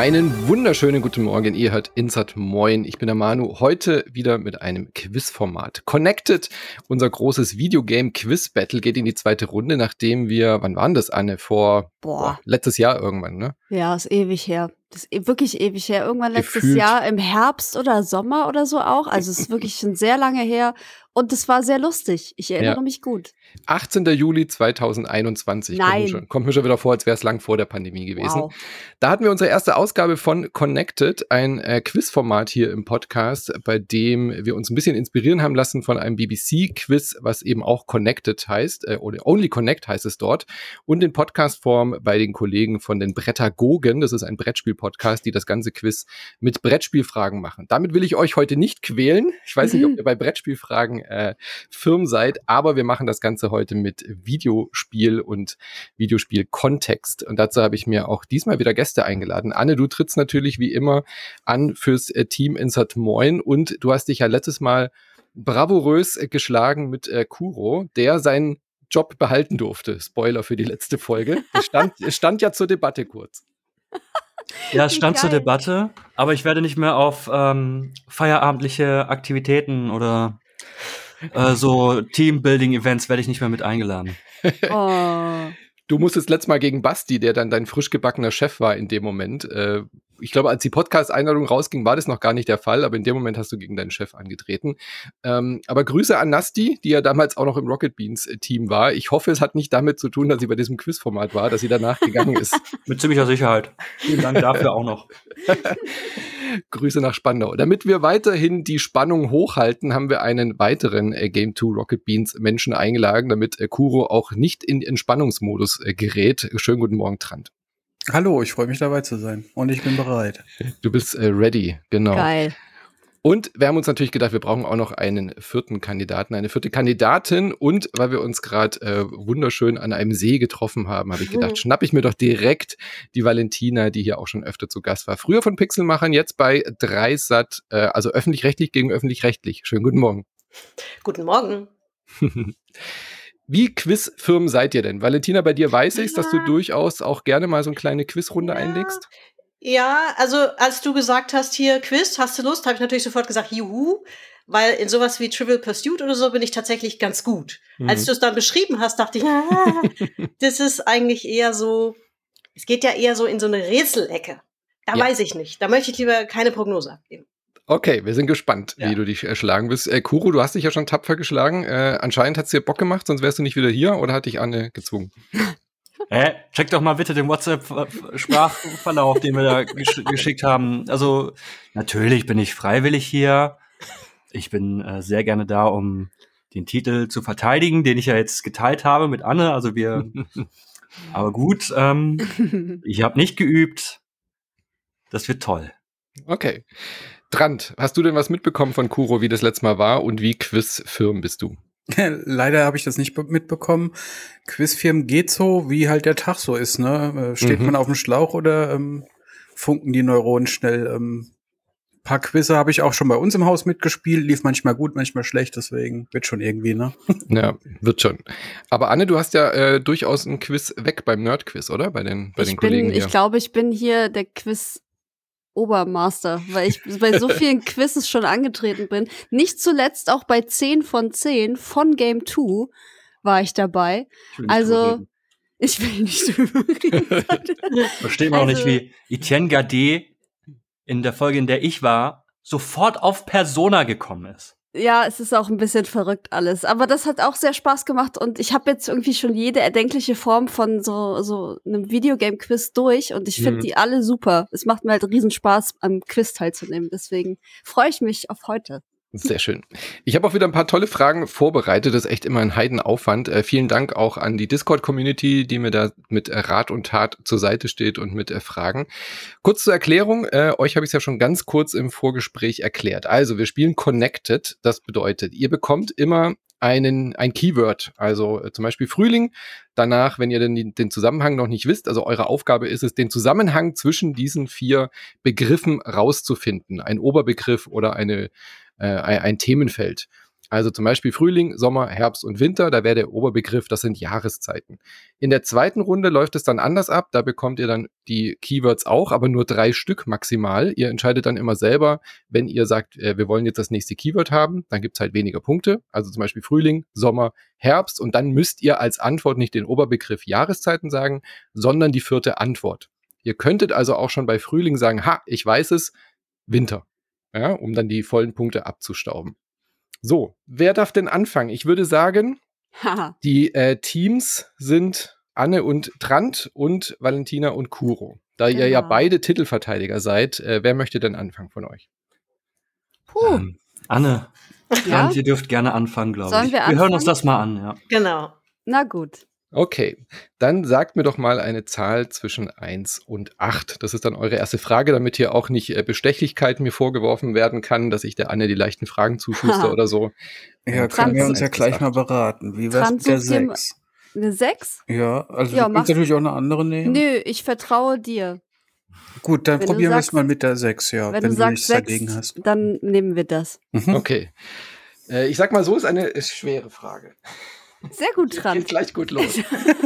Einen wunderschönen guten Morgen, ihr hört Insert Moin. Ich bin der Manu, heute wieder mit einem Quizformat. Connected, unser großes Videogame-Quiz-Battle geht in die zweite Runde, nachdem wir, wann waren das, Anne? Letztes Jahr irgendwann, ne? Ja, ist ewig her. Das ist wirklich ewig her. Irgendwann letztes Gefühlt. Jahr im Herbst oder Sommer oder so auch. Also es ist wirklich schon sehr lange her. Und es war sehr lustig. Ich erinnere mich gut. 18. Juli 2021. Nein. Kommt mir schon wieder vor, als wäre es lang vor der Pandemie gewesen. Wow. Da hatten wir unsere erste Ausgabe von Connected, ein Quizformat hier im Podcast, bei dem wir uns ein bisschen inspirieren haben lassen von einem BBC-Quiz, was eben auch Connected heißt, oder Only Connect heißt es dort, und in Podcastform bei den Kollegen von den Brettagogen. Das ist ein Brettspiel-Podcast, die das ganze Quiz mit Brettspielfragen machen. Damit will ich euch heute nicht quälen. Ich weiß nicht, ob ihr bei Brettspielfragen firm seid, aber wir machen das Ganze heute mit Videospiel und Videospiel-Kontext. Und dazu habe ich mir auch diesmal wieder Gäste eingeladen. Anne, du trittst natürlich wie immer an fürs Team Insert Moin und du hast dich ja letztes Mal bravourös geschlagen mit Kuro, der seinen Job behalten durfte. Spoiler für die letzte Folge. Es stand ja zur Debatte kurz. Ja, es stand zur Debatte, aber ich werde nicht mehr auf feierabendliche Aktivitäten oder so Teambuilding-Events werde ich nicht mehr mit eingeladen. Oh. Du musstest letztes Mal gegen Basti, der dann dein frisch gebackener Chef war in dem Moment. Ich glaube, als die Podcast-Einladung rausging, war das noch gar nicht der Fall, aber in dem Moment hast du gegen deinen Chef angetreten. Aber Grüße an Nasti, die ja damals auch noch im Rocket Beans-Team war. Ich hoffe, es hat nicht damit zu tun, dass sie bei diesem Quizformat war, dass sie danach gegangen ist. Mit ziemlicher Sicherheit. Vielen Dank dafür auch noch. Grüße nach Spandau. Damit wir weiterhin die Spannung hochhalten, haben wir einen weiteren Game 2 Rocket Beans Menschen eingeladen, damit Kuro auch nicht in Entspannungsmodus gerät. Schönen guten Morgen, Trant. Hallo, ich freue mich dabei zu sein und ich bin bereit. Du bist ready, genau. Geil. Und wir haben uns natürlich gedacht, wir brauchen auch noch einen vierten Kandidaten, eine vierte Kandidatin. Und weil wir uns gerade wunderschön an einem See getroffen haben, habe ich gedacht, schnapp ich mir doch direkt die Valentina, die hier auch schon öfter zu Gast war. Früher von Pixelmachern, jetzt bei Dreisat, also öffentlich-rechtlich gegen öffentlich-rechtlich. Schönen guten Morgen. Guten Morgen. Wie quizfirm seid ihr denn? Valentina, bei dir weiß ich, dass du durchaus auch gerne mal so eine kleine Quizrunde einlegst. Ja, also als du gesagt hast, hier Quiz, hast du Lust, habe ich natürlich sofort gesagt, juhu, weil in sowas wie Trivial Pursuit oder so bin ich tatsächlich ganz gut. Als du es dann beschrieben hast, dachte ich, das ist eigentlich eher so, es geht ja eher so in so eine Rätselecke. Da weiß ich nicht, da möchte ich lieber keine Prognose abgeben. Okay, wir sind gespannt, wie du dich schlagen wirst. Kuro, du hast dich ja schon tapfer geschlagen. Anscheinend hat es dir Bock gemacht, sonst wärst du nicht wieder hier, oder hat dich Anne gezwungen? Check doch mal bitte den WhatsApp-Sprachverlauf, den wir da geschickt haben. Also, natürlich bin ich freiwillig hier. Ich bin sehr gerne da, um den Titel zu verteidigen, den ich ja jetzt geteilt habe mit Anne. Also aber gut, ich habe nicht geübt. Das wird toll. Okay. Trant, hast du denn was mitbekommen von Kuro, wie das letzte Mal war und wie quizfirm bist du? Leider habe ich das nicht mitbekommen. Quizfirmen geht so, wie halt der Tag so ist, ne? Steht man auf dem Schlauch oder funken die Neuronen schnell? Paar Quizze habe ich auch schon bei uns im Haus mitgespielt, lief manchmal gut, manchmal schlecht, deswegen wird schon irgendwie, ne? Ja, wird schon. Aber Anne, du hast ja durchaus ein Quiz weg beim Nerd-Quiz, oder? Bei den Kollegen hier. Ich glaube, ich bin hier der Quiz-Obermaster, weil ich bei so vielen Quizzes schon angetreten bin. Nicht zuletzt auch bei 10 von 10 von Game 2 war ich dabei. Ich will nicht überreden. Verstehe man auch nicht, wie Etienne Gardet in der Folge, in der ich war, sofort auf Persona gekommen ist. Ja, es ist auch ein bisschen verrückt alles. Aber das hat auch sehr Spaß gemacht und ich habe jetzt irgendwie schon jede erdenkliche Form von so einem Videogame-Quiz durch und ich finde die alle super. Es macht mir halt riesen Spaß, am Quiz teilzunehmen. Deswegen freue ich mich auf heute. Sehr schön. Ich habe auch wieder ein paar tolle Fragen vorbereitet. Das ist echt immer ein Heidenaufwand. Vielen Dank auch an die Discord-Community, die mir da mit Rat und Tat zur Seite steht und mit Fragen. Kurz zur Erklärung. Euch habe ich es ja schon ganz kurz im Vorgespräch erklärt. Also, wir spielen Connected. Das bedeutet, ihr bekommt immer ein Keyword, also zum Beispiel Frühling. Danach, wenn ihr den Zusammenhang noch nicht wisst, also eure Aufgabe ist es, den Zusammenhang zwischen diesen 4 Begriffen rauszufinden. Ein Oberbegriff oder ein Themenfeld. Also zum Beispiel Frühling, Sommer, Herbst und Winter, da wäre der Oberbegriff, das sind Jahreszeiten. In der zweiten Runde läuft es dann anders ab, da bekommt ihr dann die Keywords auch, aber nur 3 Stück maximal. Ihr entscheidet dann immer selber, wenn ihr sagt, wir wollen jetzt das nächste Keyword haben, dann gibt es halt weniger Punkte, also zum Beispiel Frühling, Sommer, Herbst und dann müsst ihr als Antwort nicht den Oberbegriff Jahreszeiten sagen, sondern die 4. Antwort. Ihr könntet also auch schon bei Frühling sagen, ich weiß es, Winter, ja, um dann die vollen Punkte abzustauben. So, wer darf denn anfangen? Ich würde sagen, die Teams sind Anne und Trant und Valentina und Kuro. Da ihr ja beide Titelverteidiger seid, wer möchte denn anfangen von euch? Anne, Ja? Trant, ihr dürft gerne anfangen, glaube Sollen ich. wir Wir hören uns anfangen? das mal an, ja. Genau. Na gut. Okay, dann sagt mir doch mal eine Zahl zwischen 1 und 8. Das ist dann eure erste Frage, damit hier auch nicht Bestechlichkeit mir vorgeworfen werden kann, dass ich der Anne die leichten Fragen zuschüster oder so. Ja, Trant können wir uns ja 1 bis gleich 8. mal beraten. Wie wär's Trant, mit der such dir 6? Eine 6? Ja, also Ja, du mach- kannst natürlich auch eine andere nehmen. Nö, ich vertraue dir. Gut, dann Wenn du probieren wir es sagst- mal mit der 6, ja, Wenn wenn du du sagst nichts 6, dagegen hast. dann nehmen wir das. Mhm. Okay. Ich sag mal so, ist eine schwere Frage. Sehr gut, Geht Trant. gleich gut los.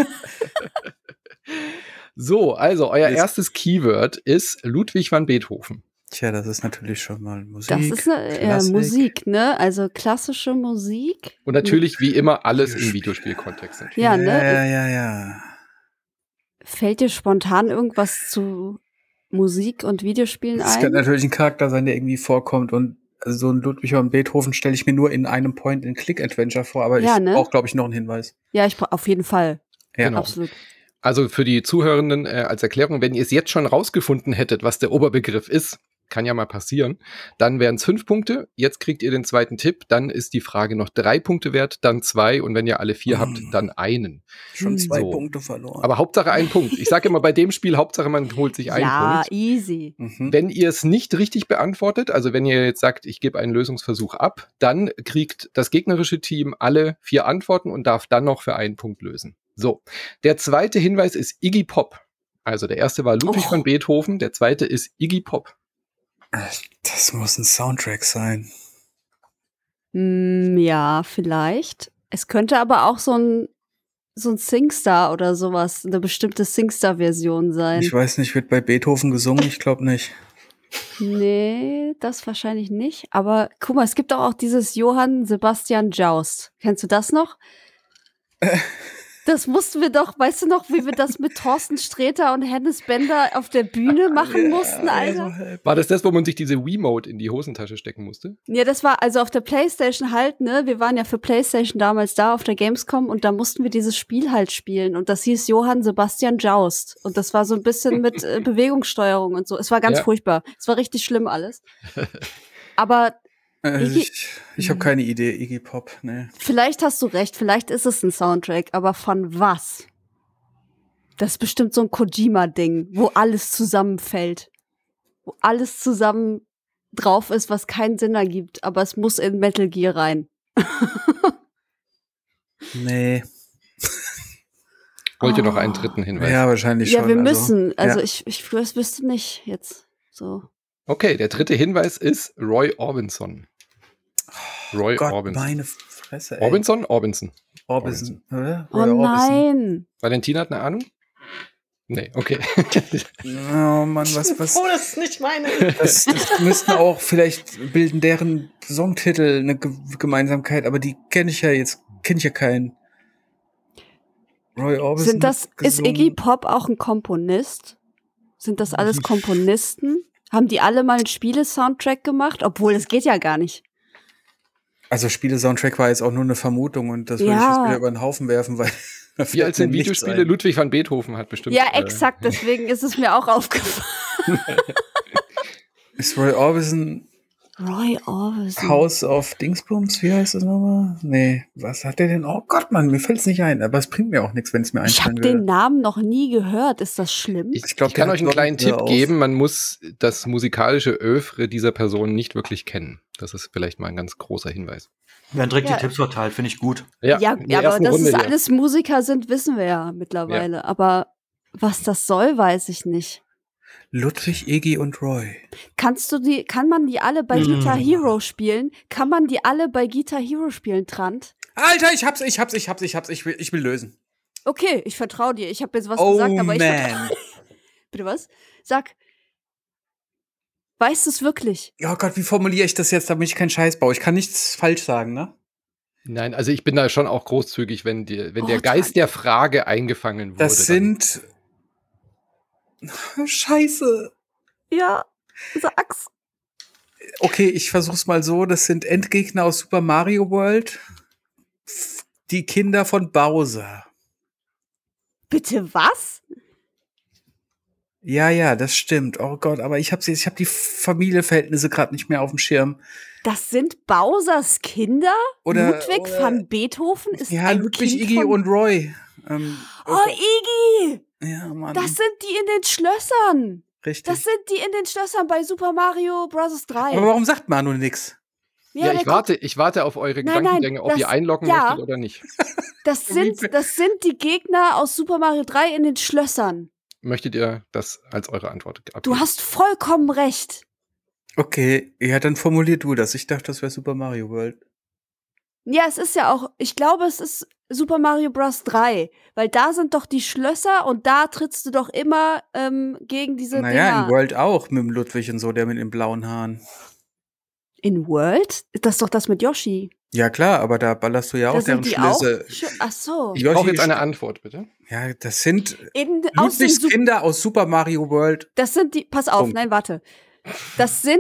So, also euer Jetzt- erstes Keyword ist Ludwig van Beethoven. Tja, das ist natürlich schon mal Musik. Das ist eine Klassik. Musik, ne? Also klassische Musik. Und natürlich wie immer alles im Videospielkontext. natürlich. Ja, ne? Ja. Fällt dir spontan irgendwas zu Musik und Videospielen Das ein? könnte natürlich ein Charakter sein, der irgendwie vorkommt und also so ein Ludwig van Beethoven stelle ich mir nur in einem Point-and-Click-Adventure vor, aber Ja, ich ne? brauche, glaube ich, noch einen Hinweis. Ja, auf jeden Fall. Ja. Genau. Absolut. Also für die Zuhörenden als Erklärung, wenn ihr es jetzt schon rausgefunden hättet, was der Oberbegriff ist, kann ja mal passieren, dann wären es 5 Punkte. Jetzt kriegt ihr den zweiten Tipp, dann ist die Frage noch 3 Punkte wert, dann 2 und wenn ihr alle 4 habt, dann einen. Schon 2 So. Punkte verloren. Aber Hauptsache ein Punkt. Ich sage immer bei dem Spiel, Hauptsache man holt sich einen Ja, Punkt. easy. Mhm. Wenn ihr es nicht richtig beantwortet, also wenn ihr jetzt sagt, ich gebe einen Lösungsversuch ab, dann kriegt das gegnerische Team alle 4 Antworten und darf dann noch für einen Punkt lösen. So, der zweite Hinweis ist Iggy Pop. Also der erste war Ludwig van Beethoven, der zweite ist Iggy Pop. Das muss ein Soundtrack sein. Ja, vielleicht. Es könnte aber auch so ein Singstar oder sowas, eine bestimmte Singstar-Version sein. Ich weiß nicht, wird bei Beethoven gesungen? Ich glaube nicht. Nee, das wahrscheinlich nicht. Aber guck mal, es gibt auch dieses Johann Sebastian Joust. Kennst du das noch? Das mussten wir doch, weißt du noch, wie wir das mit Thorsten Sträter und Hennes Bender auf der Bühne machen mussten, Alter? War das, wo man sich diese Wiimote in die Hosentasche stecken musste? Ja, das war also auf der PlayStation halt, ne? Wir waren ja für PlayStation damals da auf der Gamescom und da mussten wir dieses Spiel halt spielen und das hieß Johann Sebastian Joust und das war so ein bisschen mit Bewegungssteuerung und so. Es war ganz Ja. furchtbar. Es war richtig schlimm alles. Aber Iggy- Ich habe keine Idee, Iggy Pop, ne. vielleicht hast du recht, vielleicht ist es ein Soundtrack, aber von was? Das ist bestimmt so ein Kojima-Ding, wo alles zusammenfällt. Wo alles zusammen drauf ist, was keinen Sinn ergibt, aber es muss in Metal Gear rein. Nee. Wollt ihr noch einen dritten Hinweis? Ja, wahrscheinlich Ja, schon. wir also, müssen. Also ja. ich wüsste nicht jetzt so. Okay, der dritte Hinweis ist Roy Orbison. Roy Gott, Orbison. meine Fresse, ey. Orbison? Orbison. Orbison, oder? Oh Roy Orbison. nein. Valentina hat eine Ahnung? Nee, okay. Oh Mann, was? Froh, dass es nicht meine. Das müssten auch, vielleicht bilden deren Songtitel eine Gemeinsamkeit, aber die kenne ich ja keinen. Roy Orbison. Ist gesungen. Iggy Pop auch ein Komponist? Sind das alles Komponisten? Haben die alle mal einen Spiele-Soundtrack gemacht? Obwohl, es geht ja gar nicht. Also Spiele-Soundtrack war jetzt auch nur eine Vermutung und das würde ich Ja. jetzt wieder über den Haufen werfen, weil da Wie fällt alt sind mir nichts Videospiele? ein. Ludwig van Beethoven hat bestimmt. Ja, exakt, deswegen ist es mir auch aufgefallen. Ist Roy Orbison Roy Orbison. House of Dingsbums? Wie heißt das nochmal? Nee, was hat der denn? Oh Gott, Mann, mir fällt es nicht ein, aber es bringt mir auch nichts, wenn es mir Ich habe einfallen den würde. Namen noch nie gehört. Ist das schlimm? Ich glaub, kann der euch hat einen kleinen Sonnenbrille Tipp auf. geben. Man muss das musikalische Œuvre dieser Person nicht wirklich kennen. Das ist vielleicht mal ein ganz großer Hinweis. Werden direkt Ja. die Tipps verteilt, finde ich gut. ja, in der aber ersten dass Runde es hier. alles Musiker sind, wissen wir ja mittlerweile. Aber was das soll, weiß ich nicht. Ludwig, Iggy und Roy. Kann man die alle bei Guitar Hero spielen? Kann man die alle bei Guitar Hero spielen, Trant? Alter, ich hab's. Ich will lösen. Okay, ich vertraue dir. Ich habe jetzt was gesagt, aber ich vertraue. Bitte was? Sag. Weißt du es wirklich? Oh Gott, wie formuliere ich das jetzt, damit ich keinen Scheiß baue? Ich kann nichts falsch sagen, ne? Nein, also ich bin da schon auch großzügig, wenn der Geist der Frage eingefangen wurde. Das sind... Scheiße. Ja, sag's. Okay, ich versuch's mal so. Das sind Endgegner aus Super Mario World. Die Kinder von Bowser. Bitte was? Ja, das stimmt. Oh Gott, aber ich hab die Familienverhältnisse gerade nicht mehr auf dem Schirm. Das sind Bowsers Kinder? Ludwig van Beethoven ist ein Ludwig, Kind Iggy von... und Roy. Iggy! Ja, Mann. Das sind die in den Schlössern. Richtig. Das sind die in den Schlössern bei Super Mario Bros. 3. Aber warum sagt Manu nix? Ja, ich warte auf eure Gedankengänge, ob ihr einloggen möchtet oder nicht. Das sind die Gegner aus Super Mario 3 in den Schlössern. Möchtet ihr das als eure Antwort abgeben? Du hast vollkommen recht. Okay, ja, dann formulier du das. Ich dachte, das wäre Super Mario World. Ja, es ist ja auch, ich glaube, es ist Super Mario Bros. 3, weil da sind doch die Schlösser und da trittst du doch immer gegen diese Dinger. Naja, in World auch, mit dem Ludwig und so, der mit den blauen Haaren. In World? Das ist doch das mit Yoshi. Ja klar, aber da ballerst du ja auch deren Schlösser. Ach so. Ich brauche jetzt eine Antwort, bitte. Ja, das sind aus Ludwigs Kinder aus Super Mario World. Das sind die, pass auf, nein, warte. Das sind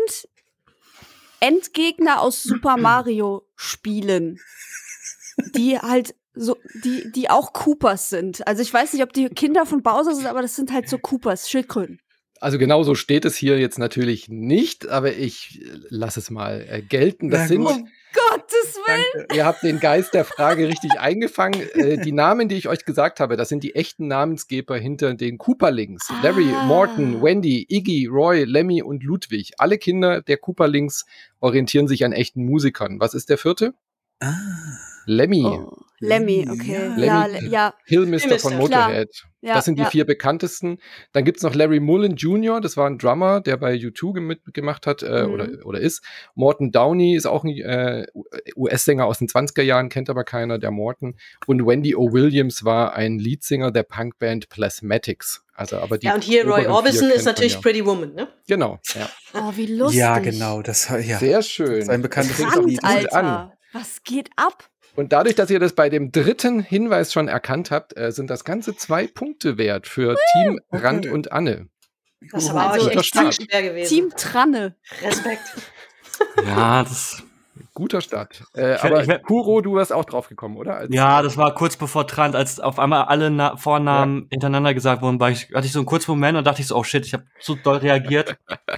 Endgegner aus Super Mario Spielen, die halt so, die auch Koopas sind. Also ich weiß nicht, ob die Kinder von Bowser sind, aber das sind halt so Koopas, Schildkröten. Also genau so steht es hier jetzt natürlich nicht, aber ich lasse es mal gelten. Das sind, um Gottes Willen! Danke. ihr habt den Geist der Frage richtig eingefangen. Die Namen, die ich euch gesagt habe, das sind die echten Namensgeber hinter den Kooperlings. Larry, Morton, Wendy, Iggy, Roy, Lemmy und Ludwig. Alle Kinder der Kooperlings orientieren sich an echten Musikern. Was ist der vierte? Lemmy. Oh, Lemmy, okay. Lemmy. Ja. Hillmister von Motorhead. Ja, das sind die 4 bekanntesten. Dann gibt's noch Larry Mullen Jr., das war ein Drummer, der bei U2 mitgemacht hat oder ist. Morton Downey ist auch ein US-Sänger aus den 20er Jahren, kennt aber keiner, der Morton. Und Wendy O. Williams war ein Leadsinger der Punkband Plasmatics. Also, aber die und hier Roy Orbison ist natürlich Pretty Woman, ne? Genau, ja. Oh, wie lustig. Ja, genau. Das, ja. Sehr schön. Sein bekanntes Trant, Alter. an. Was geht ab? Und dadurch, dass ihr das bei dem dritten Hinweis schon erkannt habt, sind das Ganze 2 Punkte wert für Team Rand und Anne. Das war Also echt schwer gewesen. Team Tranne. Respekt. Ja, das. Guter Start. Aber Kuro, du warst auch drauf gekommen, oder? Ja, das war kurz bevor Trant, als auf einmal alle Vornamen hintereinander gesagt wurden, hatte ich so einen kurzen Moment und dachte ich so, oh shit, ich habe so doll reagiert.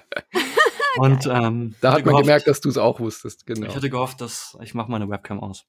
Und da hat man gemerkt, dass du es auch wusstest, genau. Ich hatte gehofft, dass ich mache meine Webcam aus.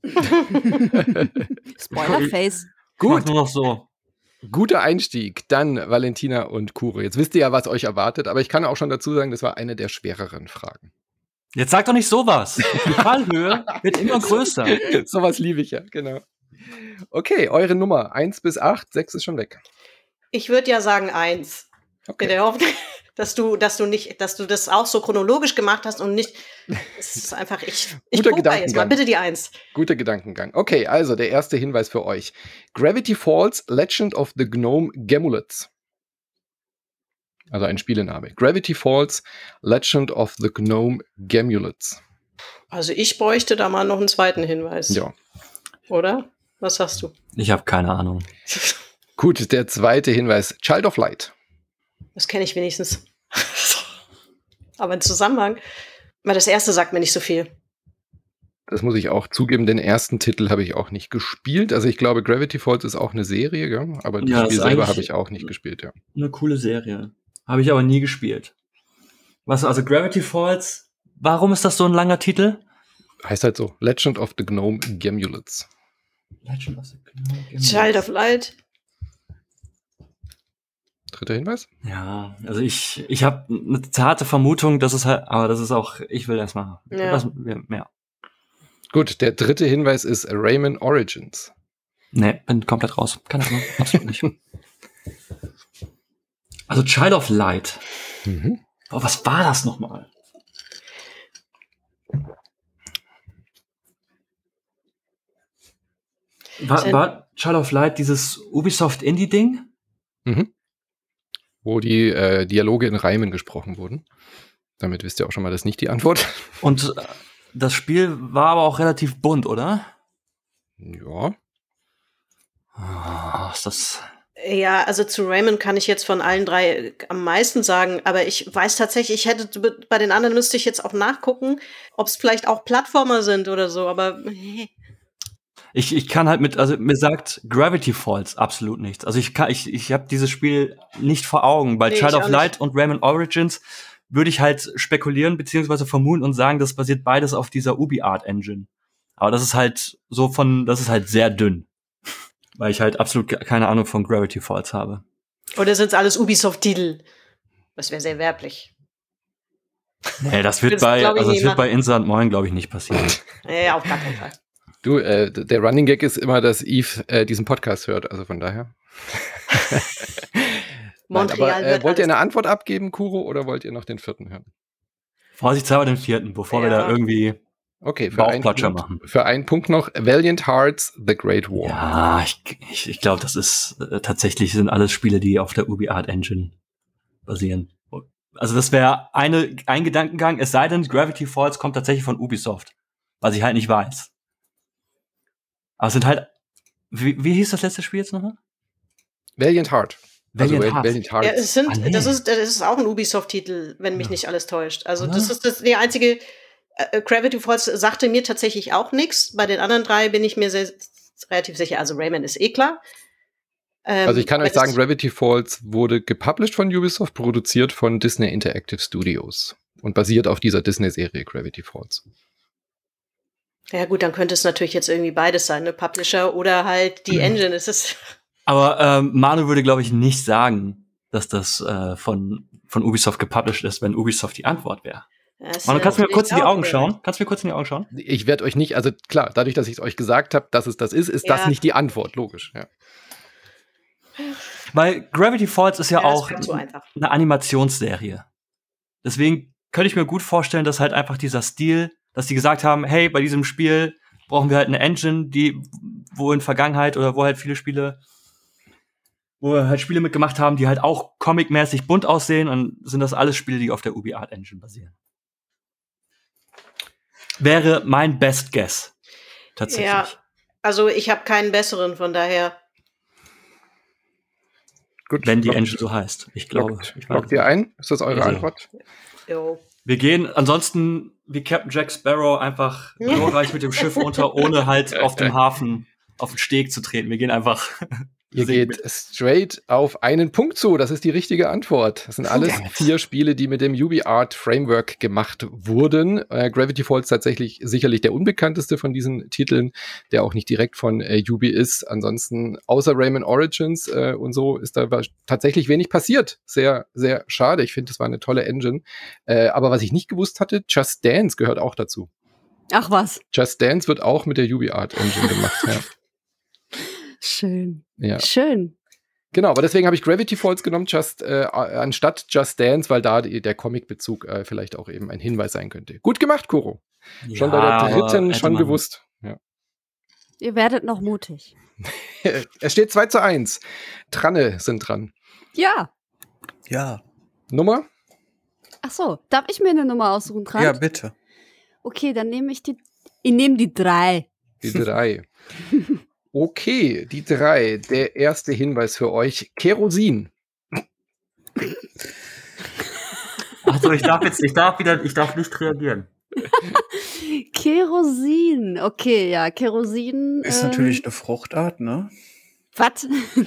Spoilerface. Gut. Nur noch so. Guter Einstieg. Dann Valentina und Kuro. Jetzt wisst ihr ja, was euch erwartet, aber ich kann auch schon dazu sagen, das war eine der schwereren Fragen. Jetzt sag doch nicht sowas. Die Fallhöhe wird immer größer. Sowas liebe ich ja, genau. Okay, eure Nummer 1 bis 8, 6 ist schon weg. Ich würde ja sagen 1. Okay. In der Hoffnung, dass du das auch so chronologisch gemacht hast und nicht. Es ist einfach, ich poker jetzt mal bitte die 1. Guter Gedankengang. Okay, also der erste Hinweis für euch. Gravity Falls, Legend of the Gnome Gamulets. Also ein Spielename. Gravity Falls, Legend of the Gnome Gamulets. Also ich bräuchte da mal noch einen zweiten Hinweis. Ja. Oder? Was sagst du? Ich habe keine Ahnung. Gut, der zweite Hinweis. Child of Light. Das kenne ich wenigstens. Aber im Zusammenhang, weil das erste sagt mir nicht so viel. Das muss ich auch zugeben, den ersten Titel habe ich auch nicht gespielt. Also ich glaube, Gravity Falls ist auch eine Serie, gell? Aber das Spiel selber habe ich auch nicht gespielt, ja. Eine coole Serie. Habe ich aber nie gespielt. Also Gravity Falls, warum ist das so ein langer Titel? Heißt halt so, Legend of the Gnome Gamulets. Legend of the Gnome Gamulets. Child of Light. Dritter Hinweis? Ja, also ich habe eine zarte Vermutung, dass es halt, aber das ist auch, ich will erstmal mehr. Gut, der dritte Hinweis ist Rayman Origins. Nee, bin komplett raus. Keine Ahnung, absolut nicht. Also Child of Light. Mhm. Boah, was war das nochmal? War Child of Light dieses Ubisoft Indie-Ding? Mhm. Wo die Dialoge in Reimen gesprochen wurden. Damit wisst ihr auch schon mal, das ist nicht die Antwort. Und das Spiel war aber auch relativ bunt, oder? Ja. Ist das... Ja, also zu Rayman kann ich jetzt von allen drei am meisten sagen, aber ich weiß tatsächlich, bei den anderen müsste ich jetzt auch nachgucken, ob es vielleicht auch Plattformer sind oder so, aber Ich kann halt also mir sagt Gravity Falls absolut nichts. Also ich habe dieses Spiel nicht vor Augen. Bei Nee, Child ich of auch Light nicht. und Rayman Origins würde ich halt spekulieren beziehungsweise vermuten und sagen, das basiert beides auf dieser UbiArt Engine. Aber das ist halt das ist halt sehr dünn. Weil ich halt absolut keine Ahnung von Gravity Falls habe. oder sind es alles Ubisoft-Titel? Das wäre sehr werblich. Nee, das wird Das glaub ich nicht bei machen. Instant Moin, glaube ich, nicht passieren. Ja, auf gar keinen Fall. Du, der Running Gag ist immer, dass Yves diesen Podcast hört, also von daher. Nein, Montreal aber wird wollt ihr alles- eine Antwort abgeben, Kuro, oder wollt ihr noch den vierten hören? Vorsichtshalber den vierten, bevor wir Ja. da irgendwie Okay, für Bauchplatscher machen. Für einen Punkt noch, Valiant Hearts, The Great War. Ja, ich glaube, das ist tatsächlich sind alles Spiele, die auf der UbiArt Engine basieren. Also das wäre ein Gedankengang, es sei denn, Gravity Falls kommt tatsächlich von Ubisoft, was ich halt nicht weiß. Aber es sind halt, wie hieß das letzte Spiel jetzt nochmal? Valiant Heart. Valiant Hearts. Valiant Hearts. Ja, es sind, Ah, nee. das ist auch ein Ubisoft-Titel, wenn mich nicht alles täuscht. Also Ja. das ist die einzige. Gravity Falls sagte mir tatsächlich auch nichts. Bei den anderen drei bin ich mir relativ sicher. Also Rayman ist klar. Also ich kann euch aber sagen, Gravity Falls wurde gepublished von Ubisoft, produziert von Disney Interactive Studios und basiert auf dieser Disney-Serie Gravity Falls. ja gut, dann könnte es natürlich jetzt irgendwie beides sein, ne? Publisher oder halt die Engine. Es ist Aber Manu würde, glaube ich, nicht sagen, dass das von Ubisoft gepublished ist, wenn Ubisoft die Antwort wäre. Manu, kannst du mir kurz in die Augen schauen? Ich werde euch nicht, also klar, dadurch, dass ich es euch gesagt habe, dass es das ist Ja. das nicht die Antwort, logisch. Ja. Weil Gravity Falls ist ja das auch wäre zu einfach. eine Animationsserie. Deswegen könnte ich mir gut vorstellen, dass halt einfach dieser Stil, dass die gesagt haben, hey, bei diesem Spiel brauchen wir halt eine Engine, wo in Vergangenheit oder wo halt Spiele mitgemacht haben, die halt auch comicmäßig bunt aussehen, und sind das alles Spiele, die auf der UbiArt Engine basieren. Wäre mein Best Guess. Tatsächlich. Ja, also ich habe keinen besseren, von daher. Gut, Wenn die Engine so heißt. Ich glaube. Loggt ihr ein? Ist das eure Also. Antwort? Jo. Wir gehen ansonsten wie Captain Jack Sparrow einfach glorreich mit dem Schiff runter, ohne halt auf dem Hafen auf den Steg zu treten. Wir gehen einfach. Ihr geht straight auf einen Punkt zu. Das ist die richtige Antwort. Das sind alles 4 Spiele, die mit dem UbiArt Framework gemacht wurden. Gravity Falls tatsächlich sicherlich der unbekannteste von diesen Titeln, der auch nicht direkt von Ubi ist. Ansonsten, außer Rayman Origins und so, ist da tatsächlich wenig passiert. Sehr, sehr schade. Ich finde, das war eine tolle Engine. Aber was ich nicht gewusst hatte, Just Dance gehört auch dazu. Ach was. Just Dance wird auch mit der UbiArt Engine gemacht. Ja. Schön. Ja. Schön. Genau, aber deswegen habe ich Gravity Falls genommen, anstatt Just Dance, weil da der Comic-Bezug vielleicht auch eben ein Hinweis sein könnte. Gut gemacht, Kuro. Schon bei der dritten schon gewusst. Ja. Ihr werdet noch mutig. Es steht 2:1. Tranne sind dran. Ja. Ja. Nummer? Ach so, darf ich mir eine Nummer aussuchen, Trant? Ja, bitte. Okay, dann nehme ich nehme die 3. Die 3. Okay, die 3. Der erste Hinweis für euch. Kerosin. Also ich darf nicht reagieren. Kerosin. Okay, ja, Kerosin. Ist natürlich eine Fruchtart, ne? Was?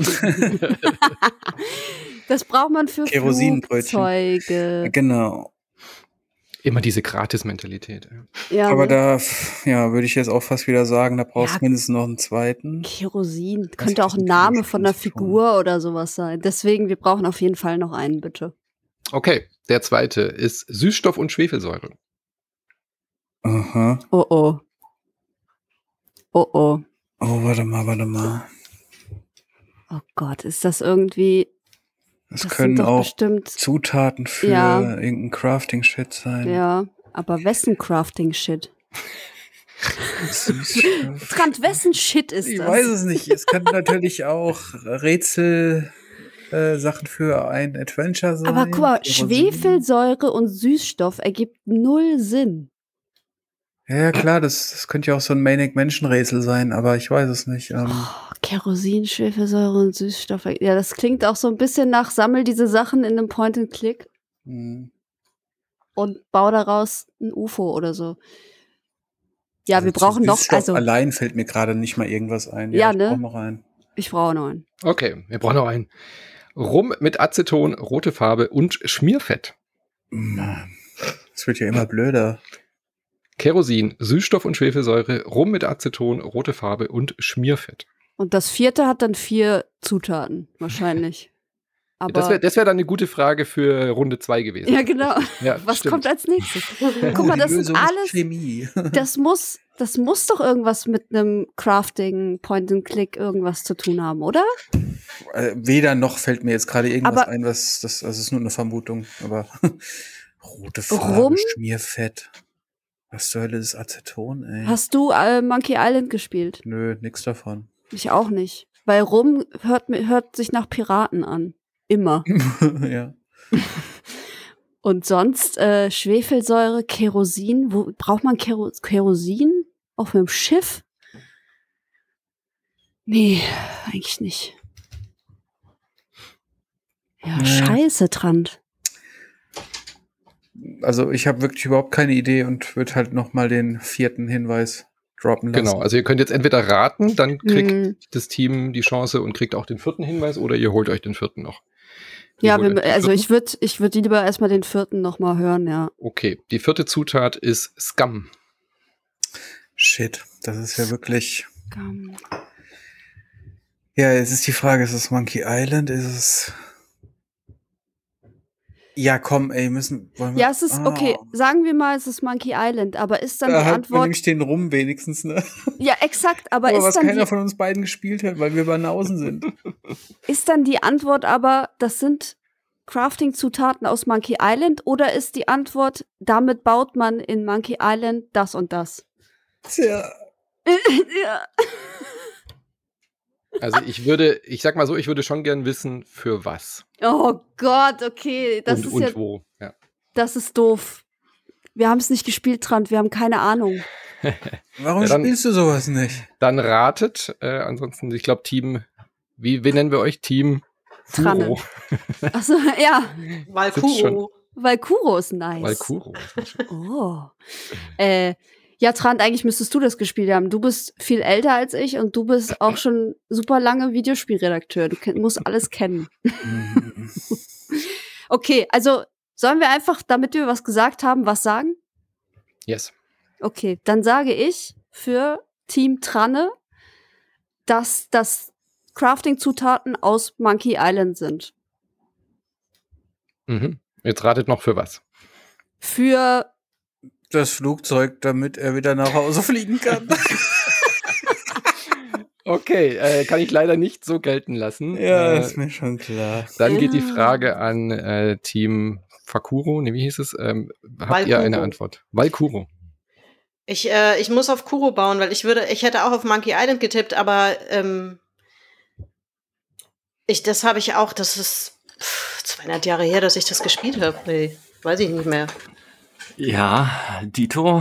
Das braucht man für Kerosinbrötchen. Flugzeuge. Genau. Immer diese Gratis-Mentalität. Ja, Aber ne? da würde ich jetzt auch fast wieder sagen, da brauchst du Ja. mindestens noch einen zweiten. Kerosin. Was Könnte hat auch das ein mit Name dem von einer Spiel zu tun? Figur oder sowas sein. Deswegen, wir brauchen auf jeden Fall noch einen, bitte. Okay, der zweite ist Süßstoff und Schwefelsäure. Aha. Oh oh. Oh oh. Oh, warte mal. Oh Gott, ist das irgendwie. Das können sind doch auch bestimmt, Zutaten für irgendein Crafting-Shit sein. ja, aber wessen Crafting-Shit? Süßstoff. Trant, wessen Shit ist Ich das? weiß es nicht. Es können natürlich auch Rätsel Sachen für ein Adventure sein. Aber guck mal, Kerosin. Schwefelsäure und Süßstoff ergibt 0 Sinn. Ja, klar, das könnte ja auch so ein Maniac-Menschenrätsel sein, aber ich weiß es nicht. Kerosin, Schwefelsäure und Süßstoff. Ja, das klingt auch so ein bisschen nach sammel diese Sachen in einem Point-and-Click und bau daraus ein UFO oder so. Ja, Also wir brauchen zu noch, Süßstoff also allein fällt mir gerade nicht mal irgendwas ein. Ja, ich ne? brauch noch einen. ich brauche noch einen. Okay, wir brauchen noch einen. Rum mit Aceton, rote Farbe und Schmierfett. Das wird ja immer blöder. Kerosin, Süßstoff und Schwefelsäure, Rum mit Aceton, rote Farbe und Schmierfett. Und das 4. hat dann 4 Zutaten, wahrscheinlich. Aber Das wär dann eine gute Frage für Runde 2 gewesen. ja, genau. Ja, Was stimmt. kommt als nächstes? Guck mal, Die das sind Lösung ist alles, Chemie. das muss doch irgendwas mit einem Crafting, Point-and-Click irgendwas zu tun haben, oder? Weder noch fällt mir jetzt gerade irgendwas Aber- ein, also es ist nur eine Vermutung, aber rote Farbe, Rum? Schmierfett. Was zur Hölle ist Aceton, ey? Hast du Monkey Island gespielt? Nö, nix davon. Ich auch nicht. Weil Rum hört sich nach Piraten an. Immer. Ja. Und sonst Schwefelsäure, Kerosin. Wo braucht man Kerosin? Auf einem Schiff? Nee, eigentlich nicht. Ja, Nee. scheiße, Trant. Also ich habe wirklich überhaupt keine Idee und würde halt noch mal den 4. Hinweis droppen lassen. Genau, also ihr könnt jetzt entweder raten, dann kriegt Hm. das Team die Chance und kriegt auch den 4. Hinweis, oder ihr holt euch den 4. noch. Ihr Ja, holt euch den also 4.. ich würd lieber erstmal den 4. noch mal hören, ja. Okay, die 4. Zutat ist Scum. Shit, das ist ja wirklich... Scum. Ja, jetzt ist die Frage, ist es Monkey Island? Ist es... Ja, komm, ey, wollen wir... Ja, es ist, okay, sagen wir mal, es ist Monkey Island, aber ist dann Da die hat man Antwort, nämlich den Rum wenigstens, ne? ja, exakt, aber Aber ist was dann, keiner von uns beiden gespielt hat, weil wir Banausen sind. ist dann die Antwort aber, das sind Crafting-Zutaten aus Monkey Island, oder ist die Antwort, damit baut man in Monkey Island das und das? Tja. Ja. Also ich sag mal so, ich würde schon gern wissen, für was Oh Gott, okay, das und ist wo. Ja. das ist doof. Wir haben es nicht gespielt, Trant, wir haben keine Ahnung. Warum Ja, dann- spielst du sowas nicht? Dann ratet, ansonsten, ich glaube, wie nennen wir euch? Team Tranne. Furo. Achso, ja, Valkuro. weil Kuro ist nice. Valkuro. Oh. Ja, Trant, eigentlich müsstest du das gespielt haben. Du bist viel älter als ich und du bist auch schon super lange Videospielredakteur. Du musst alles kennen. Okay, also sollen wir einfach, damit wir was gesagt haben, was sagen? Yes. Okay, dann sage ich für Team Tranne, dass das Crafting-Zutaten aus Monkey Island sind. Mhm. Jetzt ratet noch für was. Für Das Flugzeug, damit er wieder nach Hause fliegen kann. Okay, kann ich leider nicht so gelten lassen. Ist mir schon klar. Dann geht die Ja. Frage an Team Fakuro. Nee, wie hieß es? Habt ihr Valkuro. eine Antwort? Valkuro. Ich muss auf Kuro bauen, weil ich hätte auch auf Monkey Island getippt, aber das habe ich auch, das ist 200 Jahre her, dass ich das gespielt habe. Nee, weiß ich nicht mehr. Ja, Dito,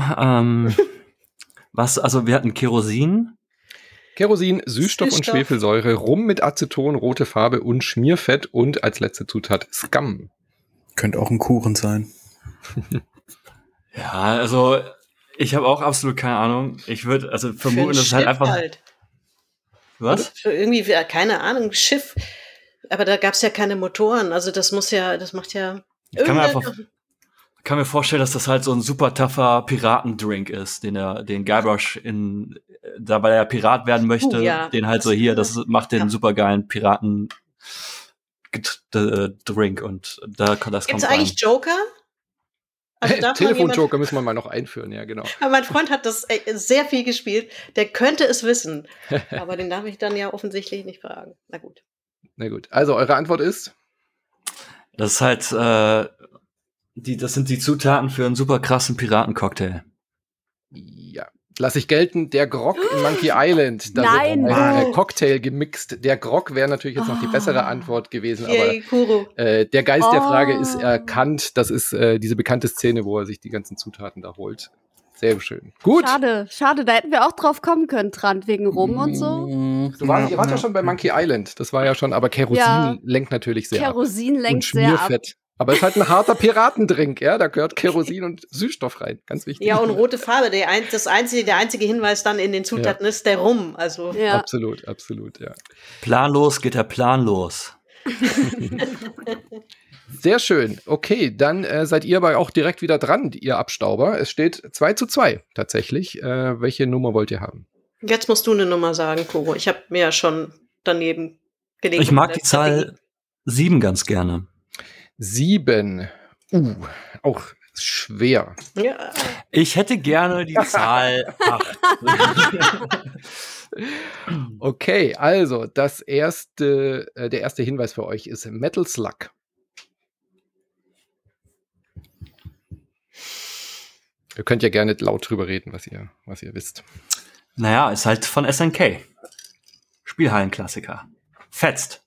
also wir hatten Kerosin. Kerosin, Süßstoff und Süßstoff. Schwefelsäure, Rum mit Aceton, rote Farbe und Schmierfett und als letzte Zutat Scum. Könnte auch ein Kuchen sein. Ja, also ich habe auch absolut keine Ahnung. Ich würde also Für ein vermuten, das ist halt Schiff einfach. halt. Was? Für irgendwie, keine Ahnung, Schiff. Aber da gab es ja keine Motoren. Also das macht ja. Ich kann mir vorstellen, dass das halt so ein super tougher Piratendrink ist, den Guybrush weil er Pirat werden möchte, ja. den halt so hier, das macht den Ja. supergeilen Piraten Drink und das Gibt's kommt eigentlich rein. Joker? Also darf man Telefonjoker müssen wir mal noch einführen, ja, genau. Aber mein Freund hat das sehr viel gespielt. Der könnte es wissen. Aber den darf ich dann ja offensichtlich nicht fragen. Na gut. Na gut. Also, eure Antwort ist? Das ist halt, das sind die Zutaten für einen super krassen Piratencocktail. Ja. Lass ich gelten, der Grog in Monkey Island. Da Nein. wird ein Cocktail gemixt. Der Grog wäre natürlich jetzt noch die bessere Antwort gewesen, Yay, Kuro. aber der Geist der Frage ist erkannt. Das ist diese bekannte Szene, wo er sich die ganzen Zutaten da holt. Sehr schön. Gut. Schade, da hätten wir auch drauf kommen können, Trant, wegen Rum und so. Ihr wart ja schon bei Monkey Island. Das war ja schon, aber Kerosin lenkt natürlich sehr Kerosin ab. lenkt Und sehr ab. Schmierfett. Aber es ist halt ein harter Piratendrink, ja. Da gehört Kerosin und Süßstoff rein. Ganz wichtig. Ja, und rote Farbe. Der einzige Hinweis dann in den Zutaten ist der Rum. Also. Ja. Absolut, ja. Planlos geht der Plan los. Sehr schön. Okay, dann seid ihr aber auch direkt wieder dran, ihr Abstauber. Es steht 2:2 tatsächlich. Welche Nummer wollt ihr haben? Jetzt musst du eine Nummer sagen, Kuro. Ich habe mir ja schon daneben gelegt. Ich mag die Zahl 7 ganz gerne. 7. Auch schwer. Ja. Ich hätte gerne die Zahl 8. Okay, also der erste Hinweis für euch ist Metal Slug. Ihr könnt ja gerne laut drüber reden, was ihr wisst. Naja, ist halt von SNK. Spielhallenklassiker. Fetzt.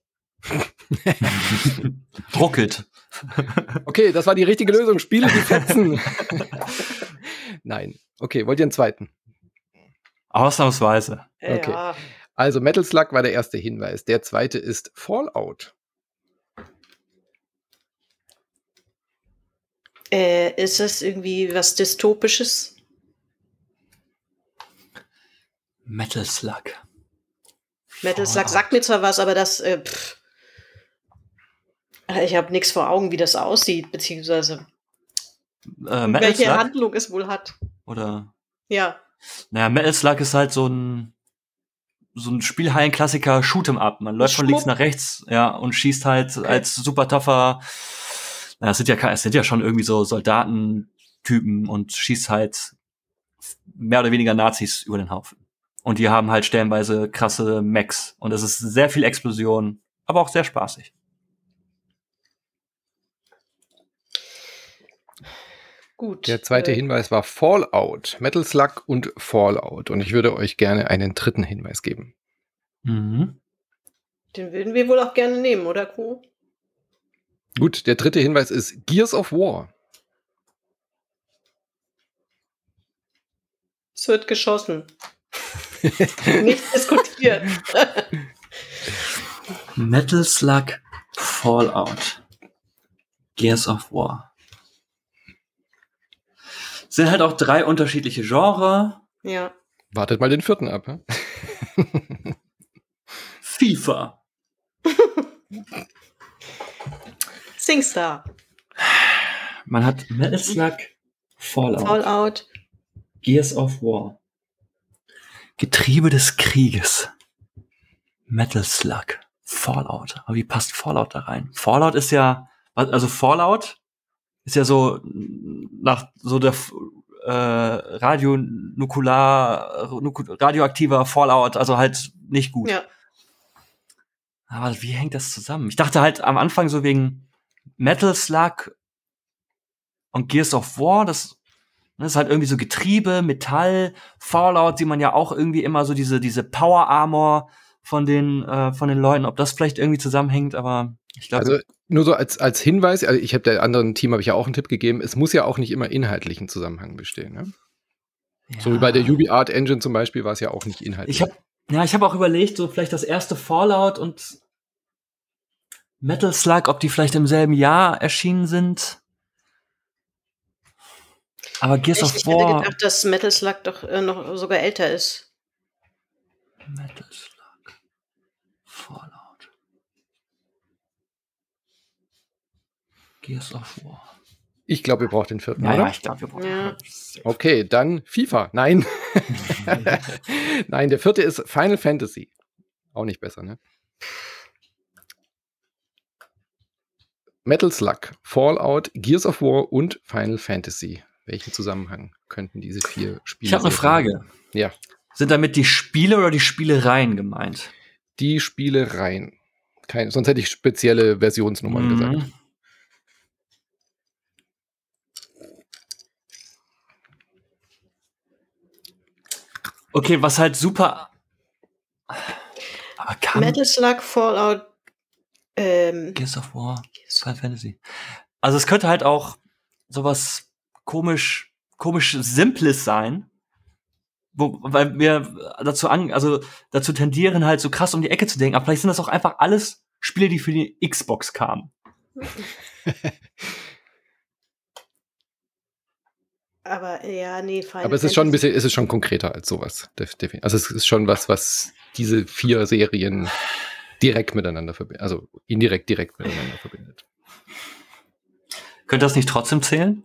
Ruckelt. Okay, das war die richtige Lösung. Spiele, die fetzen. Nein. Okay, wollt ihr einen zweiten? Ausnahmsweise. Okay. Ja. Also Metal Slug war der erste Hinweis. Der zweite ist Fallout. Ist das irgendwie was Dystopisches? Metal Slug. Metal Slug sagt mir zwar was, aber das, ich habe nichts vor Augen, wie das aussieht, beziehungsweise Metal welche Slug? Handlung es wohl hat. Oder? Ja. Naja, Metal Slug ist halt so ein Spielhallenklassiker Shoot'em Up. Man läuft von links nach rechts, ja, und schießt halt als super tougher. Na, es sind ja schon irgendwie so Soldatentypen und schießt halt mehr oder weniger Nazis über den Haufen. Und die haben halt stellenweise krasse Mechs. Und es ist sehr viel Explosion, aber auch sehr spaßig. Gut. Der zweite Hinweis war Fallout. Metal Slug und Fallout. Und ich würde euch gerne einen dritten Hinweis geben. Mhm. Den würden wir wohl auch gerne nehmen, oder, Kuro? Gut, der dritte Hinweis ist Gears of War. Es wird geschossen. Nicht diskutiert. Metal Slug, Fallout, Gears of War. Sind halt auch 3 unterschiedliche Genres. Ja. Wartet mal den vierten ab. Hä? FIFA. SingStar. Man hat Metal Slug, Fallout. Gears of War. Getriebe des Krieges. Metal Slug, Fallout. Aber wie passt Fallout da rein? Fallout ist ja so nach so der radioaktiver Fallout, also halt nicht gut. Ja. Aber wie hängt das zusammen? Ich dachte halt am Anfang so wegen Metal Slug und Gears of War, das ist halt irgendwie so Getriebe, Metall, Fallout sieht man ja auch irgendwie immer so diese Power Armor von den Leuten, ob das vielleicht irgendwie zusammenhängt, aber ich glaube. Also nur so als Hinweis, also ich habe der anderen Team habe ich ja auch einen Tipp gegeben, es muss ja auch nicht immer inhaltlichen Zusammenhang bestehen. Ne? Ja. So wie bei der UbiArt Engine zum Beispiel war es ja auch nicht inhaltlich. Ich habe auch überlegt, so vielleicht das erste Fallout und Metal Slug, ob die vielleicht im selben Jahr erschienen sind. Aber Gears of Ich War. hätte gedacht, dass Metal Slug doch noch sogar älter ist. Metal Slug. Fallout. Gears of War. Ich glaube, ihr braucht den vierten, Ja, oder? ich glaube, wir brauchen Ja. Okay, dann FIFA. Nein. Nein, der vierte ist Final Fantasy. Auch nicht besser, ne? Metal Slug, Fallout, Gears of War und Final Fantasy. Welchen Zusammenhang könnten diese 4 Spiele Ich habe eine Frage. Ja. Sind damit die Spiele oder die Spielereien gemeint? Die Spielereien. Sonst hätte ich spezielle Versionsnummern gesagt. Okay, was halt super. Aber kann Metal Slug, Fallout, Gears of War, Final Fantasy. Also es könnte halt auch sowas komisch Simples sein, weil wir dazu tendieren halt so krass um die Ecke zu denken. Aber vielleicht sind das auch einfach alles Spiele, die für die Xbox kamen. aber ja, nee, Final Aber es ist schon ein bisschen, es ist schon konkreter als sowas. Also es ist schon was diese 4 Serien direkt miteinander verbindet. Also indirekt direkt miteinander verbindet. Könnte das nicht trotzdem zählen?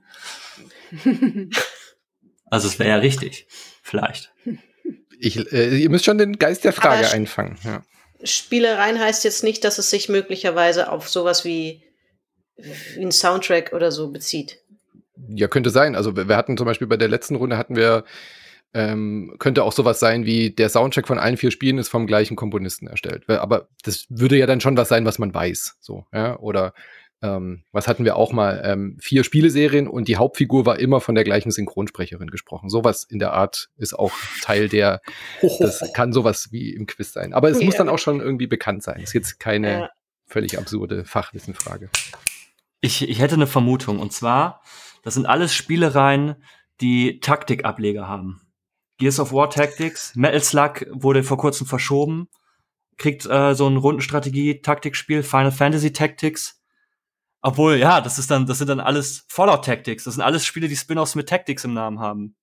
Also es wäre ja richtig. Vielleicht. Ihr müsst schon den Geist der Frage Aber einfangen. Ja. Spielereien heißt jetzt nicht, dass es sich möglicherweise auf sowas wie ein Soundtrack oder so bezieht. Ja, könnte sein. Also wir hatten zum Beispiel bei der letzten Runde könnte auch sowas sein wie der Soundtrack von allen 4 Spielen ist vom gleichen Komponisten erstellt. Aber das würde ja dann schon was sein, was man weiß. So, ja? Oder was hatten wir auch mal? 4 Spieleserien und die Hauptfigur war immer von der gleichen Synchronsprecherin gesprochen. Sowas in der Art ist auch Teil das kann sowas wie im Quiz sein. Aber es muss dann auch schon irgendwie bekannt sein. Ist jetzt keine völlig absurde Fachwissenfrage. Ich hätte eine Vermutung. Und zwar, das sind alles Spielereien, die Taktikableger haben. Gears of War Tactics, Metal Slug wurde vor kurzem verschoben, kriegt so ein Rundenstrategie-Taktikspiel, Final Fantasy Tactics. Obwohl, ja, das sind dann alles Fallout Tactics. Das sind alles Spiele, die Spin-offs mit Tactics im Namen haben.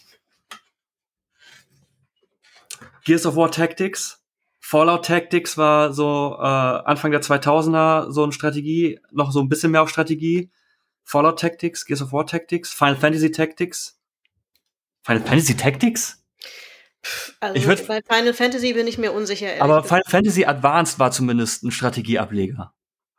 Gears of War Tactics, Fallout Tactics war so Anfang der 2000er so eine Strategie, noch so ein bisschen mehr auf Strategie. Fallout Tactics, Gears of War Tactics, Final Fantasy Tactics. Final Fantasy Tactics? Also bei Final Fantasy bin ich mir unsicher. Aber Final Fantasy Advanced war zumindest ein Strategieableger.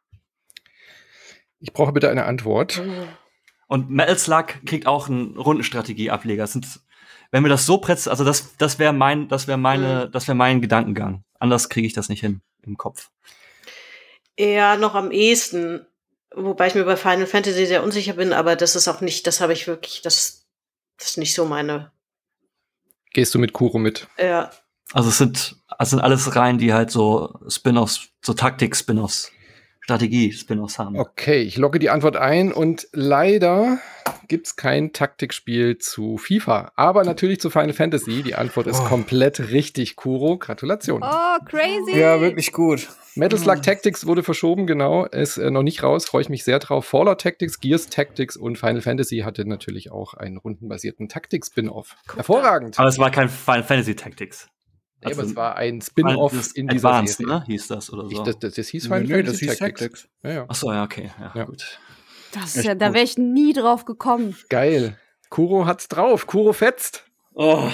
Ich brauche bitte eine Antwort. Und Metal Slug kriegt auch einen Rundenstrategieableger. Wenn wir das so präzise, also das wäre mein Gedankengang. Anders kriege ich das nicht hin im Kopf. Ja, noch am ehesten. Wobei ich mir bei Final Fantasy sehr unsicher bin, aber das ist auch nicht, das ist nicht so meine. Gehst du mit Kuro mit? Ja. Also es sind alles Reihen, die halt so Spin-offs, so Taktik-Spin-offs, Strategie-Spin-offs haben. Okay, ich logge die Antwort ein und leider gibt's kein Taktikspiel zu FIFA, aber natürlich zu Final Fantasy. Die Antwort ist komplett richtig, Kuro. Gratulation. Oh, crazy. Ja, wirklich gut. Metal Slug Tactics wurde verschoben, genau. Ist noch nicht raus, freue ich mich sehr drauf. Fallout Tactics, Gears Tactics und Final Fantasy hatte natürlich auch einen rundenbasierten Taktik-Spin-Off. Hervorragend. Aber es war kein Final Fantasy Tactics. Ja, aber es war ein Spin-Off in dieser Advanced, Serie. ne? Hieß das oder so? Das hieß Final Fantasy das hieß Tactics. Ja. Ach so, ja, okay. Ja, Ja. gut. Das ist ja, da wäre ich nie drauf gekommen. Geil. Kuro hat's drauf. Kuro fetzt. Oh.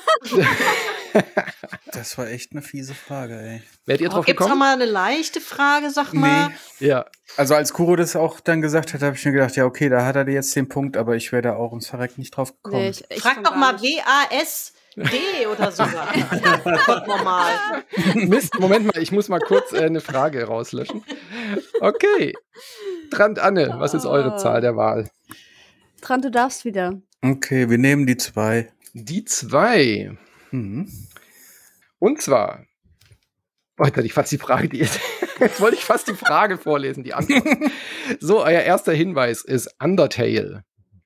Das war echt eine fiese Frage, ey. Wärt ihr drauf Gibt's noch gekommen? mal eine leichte Frage, sag mal? Ja. Also als Kuro das auch dann gesagt hat, habe ich mir gedacht, ja okay, da hat er jetzt den Punkt, aber ich wäre da auch ums Verreck nicht drauf gekommen. Nee, ich Frag schon doch gar mal nicht. WASD oder sowas. Kommt normal. Mist, Moment mal, ich muss mal kurz eine Frage rauslöschen. Okay. Trant Anne, was ist eure Zahl der Wahl? Trant, du darfst wieder. Okay, wir nehmen die 2. Die 2. Mhm. Und zwar, jetzt wollte ich fast die Frage vorlesen, die Antwort. So, euer erster Hinweis ist Undertale.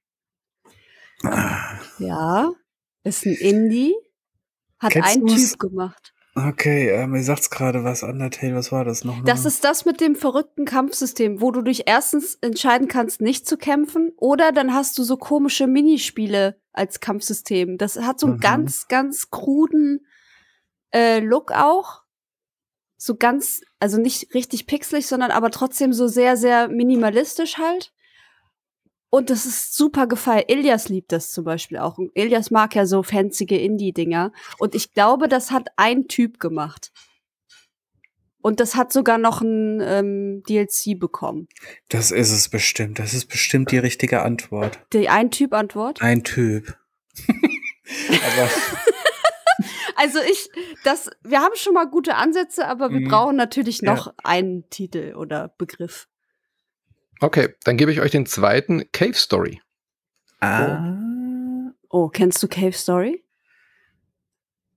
Ja, ist ein Indie. Hat Kennst ein du's? Typ gemacht. Okay, mir sagt's gerade was, Undertale, was war das noch? Das ist das mit dem verrückten Kampfsystem, wo du dich erstens entscheiden kannst, nicht zu kämpfen, oder dann hast du so komische Minispiele als Kampfsystem. Das hat so einen ganz, ganz kruden Look auch. So ganz, also nicht richtig pixelig, sondern aber trotzdem so sehr, sehr minimalistisch halt. Und das ist super gefallen. Ilias liebt das zum Beispiel auch. Und Ilias mag ja so fanzige Indie-Dinger. Und ich glaube, das hat ein Typ gemacht. Und das hat sogar noch ein DLC bekommen. Das ist es bestimmt. Das ist bestimmt die richtige Antwort. Die Ein-Typ-Antwort? Ein Typ. Aber Also wir haben schon mal gute Ansätze, aber wir brauchen natürlich noch einen Titel oder Begriff. Okay, dann gebe ich euch den zweiten, Cave Story. Oh, kennst du Cave Story?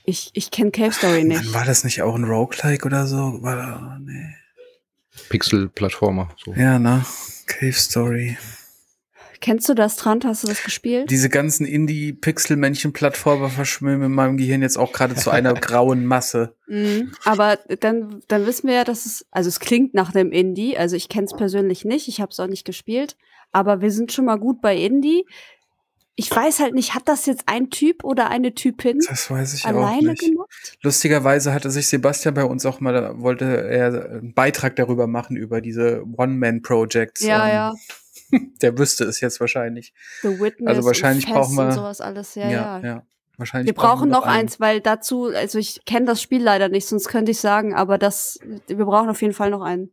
Ich kenne Cave Story nicht. War das nicht auch ein Roguelike oder so? Nee. Pixel-Plattformer. So. Ja, ne? Cave Story. Kennst du das, Trant? Hast du das gespielt? Diese ganzen Indie-Pixel-Männchen-Plattformer verschwimmen in meinem Gehirn jetzt auch gerade zu einer grauen Masse. Aber dann wissen wir ja, dass es klingt nach einem Indie. Also ich kenne es persönlich nicht, ich habe es auch nicht gespielt. Aber wir sind schon mal gut bei Indie. Ich weiß halt nicht, hat das jetzt ein Typ oder eine Typin Das weiß ich alleine auch nicht. gemacht? Lustigerweise hatte sich Sebastian bei uns auch mal, wollte er einen Beitrag darüber machen, über diese One-Man-Projects. Ja. Der wüsste es jetzt wahrscheinlich. The Witness Also wahrscheinlich und Fest brauchen wir und sowas alles. Ja. Wahrscheinlich Wir brauchen noch eins, weil dazu, also ich kenne das Spiel leider nicht, sonst könnte ich sagen, aber wir brauchen auf jeden Fall noch einen.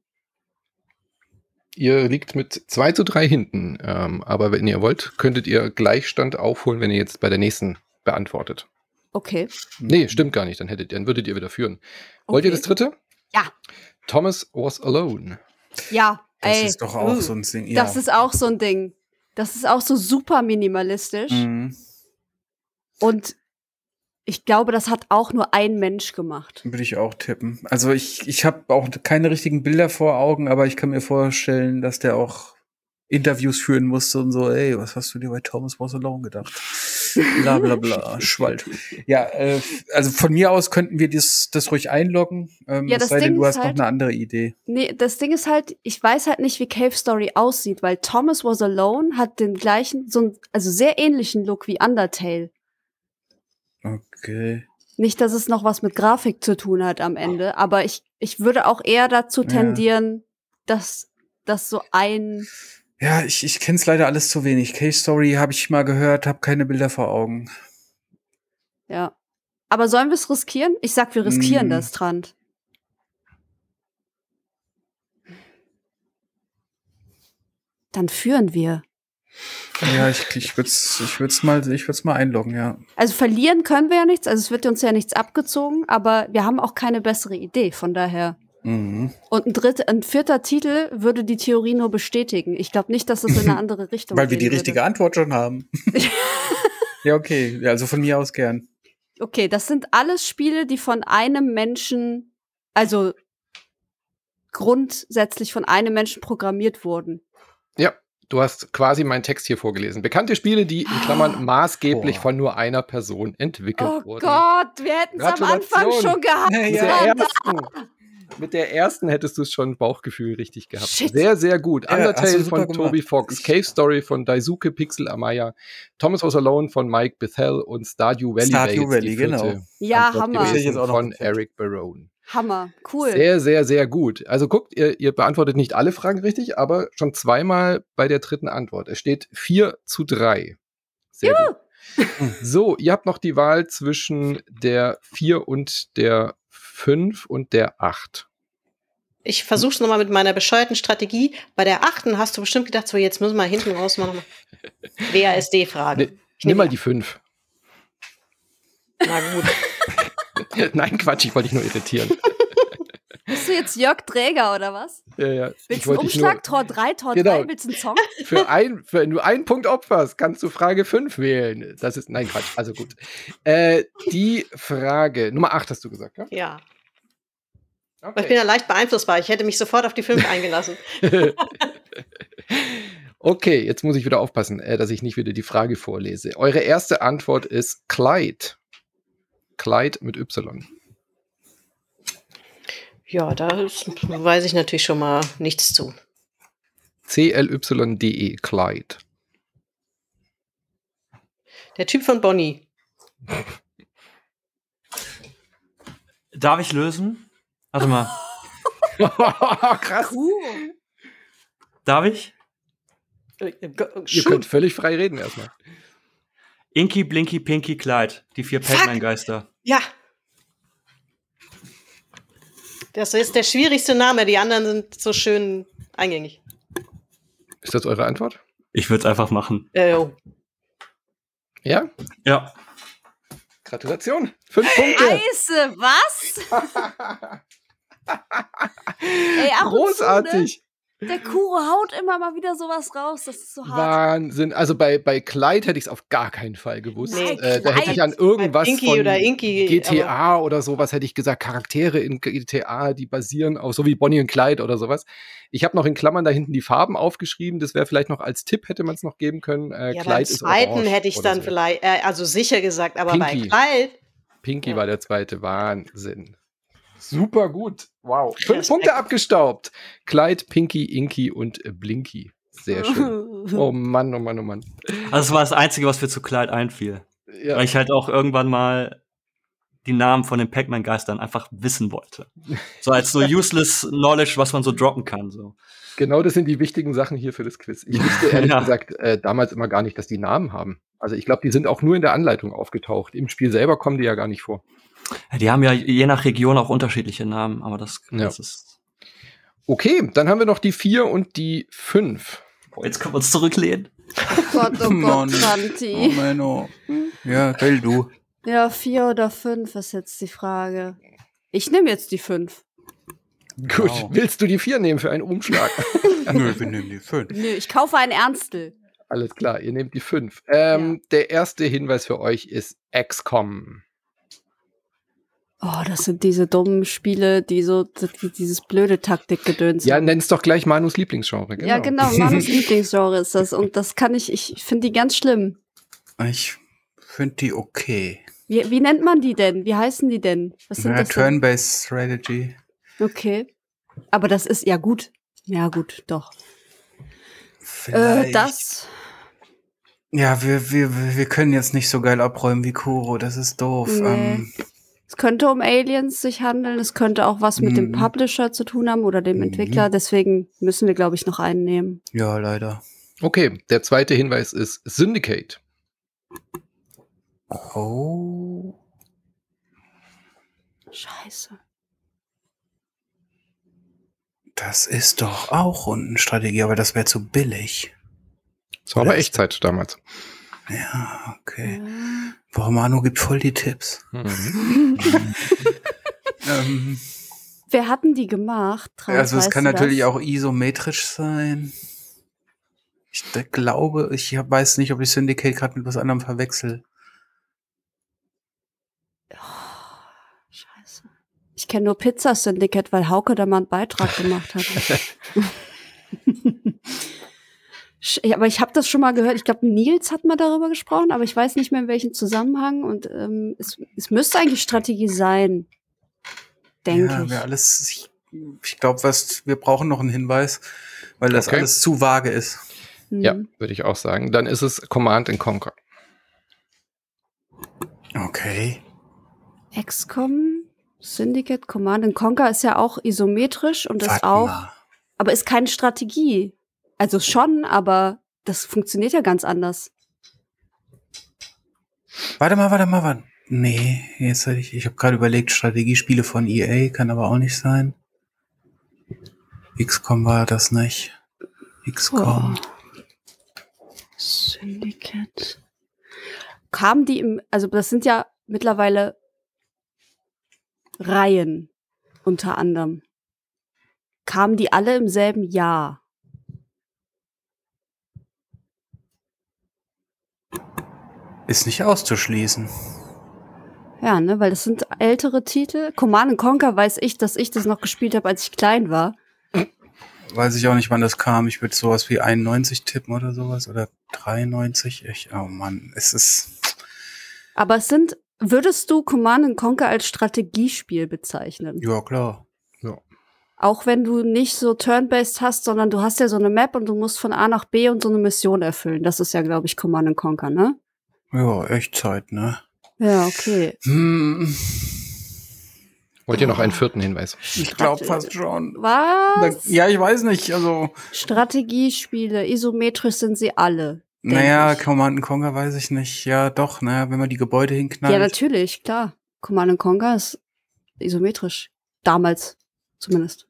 Ihr liegt mit 2:3 hinten, aber wenn ihr wollt, könntet ihr Gleichstand aufholen, wenn ihr jetzt bei der nächsten beantwortet. Okay. Nee, stimmt gar nicht, dann würdet ihr wieder führen. Wollt ihr das dritte? Ja. Thomas was alone. Ja, Das ist doch auch so ein Ding. Ja. Das ist auch so ein Ding. Das ist auch so super minimalistisch. Mhm. Und ich glaube, das hat auch nur ein Mensch gemacht. Würde ich auch tippen. Also ich habe auch keine richtigen Bilder vor Augen, aber ich kann mir vorstellen, dass der auch Interviews führen musste und so, ey, was hast du dir bei Thomas Was Alone gedacht? Bla bla bla, Schwald. Ja, also von mir aus könnten wir das ruhig einloggen. Es sei denn, du hast noch eine andere Idee. Nee, das Ding ist halt, ich weiß halt nicht, wie Cave Story aussieht, weil Thomas Was Alone hat den gleichen, also sehr ähnlichen Look wie Undertale. Okay. Nicht, dass es noch was mit Grafik zu tun hat am Ende, aber ich würde auch eher dazu tendieren, dass das so ein... Ja, ich kenne es leider alles zu wenig. Cave Story habe ich mal gehört, habe keine Bilder vor Augen. Ja. Aber sollen wir es riskieren? Ich sag, wir riskieren das, Trant. Dann führen wir. Ja, ich würd's mal einloggen, ja. Also verlieren können wir ja nichts, also es wird uns ja nichts abgezogen, aber wir haben auch keine bessere Idee, von daher. Mhm. Und ein vierter Titel würde die Theorie nur bestätigen. Ich glaube nicht, dass es in eine andere Richtung Weil wir die gehen richtige Antwort schon haben. Ja, okay. Ja, also von mir aus gern. Okay, das sind alles Spiele, die von einem Menschen, also grundsätzlich von einem Menschen programmiert wurden. Ja, du hast quasi meinen Text hier vorgelesen. Bekannte Spiele, die in Klammern maßgeblich von nur einer Person entwickelt wurden. Oh Gott, wir hätten es am Anfang schon gehabt. Mit der ersten hättest du es schon Bauchgefühl richtig gehabt. Shit. Sehr, sehr gut. Ja, Undertale von gemacht. Toby Fox, Cave Story von Daisuke Pixel Amaya, Thomas Was Alone von Mike Bethel und Stardew Valley. Stardew Valley, genau. Ja, Hammer. Von Eric Barone. Hammer, cool. Sehr, sehr, sehr gut. Also guckt, ihr beantwortet nicht alle Fragen richtig, aber schon zweimal bei der dritten Antwort. Es steht 4:3. Sehr gut. So, ihr habt noch die Wahl zwischen der 4 und der 5 und der 8. Ich versuch's nochmal mit meiner bescheuerten Strategie. Bei der 8. hast du bestimmt gedacht, so jetzt müssen wir hinten raus mal nochmal WASD-Fragen. Nimm mal die 5. Na gut. Nein, Quatsch, ich wollte dich nur irritieren. Bist du jetzt Jörg Träger oder was? Ja. Willst du einen Umschlag? Tor 3, Tor 3? Willst du einen Song? Wenn du einen Punkt opferst, kannst du Frage 5 wählen. Das ist, nein, Quatsch, also gut. Die Frage, Nummer 8 hast du gesagt, ja? Ja. Okay. Aber ich bin ja leicht beeinflussbar. Ich hätte mich sofort auf die 5 eingelassen. Okay, jetzt muss ich wieder aufpassen, dass ich nicht wieder die Frage vorlese. Eure erste Antwort ist Clyde. Clyde mit Y. Ja, da weiß ich natürlich schon mal nichts zu. CLYDE, Clyde. Der Typ von Bonnie. Darf ich lösen? Warte mal. Krass. Cool. Darf ich? Ihr könnt völlig frei reden erstmal. Inky, Blinky, Pinky, Clyde. Die 4 Pac-Man-Geister. Ja. Das ist der schwierigste Name. Die anderen sind so schön eingängig. Ist das eure Antwort? Ich würde es einfach machen. Oh. Ja? Ja. Gratulation. 5 Punkte. Scheiße, was? Ey, ab Großartig. Der Kuro haut immer mal wieder sowas raus, das ist so hart. Wahnsinn. Also bei Clyde hätte ich es auf gar keinen Fall gewusst. Nee, Da hätte ich an irgendwas Inky von oder Inky, GTA oder sowas hätte ich gesagt, Charaktere in GTA, die basieren auf, so wie Bonnie und Clyde oder sowas. Ich habe noch in Klammern da hinten die Farben aufgeschrieben. Das wäre vielleicht noch als Tipp, hätte man es noch geben können. Ja, Clyde beim ist zweiten orange hätte ich oder dann so. vielleicht, also sicher gesagt, aber Pinky. bei Clyde, Pinky war der zweite. Wahnsinn. Super gut. Wow. 5 Respekt. Punkte abgestaubt. Clyde, Pinky, Inky und Blinky. Sehr schön. Oh Mann, oh Mann, oh Mann. Also das war das Einzige, was mir zu Clyde einfiel. Ja. Weil ich halt auch irgendwann mal die Namen von den Pac-Man-Geistern einfach wissen wollte. So als so useless Knowledge, was man so droppen kann. So. Genau, das sind die wichtigen Sachen hier für das Quiz. Ich wusste ehrlich Ja. gesagt damals immer gar nicht, dass die Namen haben. Also ich glaube, die sind auch nur in der Anleitung aufgetaucht. Im Spiel selber kommen die ja gar nicht vor. Ja, die haben ja je nach Region auch unterschiedliche Namen, aber das Ja. ist. Okay, dann haben wir noch die 4 und die 5. Oh, jetzt können wir uns zurücklehnen. Gott, oh Mann. Gott, Santi. Oh, Menno. Ja, will du. Ja, 4 oder 5 ist jetzt die Frage. Ich nehme jetzt die 5. Gut, Wow. willst du die 4 nehmen für einen Umschlag? Nö, wir nehmen die 5. Nö, ich kaufe ein Ernstel. Alles klar, ihr nehmt die 5. Der erste Hinweis für euch ist XCOM. Oh, das sind diese dummen Spiele, die dieses blöde Taktikgedöns Ja, haben. nenn's doch gleich Manus Lieblingsgenre. Genau. Ja, genau, Manus Lieblingsgenre ist das. Und das kann ich finde die ganz schlimm. Ich finde die okay. Wie nennt man die denn? Wie heißen die denn? Was sind Ja, das denn? Turn-Based Strategy. Okay. Aber das ist, ja gut. Ja gut, doch. Vielleicht. Das, Ja, wir können jetzt nicht so geil abräumen wie Kuro, das ist doof. Nee. Es könnte um Aliens sich handeln, es könnte auch was mit dem Mhm. Publisher zu tun haben oder dem Mhm. Entwickler, deswegen müssen wir, glaube ich, noch einen nehmen. Ja, leider. Okay, der zweite Hinweis ist Syndicate. Oh. Scheiße. Das ist doch auch Rundenstrategie, aber das wäre zu billig. Das war aber Echtzeit damals. Ja, okay. Boah, Manu gibt voll die Tipps. Mhm. Wer hat denn die gemacht? Traut, Also es weißt kann du natürlich das? auch isometrisch sein. Ich glaube, ich weiß nicht, ob ich Syndicate gerade mit was anderem verwechsel. Scheiße. Ich kenne nur Pizza Syndicate, weil Hauke da mal einen Beitrag gemacht hat. Ja, aber ich habe das schon mal gehört. Ich glaube, Nils hat mal darüber gesprochen, aber ich weiß nicht mehr in welchem Zusammenhang. Und es müsste eigentlich Strategie sein, denke Ja, ich. wir alles. Ich glaube, wir brauchen noch einen Hinweis, weil das Okay. alles zu vage ist. Ja, Mhm. würde ich auch sagen. Dann ist es Command & Conquer. Okay. XCOM, Syndicate, Command & Conquer ist ja auch isometrisch und ist Warte auch, mal. aber ist keine Strategie. Also schon, aber das funktioniert ja ganz anders. Warte mal. Nee, jetzt hätte ich habe gerade überlegt, Strategiespiele von EA kann aber auch nicht sein. XCOM war das nicht. XCOM. Syndicate. Kamen die also das sind ja mittlerweile Reihen unter anderem. Kamen die alle im selben Jahr? Ist nicht auszuschließen. Ja, ne, weil das sind ältere Titel. Command & Conquer weiß ich, dass ich das noch gespielt habe, als ich klein war. Weiß ich auch nicht, wann das kam. Ich würde sowas wie 91 tippen oder sowas. Oder 93. Oh Mann, es ist. Aber würdest du Command & Conquer als Strategiespiel bezeichnen? Ja, klar. Auch wenn du nicht so Turn-Based hast, sondern du hast ja so eine Map und du musst von A nach B und so eine Mission erfüllen. Das ist ja, glaube ich, Command & Conquer, ne? Ja, Echtzeit, ne? Ja, okay. Wollt ihr noch einen vierten Hinweis? Ich glaube fast schon. Was? Ja, ich weiß nicht. Also, Strategiespiele, isometrisch sind sie alle. denk naja, ich. Command & Conquer weiß ich nicht. Ja, doch, naja, wenn man die Gebäude hinknallt. Ja, natürlich, klar. Command & Conquer ist isometrisch. Damals zumindest.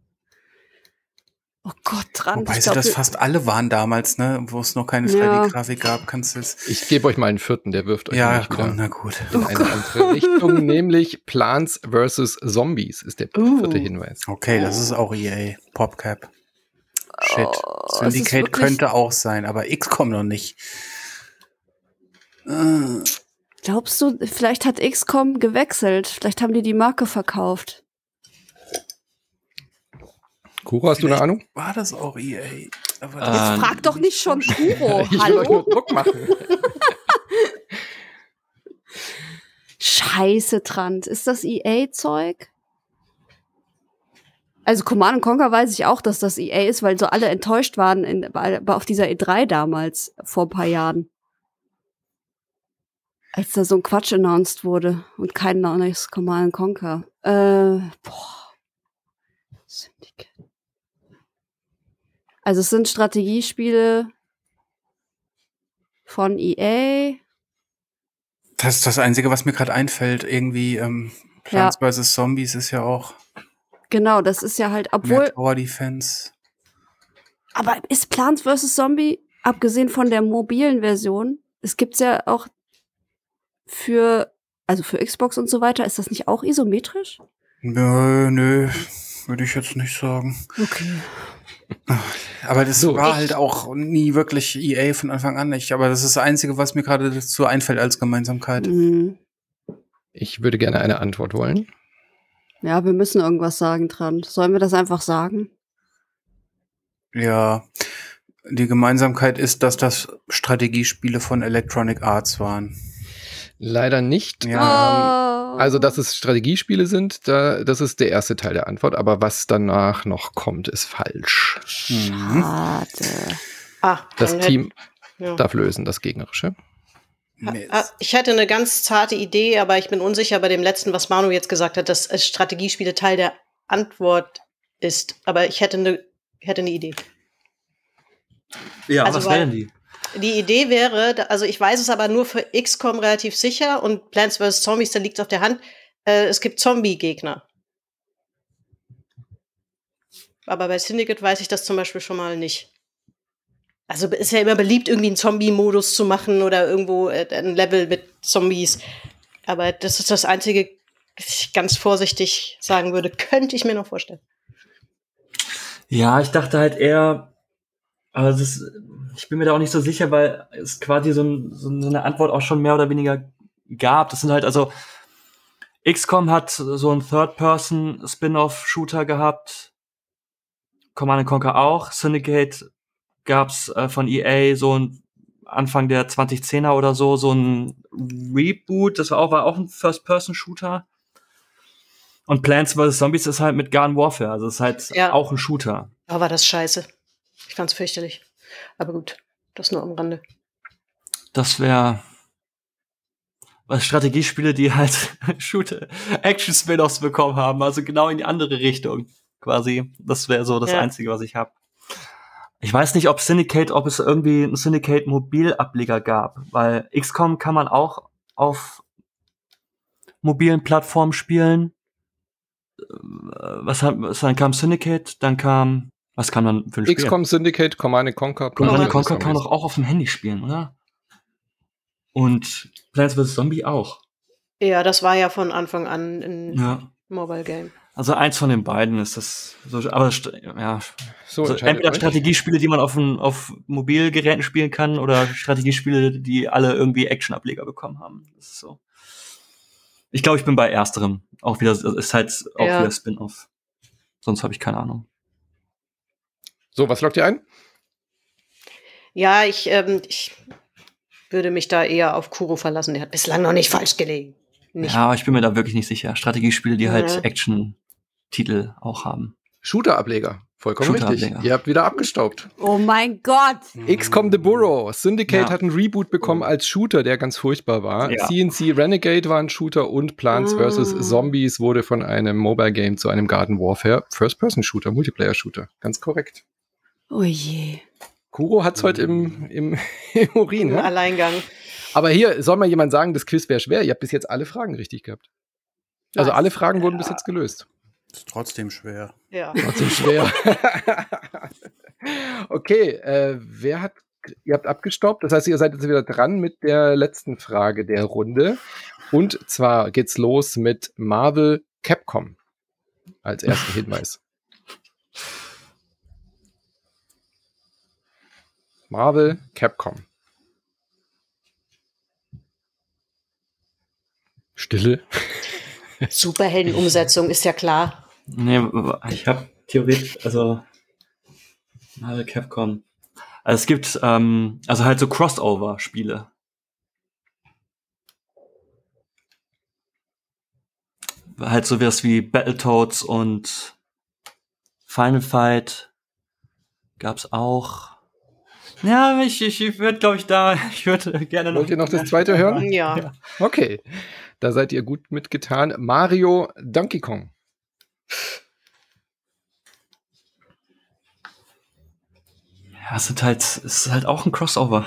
Oh Gott, dran. Wobei Ich sie glaub, das fast alle waren damals, ne? Wo es noch keine 3D-Grafik gab, kannst du es. Ich gebe euch mal einen vierten, der wirft euch Ja, nämlich komm, wieder na gut. in eine andere Richtung, nämlich Plants vs. Zombies ist der vierte Hinweis. Okay, das ist auch EA. PopCap. Shit. es ist Syndicate wirklich- könnte auch sein, aber XCOM noch nicht. Glaubst du, vielleicht hat XCOM gewechselt? Vielleicht haben die Marke verkauft. Kuro, hast du eine Vielleicht Ahnung? War das auch EA? Aber Jetzt frag doch nicht schon Kuro. Ich will euch Hallo? nur Druck machen. Scheiße, Trant. Ist das EA-Zeug? Also Command & Conquer weiß ich auch, dass das EA ist, weil so alle enttäuscht waren auf dieser E3 damals, vor ein paar Jahren. Als da so ein Quatsch announced wurde und kein neues Command & Conquer. Syndicate. Also es sind Strategiespiele von EA. das ist das Einzige, was mir gerade einfällt. Irgendwie Plants vs. Zombies ist ja auch Genau, das ist ja halt, mehr obwohl, Tower Defense. aber ist Plants vs. Zombie, abgesehen von der mobilen Version, es gibt's ja auch für Xbox und so weiter, ist das nicht auch isometrisch? Nö, würde ich jetzt nicht sagen. Okay. Aber das So. war halt auch nie wirklich EA von Anfang an nicht. Aber das ist das Einzige, was mir gerade dazu einfällt als Gemeinsamkeit. Mhm. Ich würde gerne eine Antwort wollen. Ja, wir müssen irgendwas sagen dran. Sollen wir das einfach sagen? Ja, die Gemeinsamkeit ist, dass das Strategiespiele von Electronic Arts waren. Leider nicht. Ja, Also, dass es Strategiespiele sind, das ist der erste Teil der Antwort. Aber was danach noch kommt, ist falsch. Schade. Das dann Team ja. darf lösen, das Gegnerische. Ich hätte eine ganz zarte Idee, aber ich bin unsicher bei dem letzten, was Manu jetzt gesagt hat, dass Strategiespiele Teil der Antwort ist. Aber ich hätte eine Idee. Ja, Also, was weil- wären die? Die Idee wäre, also ich weiß es aber nur für XCOM relativ sicher und Plants vs. Zombies, da liegt es auf der Hand, es gibt Zombie-Gegner. Aber bei Syndicate weiß ich das zum Beispiel schon mal nicht. Also ist ja immer beliebt, irgendwie einen Zombie-Modus zu machen oder irgendwo ein Level mit Zombies. Aber das ist das Einzige, was ich ganz vorsichtig sagen würde, könnte ich mir noch vorstellen. Ja, ich dachte halt eher, aber ich bin mir da auch nicht so sicher, weil es quasi so eine Antwort auch schon mehr oder weniger gab. Das sind halt also, XCOM hat so einen Third-Person-Spin-Off-Shooter gehabt, Command & Conquer auch, Syndicate gab's von EA so ein Anfang der 2010er oder so ein Reboot, das war auch ein First-Person-Shooter. Und Plants vs. Zombies ist halt mit Garden Warfare, also ist halt Ja. auch ein Shooter. Aber war das scheiße. Ich fand's fürchterlich. Aber gut, das nur am Rande. Das wäre Strategiespiele, die halt Action-Spin-Offs bekommen haben, also genau in die andere Richtung quasi. Das wäre so das Ja. Einzige, was ich habe. Ich weiß nicht, ob es irgendwie einen Syndicate-Mobilableger gab, weil XCOM kann man auch auf mobilen Plattformen spielen. Dann kam Syndicate, was kam dann für ein Spiel? XCOM, Syndicate, Command & Conquer. Command Command & Conquer kann man doch auch auf dem Handy spielen, oder? Und Plants vs. Zombie auch. Ja, das war ja von Anfang an ein Ja. Mobile Game. Also eins von den beiden ist das so, aber ja, So, also entscheidet entweder euch. Strategiespiele, die man auf Mobilgeräten spielen kann, oder Strategiespiele, die alle irgendwie Actionableger bekommen haben. Das ist so. Ich glaube, ich bin bei ersterem. Auch wieder, ist halt auch Ja. wieder Spin-off. Sonst habe ich keine Ahnung. So, was lockt ihr ein? Ja, ich würde mich da eher auf Kuro verlassen. Der hat bislang noch nicht falsch gelegen. Nicht. Ja, aber ich bin mir da wirklich nicht sicher. Strategiespiele, die halt Ja. Action-Titel auch haben. Shooter-Ableger. Vollkommen richtig. Shooter-Ableger. Ihr habt wieder abgestaubt. Oh mein Gott. XCOM The Burrow. Syndicate Ja. hat einen Reboot bekommen als Shooter, der ganz furchtbar war. Ja. CNC Renegade war ein Shooter und Plants vs. Zombies wurde von einem Mobile Game zu einem Garden Warfare First-Person-Shooter, Multiplayer-Shooter. Ganz korrekt. Oh je. Kuro hat's heute im Urin. Im Ne? Alleingang. Aber hier soll mal jemand sagen, das Quiz wäre schwer. Ihr habt bis jetzt alle Fragen richtig gehabt. Also Nice. alle Fragen wurden bis jetzt gelöst. Ist trotzdem schwer. Ja. Trotzdem schwer. Okay, ihr habt abgestoppt. Das heißt, ihr seid jetzt wieder dran mit der letzten Frage der Runde. Und zwar geht's los mit Marvel Capcom als ersten Hinweis. Marvel, Capcom. Stille. Superheldenumsetzung ist ja klar. Nee, ich habe theoretisch, also Marvel, Capcom. Also es gibt also halt so Crossover-Spiele. Halt so was wie Battletoads und Final Fight gab's auch. Ja, ich würde, glaube ich, ich würde gerne noch. Wollt ihr noch das zweite hören? Ja. Okay, da seid ihr gut mitgetan. Mario, Donkey Kong. Ja, es ist halt auch ein Crossover.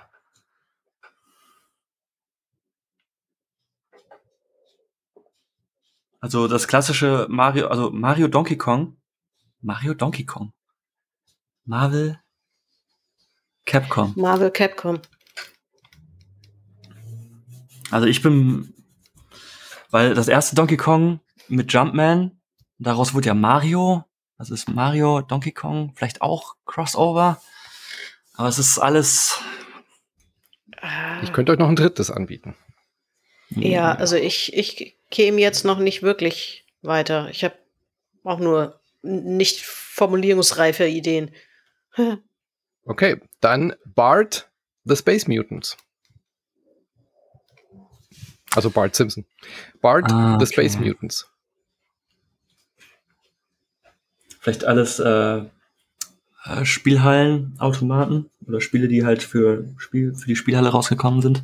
Also das klassische Mario, also Mario Donkey Kong. Marvel, Capcom. Marvel, Capcom. Also weil das erste Donkey Kong mit Jumpman, daraus wurde ja Mario. Das ist Mario, Donkey Kong, vielleicht auch Crossover. Aber es ist alles. Ich könnte euch noch ein drittes anbieten. Ja, also ich käme jetzt noch nicht wirklich weiter. Ich habe auch nur nicht formulierungsreife Ideen. Okay, dann Bart, The Space Mutants. Also Bart Simpson. Bart, The Space Mutants. Vielleicht alles Spielhallen, Automaten oder Spiele, die halt für die Spielhalle rausgekommen sind.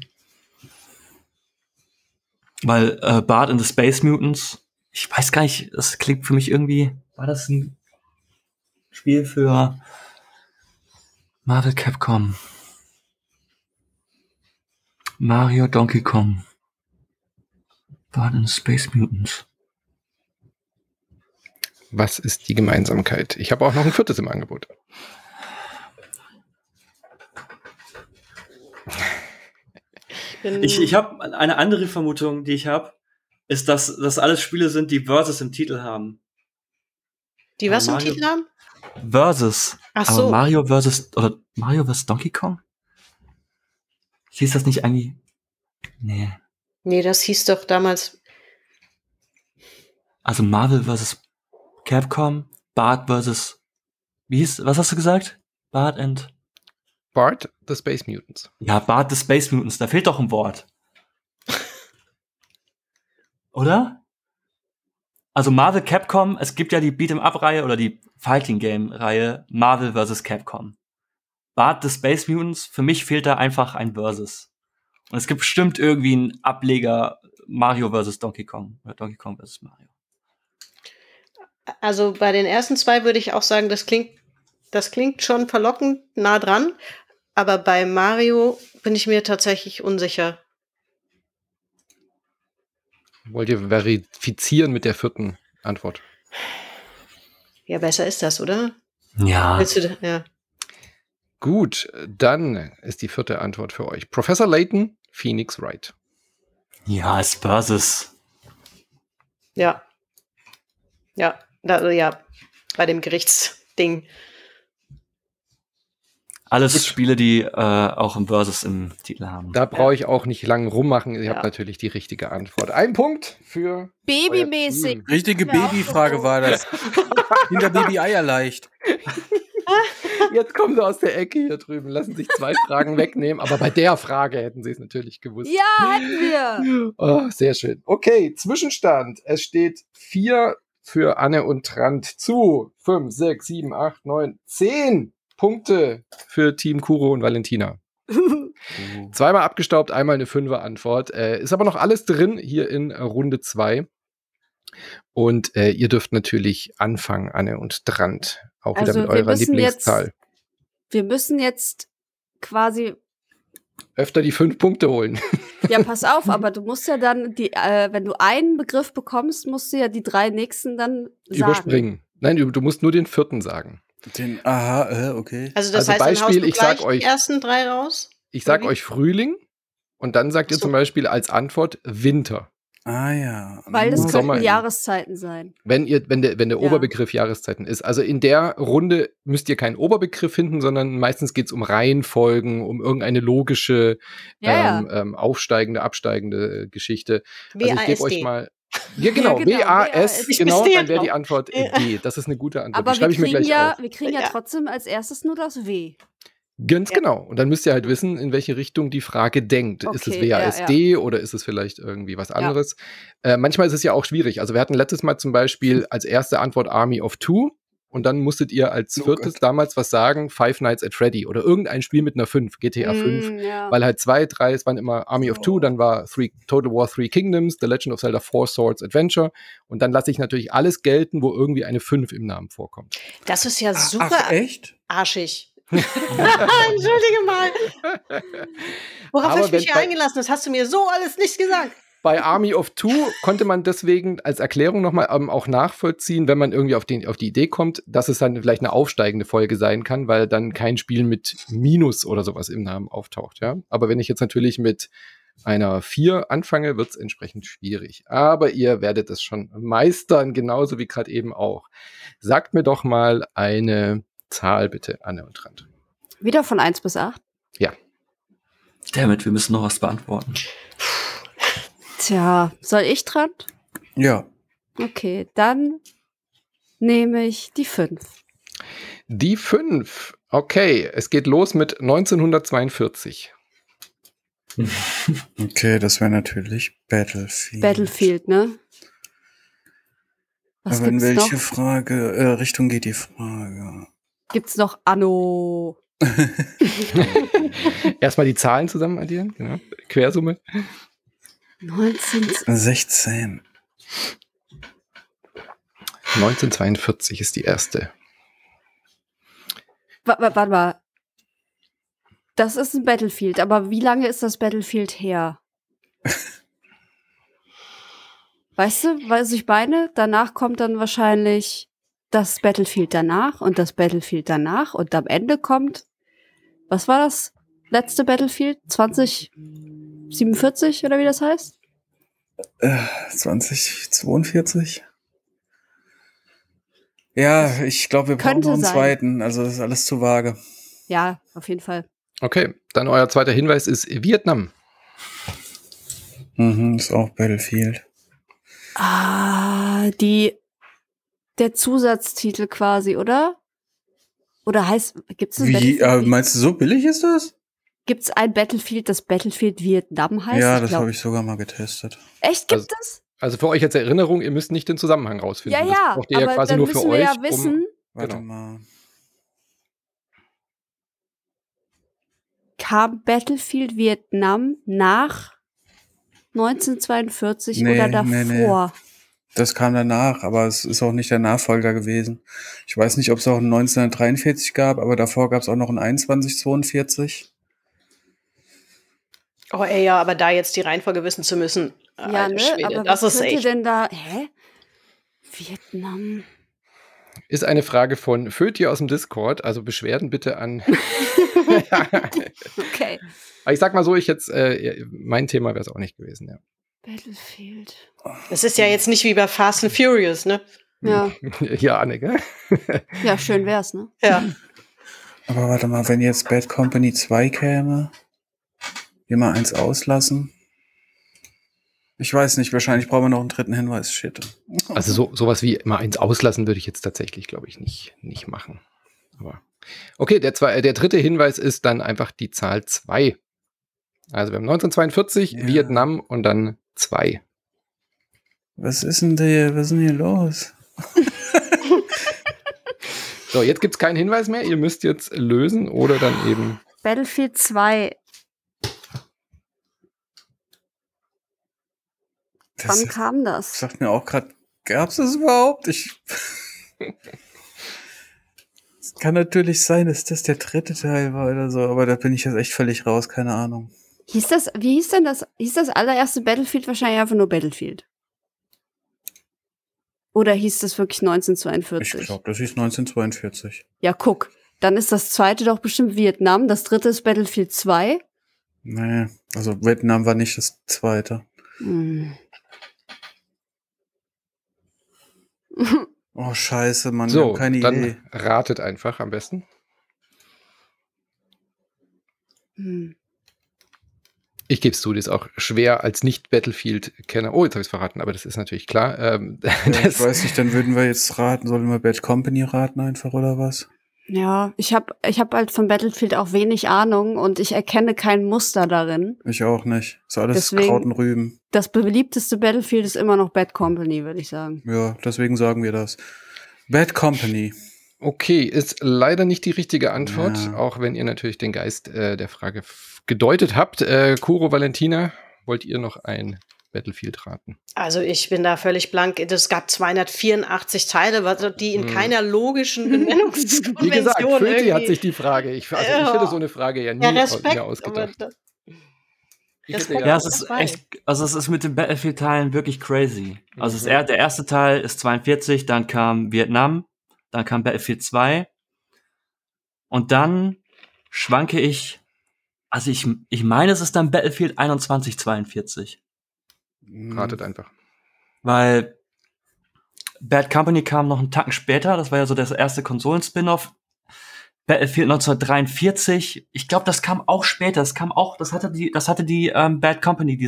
Weil Bart and the Space Mutants, ich weiß gar nicht, das klingt für mich irgendwie, war das ein Spiel für Marvel, Capcom, Mario, Donkey Kong, Bart and the Space Mutants. Was ist die Gemeinsamkeit? Ich habe auch noch ein viertes im Angebot. Ich habe eine andere Vermutung, die ich habe, ist, dass das alles Spiele sind, die Versus im Titel haben. Die was im Mario- Titel haben? Versus. Ach Aber so. Mario vs. Donkey Kong? Hieß das nicht eigentlich? Nee. Nee, das hieß doch damals. Also Marvel vs. Capcom, Bart vs. Was hast du gesagt? Bart, The Space Mutants. ja, Bart the Space Mutants, da fehlt doch ein Wort. Oder? Also Marvel Capcom, es gibt ja die Beat'em-up-Reihe oder die Fighting-Game-Reihe Marvel vs. Capcom. Bart the Space Mutants, für mich fehlt da einfach ein Versus. Und es gibt bestimmt irgendwie einen Ableger Mario vs. Donkey Kong oder Donkey Kong vs. Mario. Also bei den ersten zwei würde ich auch sagen, das klingt schon verlockend nah dran. Aber bei Mario bin ich mir tatsächlich unsicher. Wollt ihr verifizieren mit der vierten Antwort? Ja, besser ist das, oder? Ja. Willst du ja. Gut, dann ist die vierte Antwort für euch. Professor Layton, Phoenix Wright. Ja, es Versus. Ja. Ja, bei dem Gerichtsding. Alles Spiele, die auch ein Versus im Titel haben. Da brauche ich auch nicht lang rummachen. Ihr habt Ja. natürlich die richtige Antwort. Ein Punkt für Babymäßig. Richtige Mir auch Babyfrage so. war das. Hinter Baby-Eier leicht. Jetzt kommen sie aus der Ecke hier drüben, lassen sich 2 Fragen wegnehmen, aber bei der Frage hätten sie es natürlich gewusst. Ja, hätten wir. Oh, sehr schön. Okay, Zwischenstand. Es steht 4 für Anne und Trant zu 5, 6, 7, 8, 9, 10 Punkte für Team Kuro und Valentina. Zweimal abgestaubt, einmal eine 5er Antwort. Ist aber noch alles drin hier in Runde 2. Und ihr dürft natürlich anfangen, Anne und Trant. Auch wieder Also, mit wir eurer müssen Lieblingszahl. Wir müssen jetzt quasi, Öfter die 5 Punkte holen. ja, pass auf, aber du musst ja dann wenn du einen Begriff bekommst, musst du ja die 3 nächsten dann sagen. Überspringen. Nein, du musst nur den 4. sagen. Okay. Also das Also heißt, Beispiel, dann haust du ich sag gleich euch- die ersten 3 raus? Ich sag Oder wie? euch Frühling und dann sagt ihr Ach so. zum Beispiel als Antwort Winter. Ah ja. Weil das Im könnten Sommer- Jahreszeiten sein. Wenn der Ja. Oberbegriff Jahreszeiten ist. Also in der Runde müsst ihr keinen Oberbegriff finden, sondern meistens geht es um Reihenfolgen, um irgendeine logische, Ja. aufsteigende, absteigende Geschichte. Also ich gebe euch WASD. mal. Ja, genau, Ja, genau, WAS, Ich genau, bestehe dann wäre die drauf. Antwort D. Das ist eine gute Antwort. Aber die schreibe ich mir gleich auf. wir kriegen ja Ja. trotzdem als erstes nur das W. Ganz Ja. genau. Und dann müsst ihr halt wissen, in welche Richtung die Frage denkt. Ist es Okay, WASD oder ist es vielleicht irgendwie was anderes? Manchmal ist es ja auch schwierig. Also wir hatten letztes Mal zum Beispiel als erste Antwort Army of Two und dann musstet ihr als Oh viertes Gott. damals was sagen, Five Nights at Freddy oder irgendein Spiel mit einer 5, GTA 5. Ja. Weil halt 2, 3, es waren immer Army of Two, dann war Total War Three Kingdoms, The Legend of Zelda Four Swords Adventure und dann lasse ich natürlich alles gelten, wo irgendwie eine 5 im Namen vorkommt. Das ist ja super Ach, echt? arschig. Entschuldige mal. Worauf Aber habe ich mich wenn hier bei- eingelassen? Das hast du mir so alles nicht gesagt. Bei Army of Two konnte man deswegen als Erklärung nochmal auch nachvollziehen, wenn man irgendwie auf die Idee kommt, dass es dann vielleicht eine aufsteigende Folge sein kann, weil dann kein Spiel mit Minus oder sowas im Namen auftaucht. Ja? Aber wenn ich jetzt natürlich mit einer 4 anfange, wird es entsprechend schwierig. Aber ihr werdet es schon meistern, genauso wie gerade eben auch. Sagt mir doch mal eine Zahl bitte, Anne und Trant. Wieder von 1 bis 8. Damit, wir müssen noch was beantworten. Tja, soll ich dran? Ja. Okay, dann nehme ich die 5. Die 5. Okay, es geht los mit 1942. Okay, das wäre natürlich Battlefield. Battlefield, ne? Was Aber in gibt's welche noch? Richtung geht die Frage? Gibt's noch Anno? Erstmal die Zahlen zusammen addieren, genau. Quersumme. 19. 16. 1942 ist die erste. Warte mal. Das ist ein Battlefield, aber wie lange ist das Battlefield her? Weißt du, was ich meine? Danach kommt dann wahrscheinlich das Battlefield danach und das Battlefield danach und am Ende kommt, was war das letzte Battlefield? 2047 oder wie das heißt? 2042? Ja, ich glaube, wir brauchen Könnte noch einen sein. zweiten. Also das ist alles zu vage. Ja, auf jeden Fall. Okay, dann euer zweiter Hinweis ist Vietnam. Mhm, ist auch Battlefield. Ah, der Zusatztitel quasi, oder? Oder gibt's ein Wie, Battlefield? meinst du, so billig ist das? Gibt's ein Battlefield, das Battlefield Vietnam heißt? Ja, das glaub- habe ich sogar mal getestet. Echt, gibt es? Also für euch als Erinnerung, ihr müsst nicht den Zusammenhang rausfinden. Ja, Das ja, braucht ihr ja aber quasi dann nur für müssen wir euch. ja wissen, Warte Genau. mal. kam Battlefield Vietnam nach 1942 Nee, oder davor? Das kam danach, aber es ist auch nicht der Nachfolger gewesen. Ich weiß nicht, ob es auch einen 1943 gab, aber davor gab es auch noch einen 2142. Oh ey, ja, aber da jetzt die Reihenfolge wissen zu müssen. Ja, alter ne? Schwede, Aber das was ist könnte echt. denn da? Hä? Vietnam. Ist eine Frage von Föti aus dem Discord, also Beschwerden bitte an. Okay. Aber ich sag mal so, mein Thema wäre es auch nicht gewesen, ja. Battlefield. Das ist ja jetzt nicht wie bei Fast and Furious, ne? Ja, Ja, Anne, gell? ja, schön wär's, ne? Ja. Aber warte mal, wenn jetzt Bad Company 2 käme, wir mal eins auslassen. Ich weiß nicht, wahrscheinlich brauchen wir noch einen dritten Hinweis. Shit. Also sowas wie mal eins auslassen würde ich jetzt tatsächlich, glaube ich, nicht machen. Aber okay, der dritte Hinweis ist dann einfach die Zahl 2. Also wir haben 1942, Ja. Vietnam und dann 2. Was ist denn hier los? So, jetzt gibt es keinen Hinweis mehr. Ihr müsst jetzt lösen oder dann eben. Battlefield 2. Wann Das kam das? sagt mir auch gerade, gab es das überhaupt? Es kann natürlich sein, dass das der dritte Teil war oder so, aber da bin ich jetzt echt völlig raus, keine Ahnung. Wie hieß das allererste Battlefield wahrscheinlich einfach nur Battlefield? Oder hieß das wirklich Ich 1942? glaube, das hieß 1942. Ja, guck. Dann ist das zweite doch bestimmt Vietnam. Das dritte ist Battlefield 2. Nee, also Vietnam war nicht das zweite. Hm. Oh, scheiße, Mann, wir So, haben keine dann Idee. ratet einfach am besten. Ich gebe es zu, das ist auch schwer als Nicht-Battlefield-Kenner. Oh, jetzt habe ich es verraten, aber das ist natürlich klar. Ja, ich weiß nicht, dann würden wir jetzt raten. Sollen wir Bad Company raten einfach oder was? Ja, ich hab halt von Battlefield auch wenig Ahnung und ich erkenne kein Muster darin. Ich auch nicht. Ist alles Deswegen- Kraut und Rüben. Das beliebteste Battlefield ist immer noch Bad Company, würde ich sagen. Ja, deswegen sagen wir das. Bad Company. Okay, ist leider nicht die richtige Antwort, Ja. auch wenn ihr natürlich den Geist der Frage gedeutet habt. Kuro, Valentina, wollt ihr noch ein Battlefield raten? Also ich bin da völlig blank. Es gab 284 Teile, die in keiner logischen Benennungskonvention Wie gesagt, Föti irgendwie- hat sich die Frage. Ich hätte so eine Frage ja nie Ja, mehr Respekt, aber ausgedacht. Ich hätte Respekt. Ja, es das ist war echt, also es ist mit den Battlefield-Teilen wirklich crazy. Also der erste Teil ist 42, dann kam Vietnam, dann kam Battlefield 2 und dann schwanke ich, also ich meine, es ist dann Battlefield 2142, Ratet einfach. weil Bad Company kam noch einen Tacken später, das war ja so das erste Konsolen-Spin-Off. Battlefield 1943, ich glaube, das kam auch später, das hatte die Bad Company,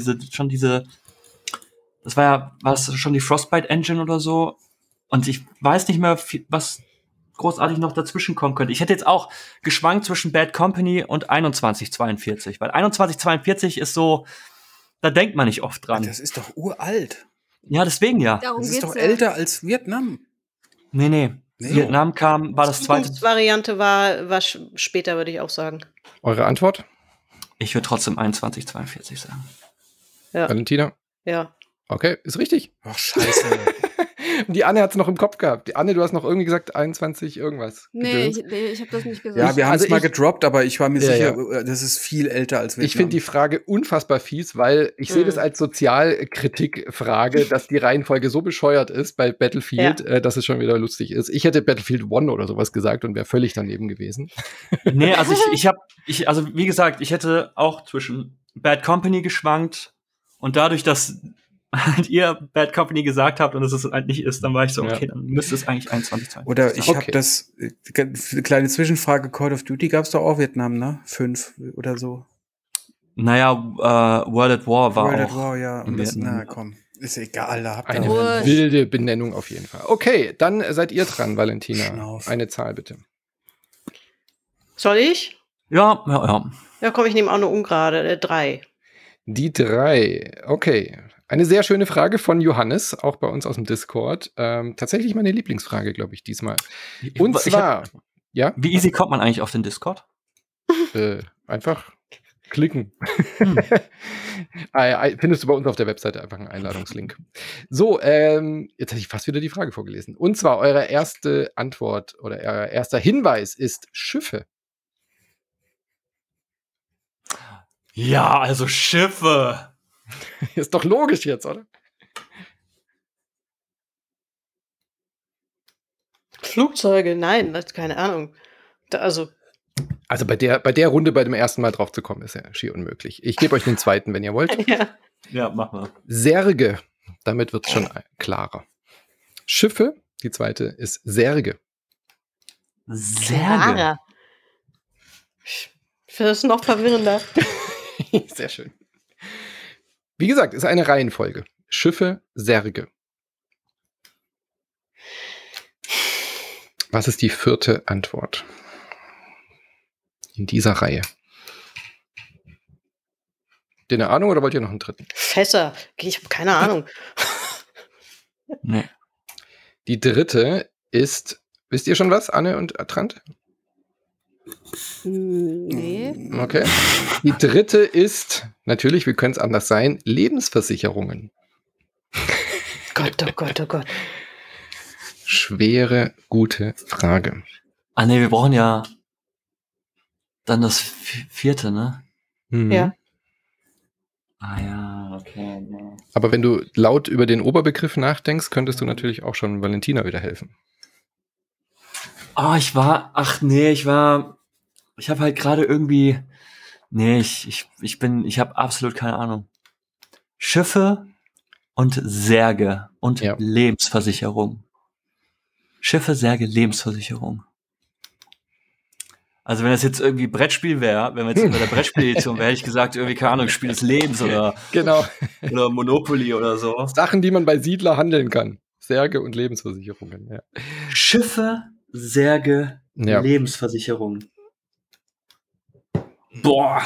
das war es schon die Frostbite Engine oder so, und ich weiß nicht mehr, was großartig noch dazwischen kommen könnte. Ich hätte jetzt auch geschwankt zwischen Bad Company und 2142, weil 2142 ist so, da denkt man nicht oft dran. Das ist doch uralt. Ja, deswegen ja. Darum Das ist geht's doch ja. älter als Vietnam. Nee. Nee. Vietnam war das zweite. Zukunftsvariante war später, würde ich auch sagen. Eure Antwort, Ich würde trotzdem 2142 sagen. Ja, Valentina? ja. Okay, ist richtig. Ach, scheiße. Und die Anne hat es noch im Kopf gehabt. Die Anne, du hast noch irgendwie gesagt 21 irgendwas. Nee, Gedöns. ich habe das nicht gesagt. Ja, wir haben es also mal ich- gedroppt, aber ich war mir Ja, sicher, das ist viel älter als Vietnam. Ich finde die Frage unfassbar fies, weil ich sehe das als Sozialkritikfrage, dass die Reihenfolge so bescheuert ist bei Battlefield, dass es schon wieder lustig ist. Ich hätte Battlefield 1 oder sowas gesagt und wäre völlig daneben gewesen. Nee, also also wie gesagt, ich hätte auch zwischen Bad Company geschwankt und dadurch, dass halt ihr Bad Company gesagt habt und es halt nicht ist, dann war ich so, Ja. okay, dann müsste es eigentlich 21 sein. Oder ich Okay. habe das, kleine Zwischenfrage, Call of Duty gab's doch auch Vietnam, ne? 5 oder so. Naja, World at War war World auch. at War, ja. Und das, Vietnam. na komm, ist egal, da habt ihr Eine Wurscht. wilde Benennung auf jeden Fall. Okay, dann seid ihr dran, Valentina. Schnauf. Eine Zahl bitte. Soll ich? Ja. Ja, komm, ich nehme auch eine ungerade, 3. Die 3. Okay. Eine sehr schöne Frage von Johannes, auch bei uns aus dem Discord. Tatsächlich meine Lieblingsfrage, glaube ich, diesmal. Und zwar, ja, Wie easy kommt man eigentlich auf den Discord? einfach klicken. Findest du bei uns auf der Webseite einfach einen Einladungslink. So, jetzt habe ich fast wieder die Frage vorgelesen. Und zwar eure erste Antwort oder euer erster Hinweis ist Schiffe. Ja, also Schiffe. Ist doch logisch jetzt, oder? Flugzeuge, nein, das, keine Ahnung. Also, Also bei der Runde bei dem ersten Mal drauf zu kommen, ist ja schier unmöglich. Ich gebe euch den zweiten, wenn ihr wollt. ja. Ja, mach mal. Särge. Damit wird es schon klarer. Schiffe. Die zweite ist Särge. Särge. Clara. Ich finde das noch verwirrender. Sehr schön. Wie gesagt, ist eine Reihenfolge. Schiffe, Särge. Was ist die vierte Antwort in dieser Reihe? Habt ihr eine Ahnung oder wollt ihr noch einen dritten? Fässer. Ich habe keine Ahnung. Nee. Die dritte ist, wisst ihr schon was, Anne und Atrant? Nee. Okay. Die dritte ist, natürlich, wie könnte es anders sein, Lebensversicherungen. Gott, oh Gott, oh Gott. Schwere, gute Frage. Ah, nee, wir brauchen ja dann das vierte, ne? Mhm. Ja. Ah ja, okay. Nee. Aber wenn du laut über den Oberbegriff nachdenkst, könntest du natürlich auch schon Valentina wieder helfen. Oh, ich habe halt gerade irgendwie, nee, ich habe absolut keine Ahnung. Schiffe und Särge und Ja. Lebensversicherung. Schiffe, Särge, Lebensversicherung. Also wenn das jetzt irgendwie Brettspiel wäre, wenn wir jetzt bei der Brettspiel-Edition wäre, hätte ich gesagt, irgendwie, keine Ahnung, Spiel des Lebens oder Monopoly oder so. Sachen, die man bei Siedler handeln kann. Särge und Lebensversicherungen, ja. Schiffe, Särge, Lebensversicherung. Boah.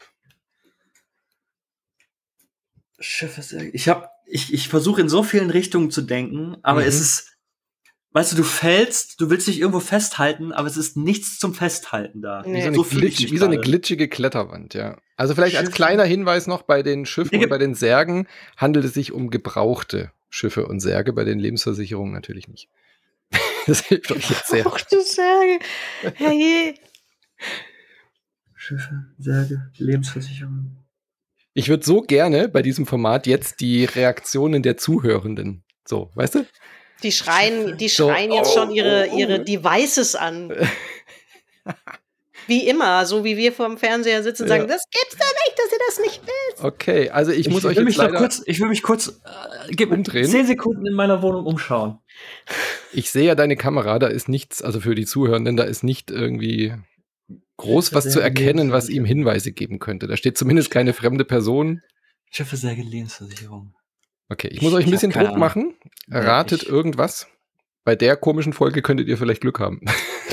Schiffe, Särge. Ich versuche in so vielen Richtungen zu denken, aber es ist, weißt du, du willst dich irgendwo festhalten, aber es ist nichts zum Festhalten da. Nee. Wie so eine glitschige Kletterwand, ja. Also vielleicht als kleiner Hinweis noch, bei den Schiffen und bei den Särgen handelt es sich um gebrauchte Schiffe und Särge, bei den Lebensversicherungen natürlich nicht. Das hilft euch jetzt sehr. Gebrauchte Särge. Herrje. Schiffe, Särge, Lebensversicherung. Ich würde so gerne bei diesem Format jetzt die Reaktionen der Zuhörenden. So, weißt du? Die schreien jetzt schon ihre Devices an. Wie immer, so wie wir vor dem Fernseher sitzen und sagen, das gibt's doch nicht, dass ihr das nicht wisst. Okay, also ich muss euch jetzt leider ich will mich kurz umdrehen. 10 Sekunden in meiner Wohnung umschauen. Ich sehe ja deine Kamera, da ist nichts, also für die Zuhörenden, da ist nicht irgendwie groß was zu erkennen, was ihm Hinweise geben könnte. Da steht zumindest keine fremde Person. Schiffe, Särge, Lebensversicherung. Okay, ich muss euch ein bisschen Druck machen. Ratet irgendwas. Bei der komischen Folge könntet ihr vielleicht Glück haben.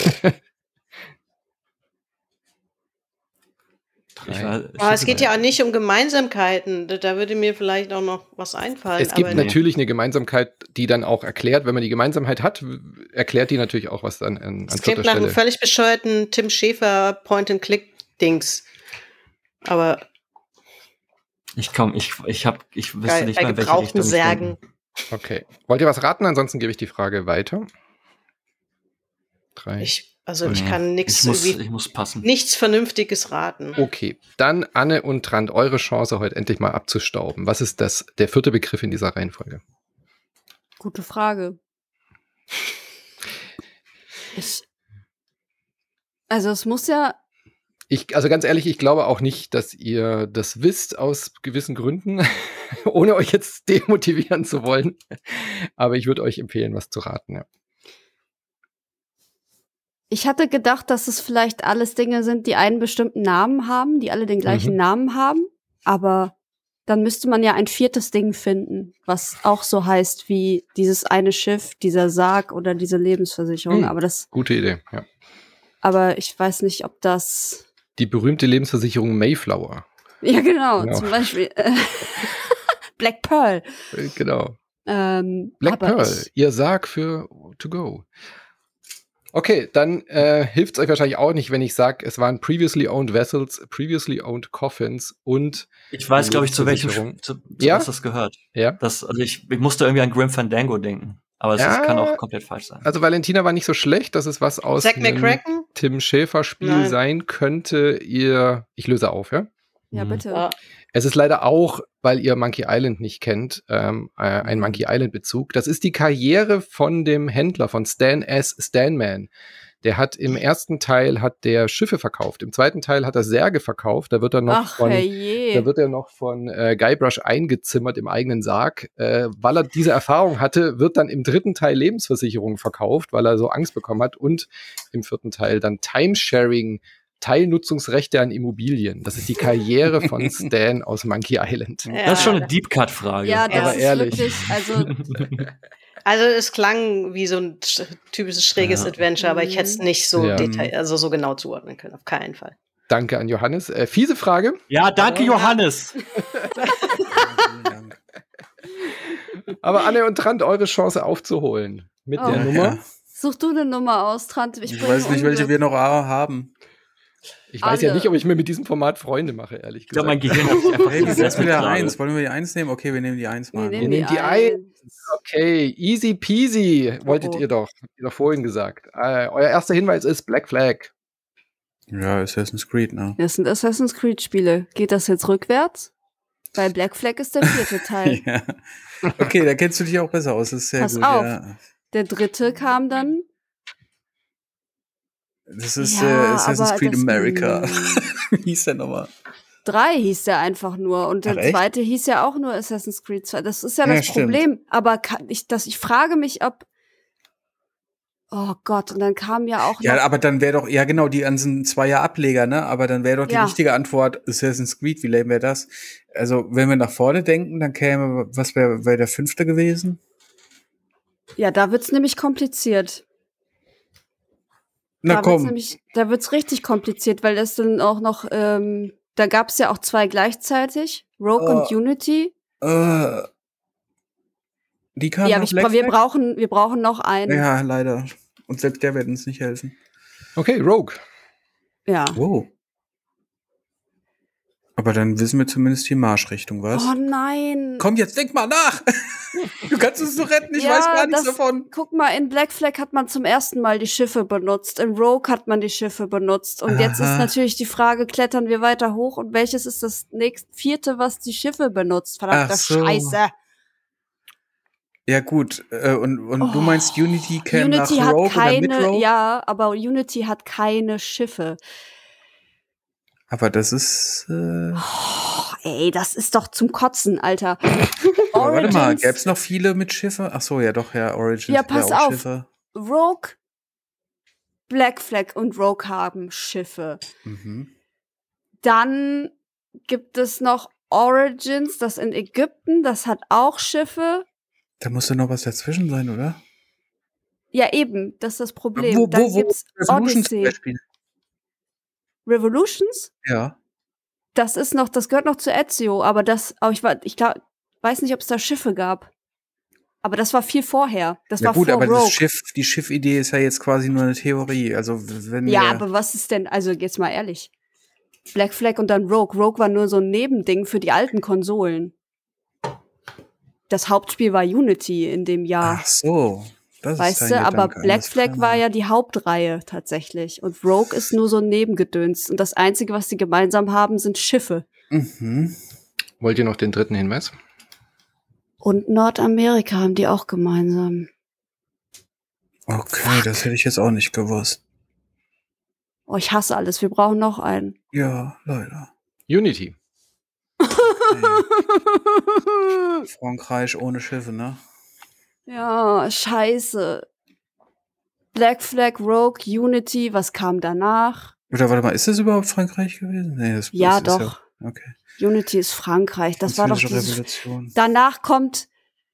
Aber es geht ja auch nicht um Gemeinsamkeiten. Da würde mir vielleicht auch noch was einfallen. Es gibt natürlich eine Gemeinsamkeit, die dann auch erklärt, wenn man die Gemeinsamkeit hat, erklärt die natürlich auch was dann an vierter Stelle. Es klingt nach einem völlig bescheuerten Tim Schäfer Point-and-Click-Dings. Aber ich wüsste nicht mal, welche Richtung Särgen. Okay. Wollt ihr was raten? Ansonsten gebe ich die Frage weiter. 3. Ich kann nichts. Ich muss passen. Nichts Vernünftiges raten. Okay. Dann Anne und Trant, eure Chance, heute endlich mal abzustauben. Was ist der 4. Begriff in dieser Reihenfolge? Gute Frage. Es muss ja. Also ganz ehrlich, ich glaube auch nicht, dass ihr das wisst aus gewissen Gründen, ohne euch jetzt demotivieren zu wollen. Aber ich würde euch empfehlen, was zu raten, ja. Ich hatte gedacht, dass es vielleicht alles Dinge sind, die einen bestimmten Namen haben, die alle den gleichen Namen haben. Aber dann müsste man ja ein 4. Ding finden, was auch so heißt wie dieses eine Schiff, dieser Sarg oder diese Lebensversicherung. Aber gute Idee, ja. Aber ich weiß nicht, ob das... Die berühmte Lebensversicherung Mayflower. Ja, genau. Zum Beispiel Black Pearl. Genau. Black Pearl, ihr Sarg für To Go. Okay, dann hilft es euch wahrscheinlich auch nicht, wenn ich sage, es waren previously owned vessels, previously owned coffins und ich weiß, glaube ich, zu welchem was das gehört. Ja. Ich musste irgendwie an Grim Fandango denken, aber es kann auch komplett falsch sein. Also Valentina war nicht so schlecht, dass es was aus einem Tim Schäfer Spiel sein könnte. Ich löse auf, ja? Ja, bitte. Ja. Es ist leider auch, weil ihr Monkey Island nicht kennt, ein Monkey Island Bezug. Das ist die Karriere von dem Händler, von Stan S. Stanman. Der hat im ersten Teil der Schiffe verkauft, im zweiten Teil hat er Särge verkauft. Da wird er noch von Guybrush eingezimmert im eigenen Sarg. Weil er diese Erfahrung hatte, wird dann im 3. Teil Lebensversicherung verkauft, weil er so Angst bekommen hat. Und im 4. Teil dann Timesharing, Teilnutzungsrechte an Immobilien. Das ist die Karriere von Stan aus Monkey Island. Ja. Das ist schon eine Deep Cut-Frage. Ja, das ist ehrlich. Wirklich, also es klang wie so ein typisches schräges Adventure, aber ich hätte es nicht so so genau zuordnen können, auf keinen Fall. Danke an Johannes. Fiese Frage. Ja, danke Johannes. Aber Anne und Trant, eure Chance aufzuholen mit der Nummer. Ja. Such du eine Nummer aus, Trant. Ich weiß nicht, welche wir noch haben. Ich weiß ja nicht, ob ich mir mit diesem Format Freunde mache, ehrlich gesagt. Ich glaube, mein Gehirn hat sich einfach hey, wie sieht's mit der 1? Wollen wir die 1 nehmen? Okay, wir nehmen die 1 mal. Wir nehmen die 1. Okay, easy peasy, wolltet ihr doch. Habt ihr doch vorhin gesagt. Euer erster Hinweis ist Black Flag. Ja, Assassin's Creed, ne? Das sind Assassin's Creed-Spiele. Geht das jetzt rückwärts? Bei Black Flag ist der 4. Teil. Ja. Okay, da kennst du dich auch besser aus. Das ist sehr Pass gut. auf. Ja. Der 3. kam dann. Das ist Assassin's Creed America. Wie hieß der nochmal? 3 hieß der einfach nur. Und der 2. hieß ja auch nur Assassin's Creed 2. Das ist ja das Problem. Aber ich frage mich, ob Oh Gott, und dann kam ja auch Ja, noch, aber dann wäre doch, ja genau, die ganzen Zweier-Ableger, ne? Aber dann wäre doch die Ja. richtige Antwort Assassin's Creed, wie lame wäre das? Also, wenn wir nach vorne denken, dann käme, was wäre der 5. gewesen? ja, da wird's nämlich kompliziert. Na Da komm. wird's richtig kompliziert, weil es dann auch noch, da gab's ja auch 2 gleichzeitig, Rogue und Unity. Die kamen Ja, nach Black wir Flag? brauchen noch einen. Ja, leider. Und selbst der wird uns nicht helfen. Okay, Rogue. Ja. Oh. Aber dann wissen wir zumindest die Marschrichtung, was? Oh nein. Komm, jetzt denk mal nach! Du kannst uns doch retten, ich Ja, weiß gar nichts das- davon. Guck mal, in Black Flag hat man zum ersten Mal die Schiffe benutzt, in Rogue hat man die Schiffe benutzt. Und jetzt ist Aha. natürlich die Frage, klettern wir weiter hoch und welches ist das vierte, was die Schiffe benutzt? Verdammte Ach so. Scheiße. Ja, gut. Und du meinst, Unity käme Unity nach hat Rogue oder mit keine, Rogue? ja, aber Unity hat keine Schiffe. Aber das ist. Oh, ey, das ist doch zum Kotzen, Alter. Aber warte mal, Origins, gäb's noch viele mit Schiffe? Ach so, ja doch, ja, Origins. Ja, pass auch auf. Schiffe. Rogue, Black Flag und Rogue haben Schiffe. Mhm. Dann gibt es noch Origins, das in Ägypten, das hat auch Schiffe. Da muss doch noch was dazwischen sein, oder? Ja, eben, das ist das Problem. Wo Dann gibt's Revolution zum Odyssey. Beispiel? Revolutions? Ja. Das gehört noch zu Ezio, aber weiß nicht, ob es da Schiffe gab. Aber das war viel vorher. Das Ja war gut, vor aber Rogue. die Schiffidee ist ja jetzt quasi nur eine Theorie. Also wenn Ja, wir, aber was ist denn, also jetzt mal ehrlich. Black Flag und dann Rogue. Rogue war nur so ein Nebending für die alten Konsolen. Das Hauptspiel war Unity in dem Jahr. Ach so, das Weißt ist du, dein aber Gedanke, Black alles Flag klar. war ja die Hauptreihe tatsächlich. Und Rogue ist nur so ein Nebengedöns. Und das Einzige, was sie gemeinsam haben, sind Schiffe. Mhm. Wollt ihr noch den 3. Hinweis? Und Nordamerika haben die auch gemeinsam. Okay, das hätte ich jetzt auch nicht gewusst. Oh, ich hasse alles. Wir brauchen noch einen. Ja, leider. Unity. Frankreich ohne Schiffe, ne? Ja, scheiße. Black Flag, Rogue, Unity, was kam danach? Oder warte mal, ist das überhaupt Frankreich gewesen? Nee, das Ja, das ist doch. Ja, okay. Unity ist Frankreich. Das war doch Französische dieses. Revolution. Danach kommt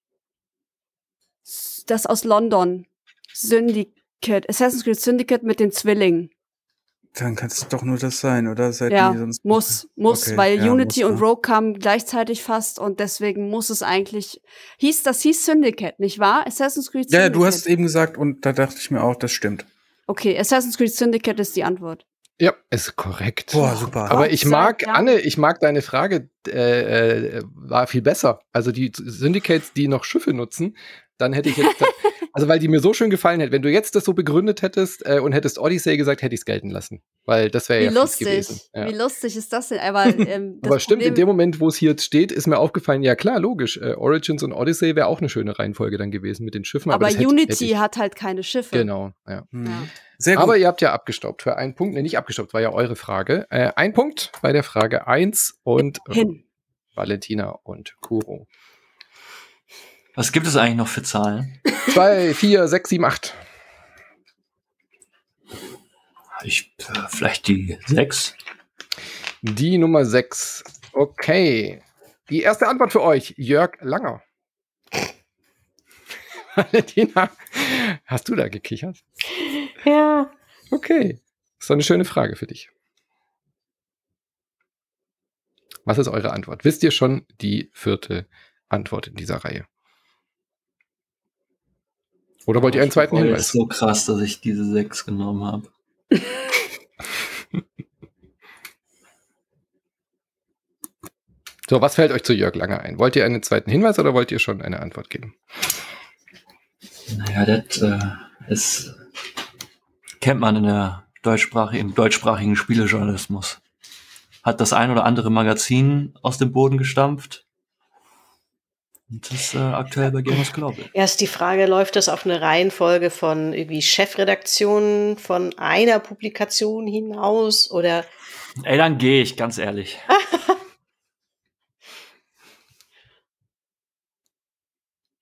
das aus London. Syndicate. Assassin's Creed Syndicate mit den Zwillingen. Dann kann es doch nur das sein, oder? Seit Ja, die sonst muss, Okay, weil ja, Unity muss, und ja. Rogue kamen gleichzeitig fast und deswegen muss es eigentlich. Das hieß Syndicate, nicht wahr? Assassin's Creed Ja, Syndicate. du hast eben gesagt, und da dachte ich mir auch, das stimmt. Okay, Assassin's Creed Syndicate ist die Antwort. Ja, ist korrekt. Boah, super. Aber Gott ich sei mag, Dank. Anne, ich mag deine Frage, war viel besser. Also die Syndicates, die noch Schiffe nutzen, dann hätte ich jetzt, also weil die mir so schön gefallen hätte, wenn du jetzt das so begründet hättest und hättest Odyssey gesagt, hätte ich es gelten lassen. Weil das wäre Wie ja fies lustig. gewesen. Ja. Wie lustig ist das denn? Aber, das Aber stimmt, in Problem- dem Moment, wo es hier jetzt steht, ist mir aufgefallen, ja klar, logisch, Origins und Odyssey wäre auch eine schöne Reihenfolge dann gewesen mit den Schiffen. aber das hätte Unity ich, hat halt keine Schiffe. Genau, ja. Hm. Ja. Sehr gut. Aber ihr habt ja abgestaubt für einen Punkt. Ne, nicht abgestaubt, war ja eure Frage. Ein Punkt bei der Frage 1 und Hin. Valentina und Kuro. Was gibt es eigentlich noch für Zahlen? 2, 4, 6, 7, 8. Vielleicht die 6. Die Nummer 6. Okay. Die erste Antwort für euch, Jörg Langer. Valentina, hast du da gekichert? Ja. Okay. Das ist doch eine schöne Frage für dich. Was ist eure Antwort? Wisst ihr schon die 4. Antwort in dieser Reihe? Oder wollt ihr einen zweiten Das Hinweis? ist so krass, dass ich diese 6 genommen habe. So, was fällt euch zu Jörg Langer ein? Wollt ihr einen zweiten Hinweis oder wollt ihr schon eine Antwort geben? Naja, das kennt man im deutschsprachigen Spielejournalismus. Hat das ein oder andere Magazin aus dem Boden gestampft. Und das ist aktuell bei Gamers Global. Erst die Frage, läuft das auf eine Reihenfolge von irgendwie Chefredaktionen von einer Publikation hinaus oder Ey, dann gehe ich, ganz ehrlich.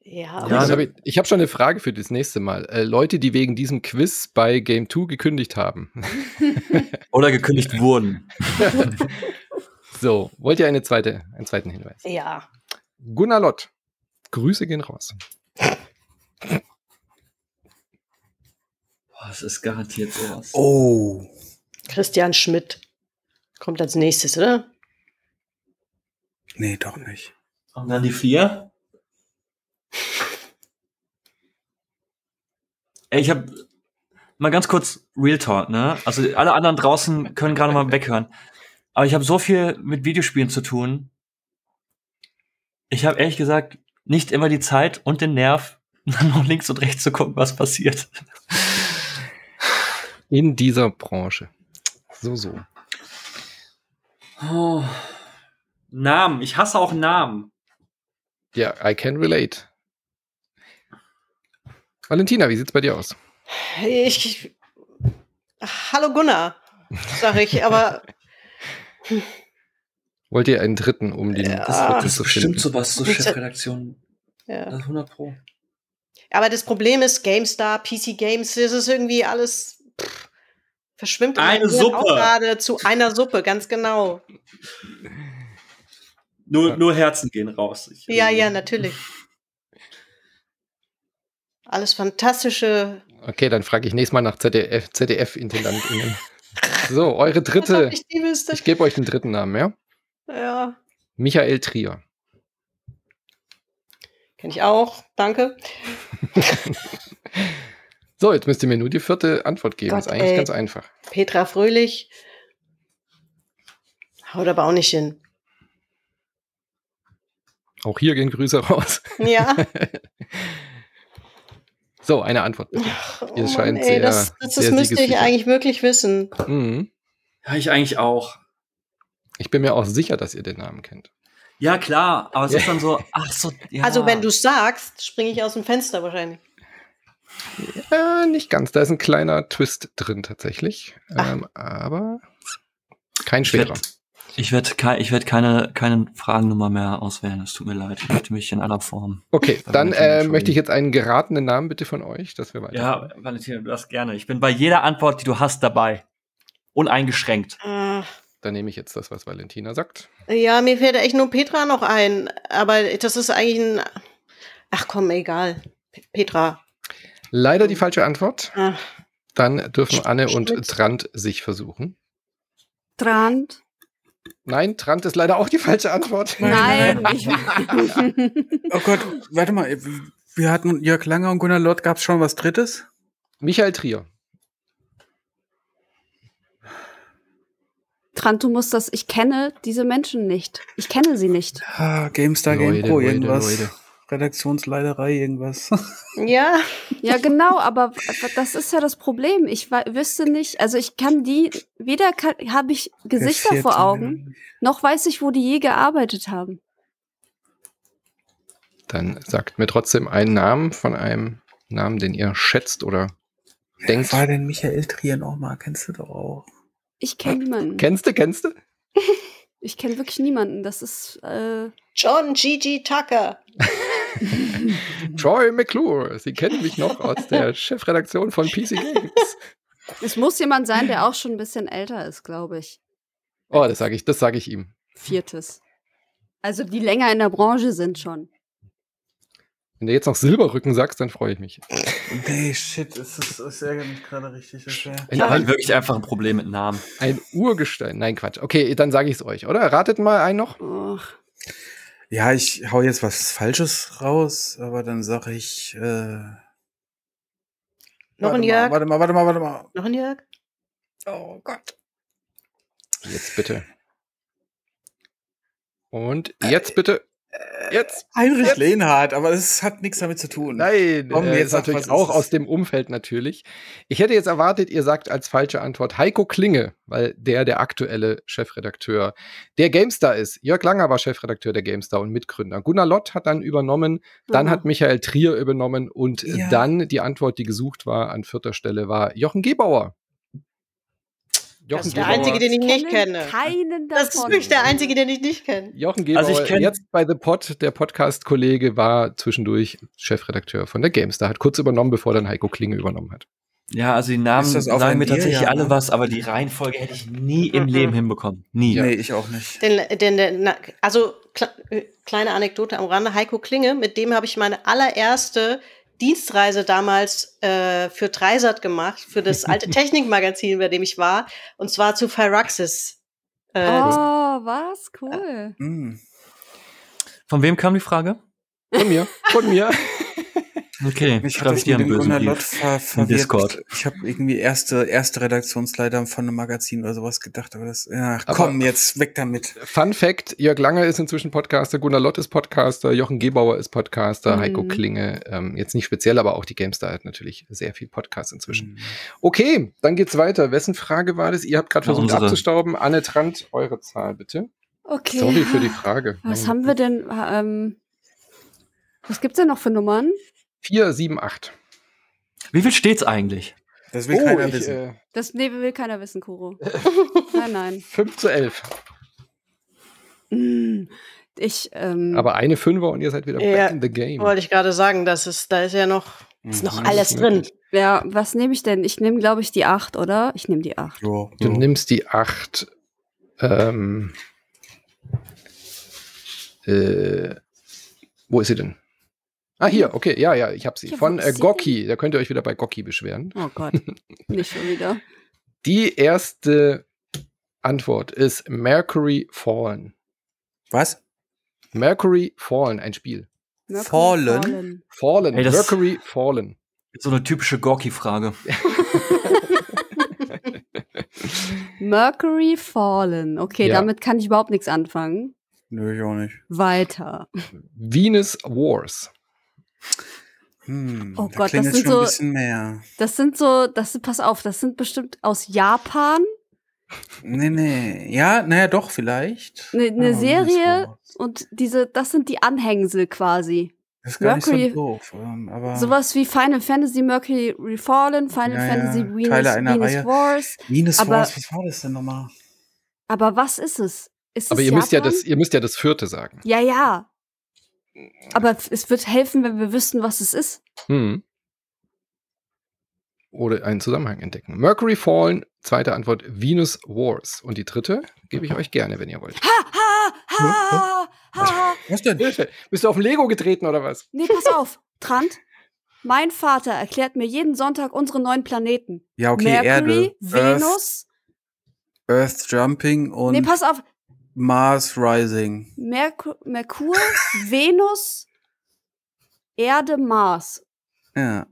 Ja, Ja, aber Ich habe schon eine Frage für das nächste Mal. Leute, die wegen diesem Quiz bei Game 2 gekündigt haben. Oder gekündigt wurden. So, wollt ihr einen zweiten Hinweis? ja. Gunnar Lott. Grüße gehen raus. Boah, das ist garantiert sowas. Oh. Christian Schmidt kommt als nächstes, oder? Nee, doch nicht. Und dann die 4. Ey, ich habe mal ganz kurz Real Talk, ne? Also alle anderen draußen können gerade mal weghören. Aber ich habe so viel mit Videospielen zu tun. Ich habe ehrlich gesagt nicht immer die Zeit und den Nerv, dann noch links und rechts zu gucken, was passiert. In dieser Branche. So. Oh. Namen. Ich hasse auch Namen. Ja, I can relate. Valentina, wie sieht's bei dir aus? Hallo Gunnar, sag ich, aber Wollt ihr einen dritten, um den Ja. das zu finden? sowas, so Nicht- Chefredaktion. ja. 100 Pro. Aber das Problem ist, GameStar, PC Games, das ist irgendwie alles verschwimmt in Eine meinem Hirn auch Suppe. gerade zu einer Suppe, ganz genau. Nur Herzen gehen raus. Ja, natürlich. Alles fantastische. Okay, dann frage ich nächstes Mal nach ZDF-IntendantInnen. So, eure dritte. Ich die Liste. Ich gebe euch den dritten Namen, ja? Ja, Michael Trier. kenne ich auch. Danke. So, jetzt müsst ihr mir nur die vierte Antwort geben. Gott, ist eigentlich ey. ganz einfach. Petra Fröhlich. Haut aber auch nicht hin. Auch hier gehen Grüße raus. Ja. So, eine Antwort bitte. Ihr scheint sehr- das sehr müsste ich siegessicher. eigentlich wirklich wissen. Mhm. Ja, ich eigentlich auch. Ich bin mir auch sicher, dass ihr den Namen kennt. Ja, klar, aber es Ja. ist dann so, ach so, ja. Also, wenn du es sagst, springe ich aus dem Fenster wahrscheinlich. Nicht ganz. Da ist ein kleiner Twist drin tatsächlich. Aber kein schwerer. Ich werd keine Fragennummer mehr auswählen, es tut mir leid. Ich möchte mich in aller Form. Okay, Da dann bin ich entschuldigt. möchte ich jetzt einen geratenen Namen bitte von euch, dass wir weiter. Ja, Valentina, du darfst gerne. Ich bin bei jeder Antwort, die du hast, dabei. Uneingeschränkt. Dann nehme ich jetzt das, was Valentina sagt. Ja, mir fällt echt nur Petra noch ein. Aber das ist eigentlich ein. Ach komm, egal. Petra. Leider die falsche Antwort. Ach, Dann dürfen Anne und Schmidt. Trant sich versuchen. Trant. Nein, Trant ist leider auch die falsche Antwort. Nein. Oh Gott, warte mal. Wir hatten Jörg Langer und Gunnar Lott. Gab es schon was Drittes? Michael Trier. Trant, du musst das. Ich kenne diese Menschen nicht. Ich kenne sie nicht. Ah, GameStar, Leute, GamePro, Leute, irgendwas. Leute. Redaktionsleiterei, irgendwas. ja. Ja, genau, aber das ist ja das Problem. Ich wüsste nicht, also ich kann die, weder habe ich Gesichter vor Augen, noch weiß ich, wo die je gearbeitet haben. Dann sagt mir trotzdem einen Namen von einem Namen, den ihr schätzt oder denkt. Was war denn Michael Trier nochmal? Kennst du doch auch. Ich kenne niemanden. Kennst du? Ich kenne wirklich niemanden. Das ist, John G.G. Tucker. Troy McClure. Sie kennen mich noch aus der Chefredaktion von PC Games. es muss jemand sein, der auch schon ein bisschen älter ist, glaube ich. Oh, das sage ich ihm. Viertes. Also die länger in der Branche sind schon. Wenn du jetzt noch Silberrücken sagst, dann freue ich mich. Nee, shit, es ärgert mich gerade richtig. Das wär. Ich habe halt wirklich einfach ein Problem mit Namen. Ein Urgestein. Nein, Quatsch. Okay, dann sage ich es euch, oder? Ratet mal einen noch. Och. Ja, ich hau jetzt was Falsches raus, aber dann sage ich. Noch ein Jörg. Warte mal. Noch ein Jörg. Oh Gott. Jetzt bitte. Und jetzt bitte. Jetzt. Heinrich Lehnhardt, aber das hat nichts damit zu tun. Nein, Komm, jetzt jetzt sag, natürlich was auch ist es? aus dem Umfeld natürlich. Ich hätte jetzt erwartet, ihr sagt als falsche Antwort Heiko Klinge, weil der aktuelle Chefredakteur der GameStar ist. Jörg Langer war Chefredakteur der GameStar und Mitgründer. Gunnar Lott hat dann übernommen, dann Aha. hat Michael Trier übernommen und Ja. dann die Antwort, die gesucht war, an vierter Stelle war Jochen Gebauer. Das ist Jochen der einzige, den ich nicht kenne kenne. keinen Das ist davon. wirklich der einzige, den ich nicht kenne. Jochen Gebauer, Also ich kenn- jetzt bei The Pod, der Podcast-Kollege, war zwischendurch Chefredakteur von der GameStar, hat kurz übernommen, bevor dann Heiko Klinge übernommen hat. Ja, also die Namen Ist das auch sagen ein mir Bier? tatsächlich Ja, alle ne? was, aber die Reihenfolge hätte ich nie im Leben hinbekommen. Nie. Ja. Nee, ich auch nicht. Also kleine Anekdote am Rande, Heiko Klinge, mit dem habe ich meine allererste Dienstreise damals für Dreisat gemacht, für das alte Technikmagazin, bei dem ich war, und zwar zu Firaxis. Oh, was? Cool. Hm. Von wem kam die Frage? Von mir. Okay, Mich hat schreibe das ich dir mit einen dem bösen Gunnar Lott Brief. verwirrt. Discord. Ich habe irgendwie erste Redaktionsleiter von einem Magazin oder sowas gedacht, aber das, ja, Aber- komm, jetzt weg damit. Fun Fact, Jörg Langer ist inzwischen Podcaster, Gunnar Lott ist Podcaster, Jochen Gebauer ist Podcaster, Heiko Klinge, jetzt nicht speziell, aber auch die GameStar hat natürlich sehr viel Podcast inzwischen. Okay, dann geht's weiter. Wessen Frage war das? Ihr habt gerade Ja, versucht unsere. abzustauben. Anne Trant, eure Zahl bitte. Okay. Sorry für die Frage. Was haben wir denn? Was gibt's denn noch für Nummern? 4, 7, 8. Wie viel steht's eigentlich? Das will keiner wissen. Das will keiner wissen, Kuro. Nein. 5 zu 11. Ich, Aber eine Fünfer und ihr seid wieder Ja, back in the game. wollte ich gerade sagen, da ist ja noch, ist noch Mhm. alles drin. ja, was nehme ich denn? Ich nehme, glaube ich, die 8, oder? Ich nehme die 8. Jo, Du jo. nimmst die 8. Wo ist sie denn? Ah, hier, okay, ja, ich habe sie. Ja, wo Von ist sie Gokki. Da könnt ihr euch wieder bei Gokki beschweren. Oh Gott, nicht schon wieder. Die erste Antwort ist Mercury Fallen. Was? Mercury Fallen, ein Spiel. Fallen. Fallen, Ey, das- Mercury Fallen. So eine typische Gorky-Frage. Mercury Fallen. Okay, Ja. damit kann ich überhaupt nichts anfangen. Nö, ich auch nicht. Weiter. Venus Wars. Oh da Gott, klingt das jetzt sind schon so- ein bisschen mehr. Pass auf, das sind bestimmt aus Japan. Nee. Ja, naja, doch, vielleicht. Eine Aber Serie Wars. und das sind die Anhängsel quasi. Das ist gar nicht Mercury- so doof. Aber Sowas wie Final Fantasy Mercury Fallen, Final Ja, Fantasy ja, Venus, Teile einer Venus Reihe. Wars. Venus aber- Wars, was war das denn nochmal? Aber was ist es? Ist Aber es ihr müsst, Japan? ihr müsst ja das vierte sagen. Ja. Aber es wird helfen, wenn wir wüssten, was es ist. Oder einen Zusammenhang entdecken. Mercury Fallen, zweite Antwort, Venus Wars. Und die dritte gebe ich euch gerne, wenn ihr wollt. Ha! Was denn? Hilfe! Bist du auf ein Lego getreten oder was? Nee, pass auf. Trant, mein Vater erklärt mir jeden Sonntag unsere 9 Planeten. Ja, okay, Mercury, Erde, Venus. Earth Jumping und Nee, pass auf. Mars Rising. Merkur, Venus, Erde, Mars. Ja.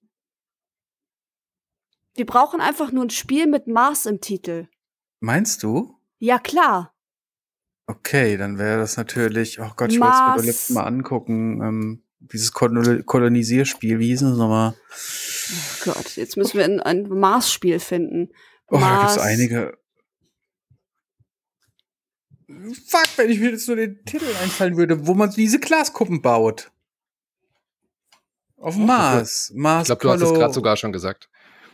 Wir brauchen einfach nur ein Spiel mit Mars im Titel. Meinst du? Ja, klar. Okay, dann wäre das natürlich, oh Gott, ich wollte es mir Mars. beim letzten Mal angucken, dieses Kolonisierspiel, wie hieß es nochmal? Oh Gott, jetzt müssen wir ein Mars-Spiel finden. Oh, da Mars. gibt's einige. Fuck, wenn ich mir jetzt nur den Titel einfallen würde, wo man diese Glaskuppen baut. Auf dem Mars. Mars Ich glaube, du hast es Colo- gerade sogar schon gesagt.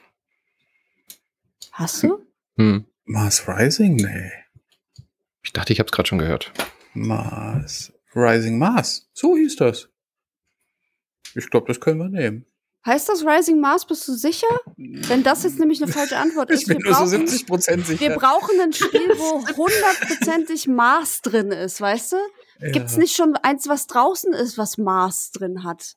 Hast du? Mars Rising? Nee. Ich dachte, ich habe es gerade schon gehört. Mars. Rising Mars. So hieß das. Ich glaube, das können wir nehmen. Heißt das Rising Mars? Bist du sicher? Wenn das jetzt nämlich eine falsche Antwort ist, Ich bin nur so 70% sicher. wir brauchen ein Spiel, wo 100%ig Mars drin ist, weißt du? Gibt's nicht schon eins, was draußen ist, was Mars drin hat?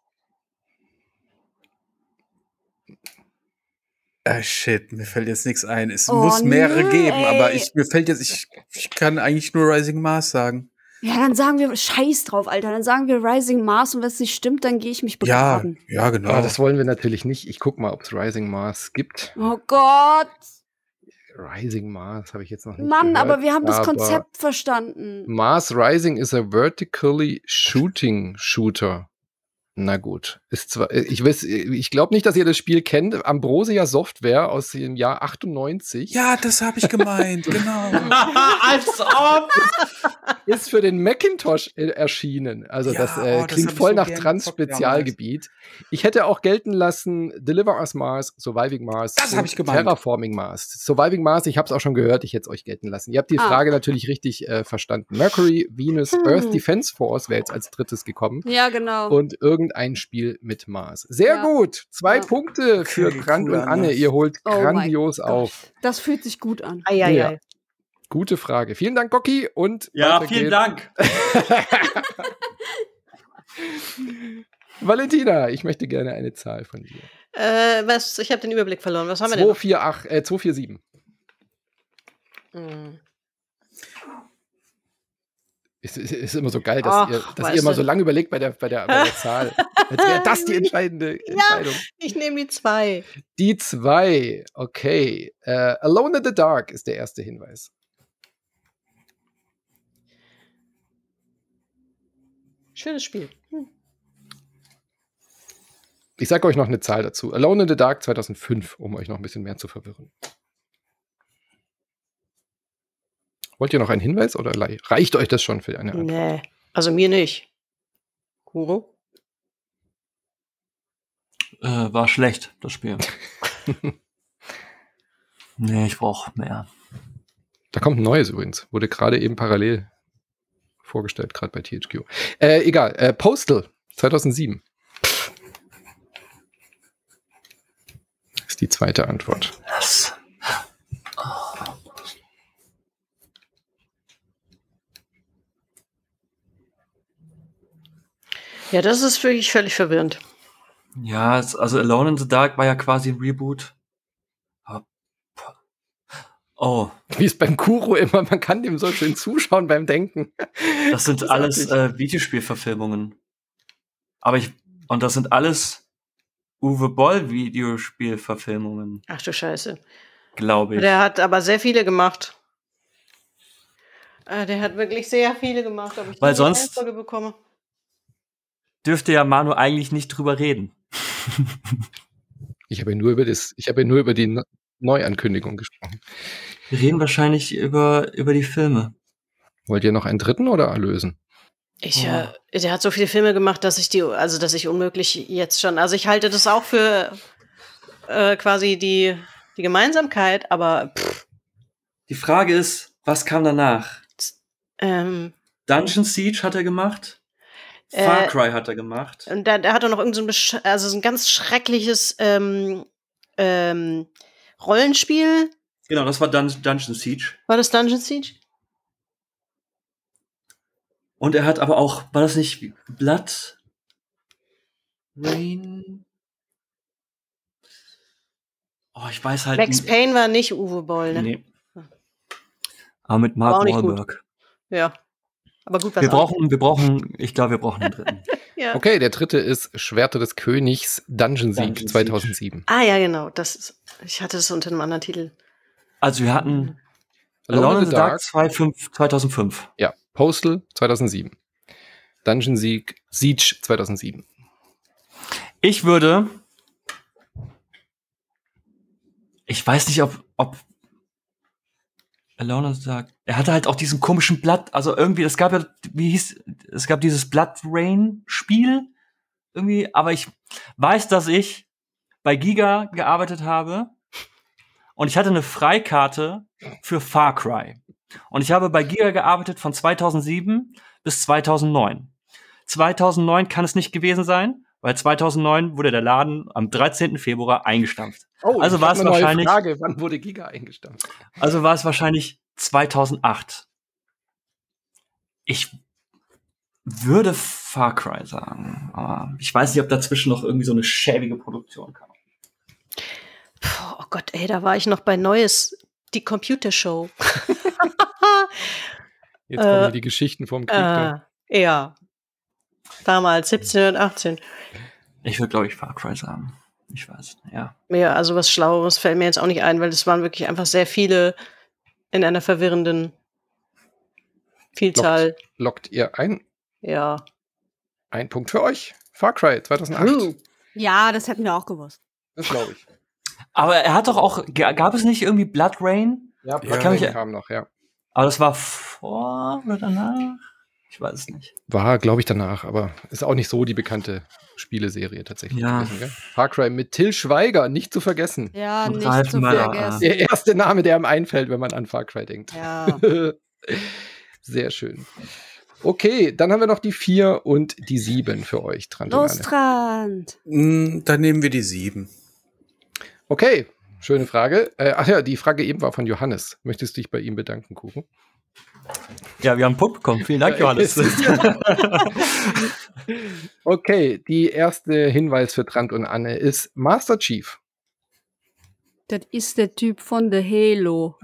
Ah, shit, mir fällt jetzt nichts ein. Es Oh, muss mehrere nee, geben, aber ey. mir fällt jetzt, ich kann eigentlich nur Rising Mars sagen. Ja, dann sagen wir, scheiß drauf, Alter. Dann sagen wir Rising Mars und wenn es nicht stimmt, dann gehe ich mich Ja, begraben. ja, genau. Aber das wollen wir natürlich nicht. Ich guck mal, ob es Rising Mars gibt. Oh Gott. Rising Mars habe ich jetzt noch nicht Mann, gehört, aber wir haben das aber Konzept verstanden. Mars Rising is a vertically shooting shooter. Na gut. Ich glaube nicht, dass ihr das Spiel kennt. Ambrosia Software aus dem Jahr 98. Ja, das habe ich gemeint, genau. Als ob! Ist für den Macintosh erschienen. Also Ja, das das klingt hab ich voll so nach gern Trans-Spezialgebiet. Ich hätte auch gelten lassen Deliver Us Mars, Surviving Mars, Das hab ich gemeint. Terraforming Mars. Surviving Mars, ich habe es auch schon gehört, ich hätte es euch gelten lassen. Ihr habt die Frage natürlich richtig verstanden. Mercury, Venus, Earth Defense Force wäre jetzt als drittes gekommen. Ja, genau. Und irgendein Spiel mit Mars. Sehr Ja. gut. 2 Ja. Für Okay, Grant cool, und Anne. Anna. Ihr holt Oh mein grandios Gott. auf. Das fühlt sich gut an. Eieiei. Ja. Gute Frage. Vielen Dank, Gocki. Und Ja, weiter vielen geht's. Dank. Valentina, ich möchte gerne eine Zahl von dir. Ich habe den Überblick verloren. Was haben wir denn? 247. Hm. Ist immer so geil, Ach, dass ihr weißt immer du. so lange überlegt bei der Zahl. Als wäre das die entscheidende Entscheidung. Ich nehme die 2. Die 2, okay. Alone in the Dark ist der erste Hinweis. Schönes Spiel. Ich sage euch noch eine Zahl dazu. Alone in the Dark 2005, um euch noch ein bisschen mehr zu verwirren. Wollt ihr noch einen Hinweis oder reicht euch das schon für eine Antwort? Nee, also mir nicht. Kuro? War schlecht, das Spiel. Nee, ich brauche mehr. Da kommt ein neues übrigens. Wurde gerade eben parallel vorgestellt, gerade bei THQ. Egal. Postal 2007. Ist die zweite Antwort. Das. Ja, das ist wirklich völlig verwirrend. Ja, also Alone in the Dark war ja quasi ein Reboot. Oh, Wie es beim Kuro immer, man kann dem so schön zuschauen beim Denken. das sind alles Videospielverfilmungen. Und das sind alles Uwe Boll Videospielverfilmungen, Ach du Scheiße. glaube ich. Der hat aber sehr viele gemacht. Der hat wirklich sehr viele gemacht, ob ich Weil die sonst- Reihenfolge bekomme. Dürfte ja Manu eigentlich nicht drüber reden. Ich habe ja nur über die Neuankündigung gesprochen. Wir reden wahrscheinlich über die Filme. Wollt ihr noch einen dritten oder lösen? Der hat so viele Filme gemacht, dass ich unmöglich jetzt schon, also ich halte das auch für quasi die Gemeinsamkeit, aber Die Frage ist, was kam danach? Dungeon Siege hat er gemacht. Far Cry hat er gemacht. und da hat er noch irgend so ein ganz schreckliches Rollenspiel. Genau, das war Dungeon Siege. War das Dungeon Siege? Und er hat aber auch, war das nicht Blood Rain? Oh, ich weiß halt Max Payne war nicht Uwe Boll, ne? Nee. Aber mit War auch Mark nicht gut. Wahlberg. Ja. Aber gut, Wir brauchen einen dritten. Ja. Okay, der dritte ist Schwerter des Königs, Dungeon Siege Dungeon Siege. 2007. Ah, ja, genau. Ich hatte das unter einem anderen Titel. Also wir hatten Alone in the Dark 2005. Ja, Postal 2007. Dungeon Siege 2007. Ich weiß nicht, ob Alone in the Dark. Er hatte halt auch diesen komischen Blood, also irgendwie, es gab dieses Blood Rain Spiel irgendwie, aber ich weiß, dass ich bei Giga gearbeitet habe und ich hatte eine Freikarte für Far Cry. Und ich habe bei Giga gearbeitet von 2007 bis 2009. 2009 kann es nicht gewesen sein, weil 2009 wurde der Laden am 13. Februar eingestampft. Oh, Also ich war hab es eine neue wahrscheinlich- Frage, wann wurde Giga eingestampft? Also war es wahrscheinlich 2008. Ich würde Far Cry sagen, aber ich weiß nicht, ob dazwischen noch irgendwie so eine schäbige Produktion kam. Puh, oh Gott, ey, da war ich noch bei Neues, die Computershow. Jetzt kommen hier die Geschichten vom Krieg. Ja. Damals, 17 und 18. Ich würde, glaube ich, Far Cry sagen. Ich weiß, ja. Ja, also was Schlaueres fällt mir jetzt auch nicht ein, weil es waren wirklich einfach sehr viele in einer verwirrenden Vielzahl. Lockt ihr ein? Ja. Ein Punkt für euch. Far Cry 2008. Ja, das hätten wir auch gewusst. Das glaube ich. Aber er hat doch auch, gab es nicht irgendwie Blood Rain? Ja, Ja, Blood ich- kam noch, ja. Aber das war vor oder danach? Ich weiß es nicht. War, glaube ich, danach, aber ist auch nicht so die bekannte Spieleserie tatsächlich Ja. gewesen, gell? Far Cry mit Till Schweiger, nicht zu vergessen. Ja, Und nicht Ralf zu Möller, vergessen. Der erste Name, der einem einfällt, wenn man an Far Cry denkt. Ja. Sehr schön. Okay, dann haben wir noch die 4 und die 7 für euch, Trant und Anne. Lostrand. Dann nehmen wir die 7. Okay, schöne Frage. Ach ja, die Frage eben war von Johannes. Möchtest du dich bei ihm bedanken, Kuchen? Ja, wir haben einen Punkt bekommen. Vielen Dank, Johannes. Okay, die erste Hinweis für Trant und Anne ist Master Chief. Das ist der Typ von The Halo.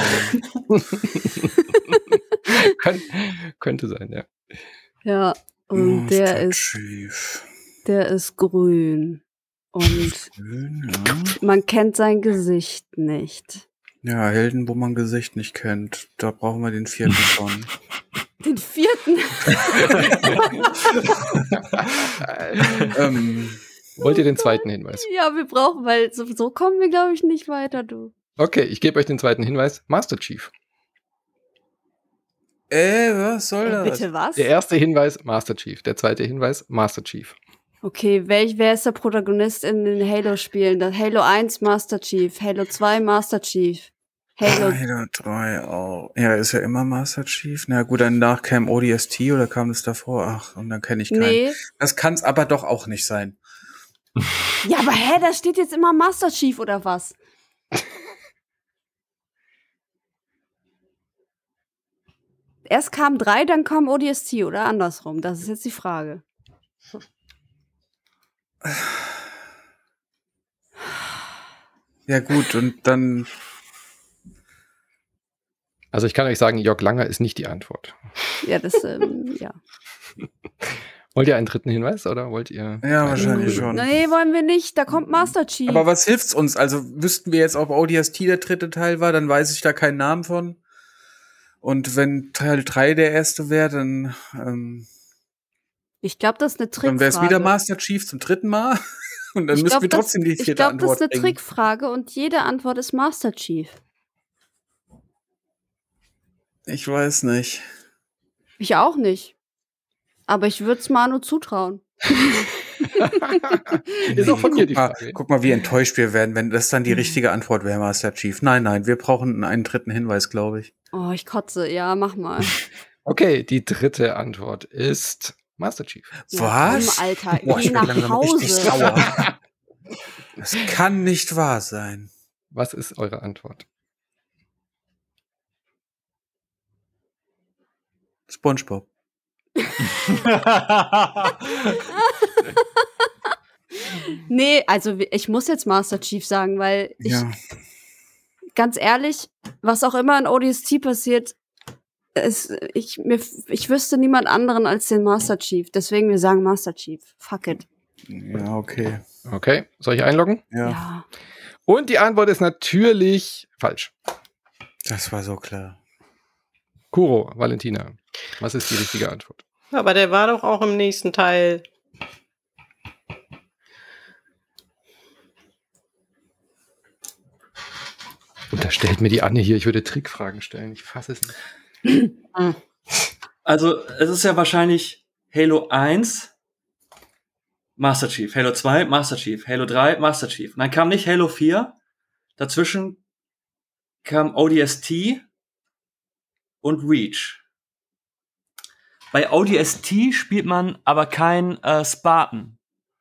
Könnte sein, ja. Ja, und der Chief. ist grün. Und Schön, ja. man kennt sein Gesicht nicht. Ja, Helden, wo man Gesicht nicht kennt. Da brauchen wir den 4. schon. Den 4. Wollt ihr den zweiten Hinweis? Ja, wir brauchen, weil so kommen wir, glaube ich, nicht weiter, du. Okay, ich gebe euch den zweiten Hinweis. Master Chief. Was soll das? Bitte was? Der erste Hinweis, Master Chief. Der zweite Hinweis, Master Chief. Okay, wer ist der Protagonist in den Halo-Spielen? Das Halo 1 Master Chief, Halo 2 Master Chief, Halo... Halo 3 auch. Ja, ist ja immer Master Chief. Na gut, danach kam ODST oder kam das davor? Ach, und dann kenne ich keinen. Nee. Das kann es aber doch auch nicht sein. Ja, aber da steht jetzt immer Master Chief oder was? Erst kam 3, dann kam ODST oder andersrum. Das ist jetzt die Frage. Ja gut, und dann... Also ich kann euch sagen, Jörg Langer ist nicht die Antwort. Ja, das, ja. Wollt ihr einen dritten Hinweis oder wollt ihr? Ja, wahrscheinlich schon. Nee, wollen wir nicht. Da kommt Master Chief. Aber was hilft's uns? Also wüssten wir jetzt, ob ODST der 3. Teil war, dann weiß ich da keinen Namen von. Und wenn Teil 3 der erste wäre, dann ich glaube, das ist eine Trickfrage. dann wäre es wieder Master Chief zum 3. Mal. Und dann müssten wir trotzdem die 4. Ich glaube, Antwort das ist eine bringen. Trickfrage und jede Antwort ist Master Chief. Ich weiß nicht. Ich auch nicht. Aber ich würde es Manu zutrauen. Ist auch von mir die Guck mal, Frage. guck mal, wie enttäuscht wir werden, wenn das dann die richtige Antwort wäre, Master Chief. Nein, wir brauchen einen 3. Hinweis, glaube ich. Oh, ich kotze. Ja, mach mal. Okay, die dritte Antwort ist Master Chief. Ja, Was? komm, Alter, Boah, geh ich bin nach langsam richtig Hause. sauer. Das kann nicht wahr sein. Was ist eure Antwort? SpongeBob. Nee, also ich muss jetzt Master Chief sagen, weil Ja. ganz ehrlich, was auch immer in ODST passiert, ich wüsste niemand anderen als den Master Chief. Deswegen wir sagen Master Chief. Fuck it. Ja, okay. Okay, soll ich einloggen? Ja, Ja. Und die Antwort ist natürlich falsch. das war so klar. Kuro, Valentina, was ist die richtige Antwort? Aber der war doch auch im nächsten Teil. Unterstellt mir die Anne hier, ich würde Trickfragen stellen. Ich fasse es nicht. Also, es ist ja wahrscheinlich Halo 1, Master Chief, Halo 2, Master Chief, Halo 3, Master Chief. Und dann kam nicht Halo 4, dazwischen kam ODST und Reach. Bei ODST spielt man aber kein Spartan.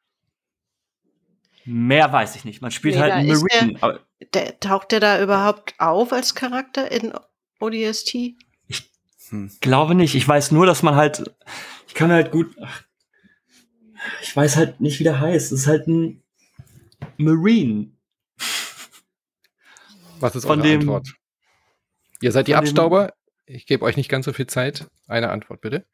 Mehr weiß ich nicht. Man spielt Nee, halt da einen ist Marine. Aber Taucht der da überhaupt auf als Charakter in ODST? glaube nicht. Ich weiß nur, dass man halt, ich kann halt gut, ich weiß halt nicht, wie der heißt. Es ist halt ein Marine. Was ist Von eure dem- Antwort? Ihr seid die von dem- Abstauber. Ich gebe euch nicht ganz so viel Zeit. Eine Antwort, bitte.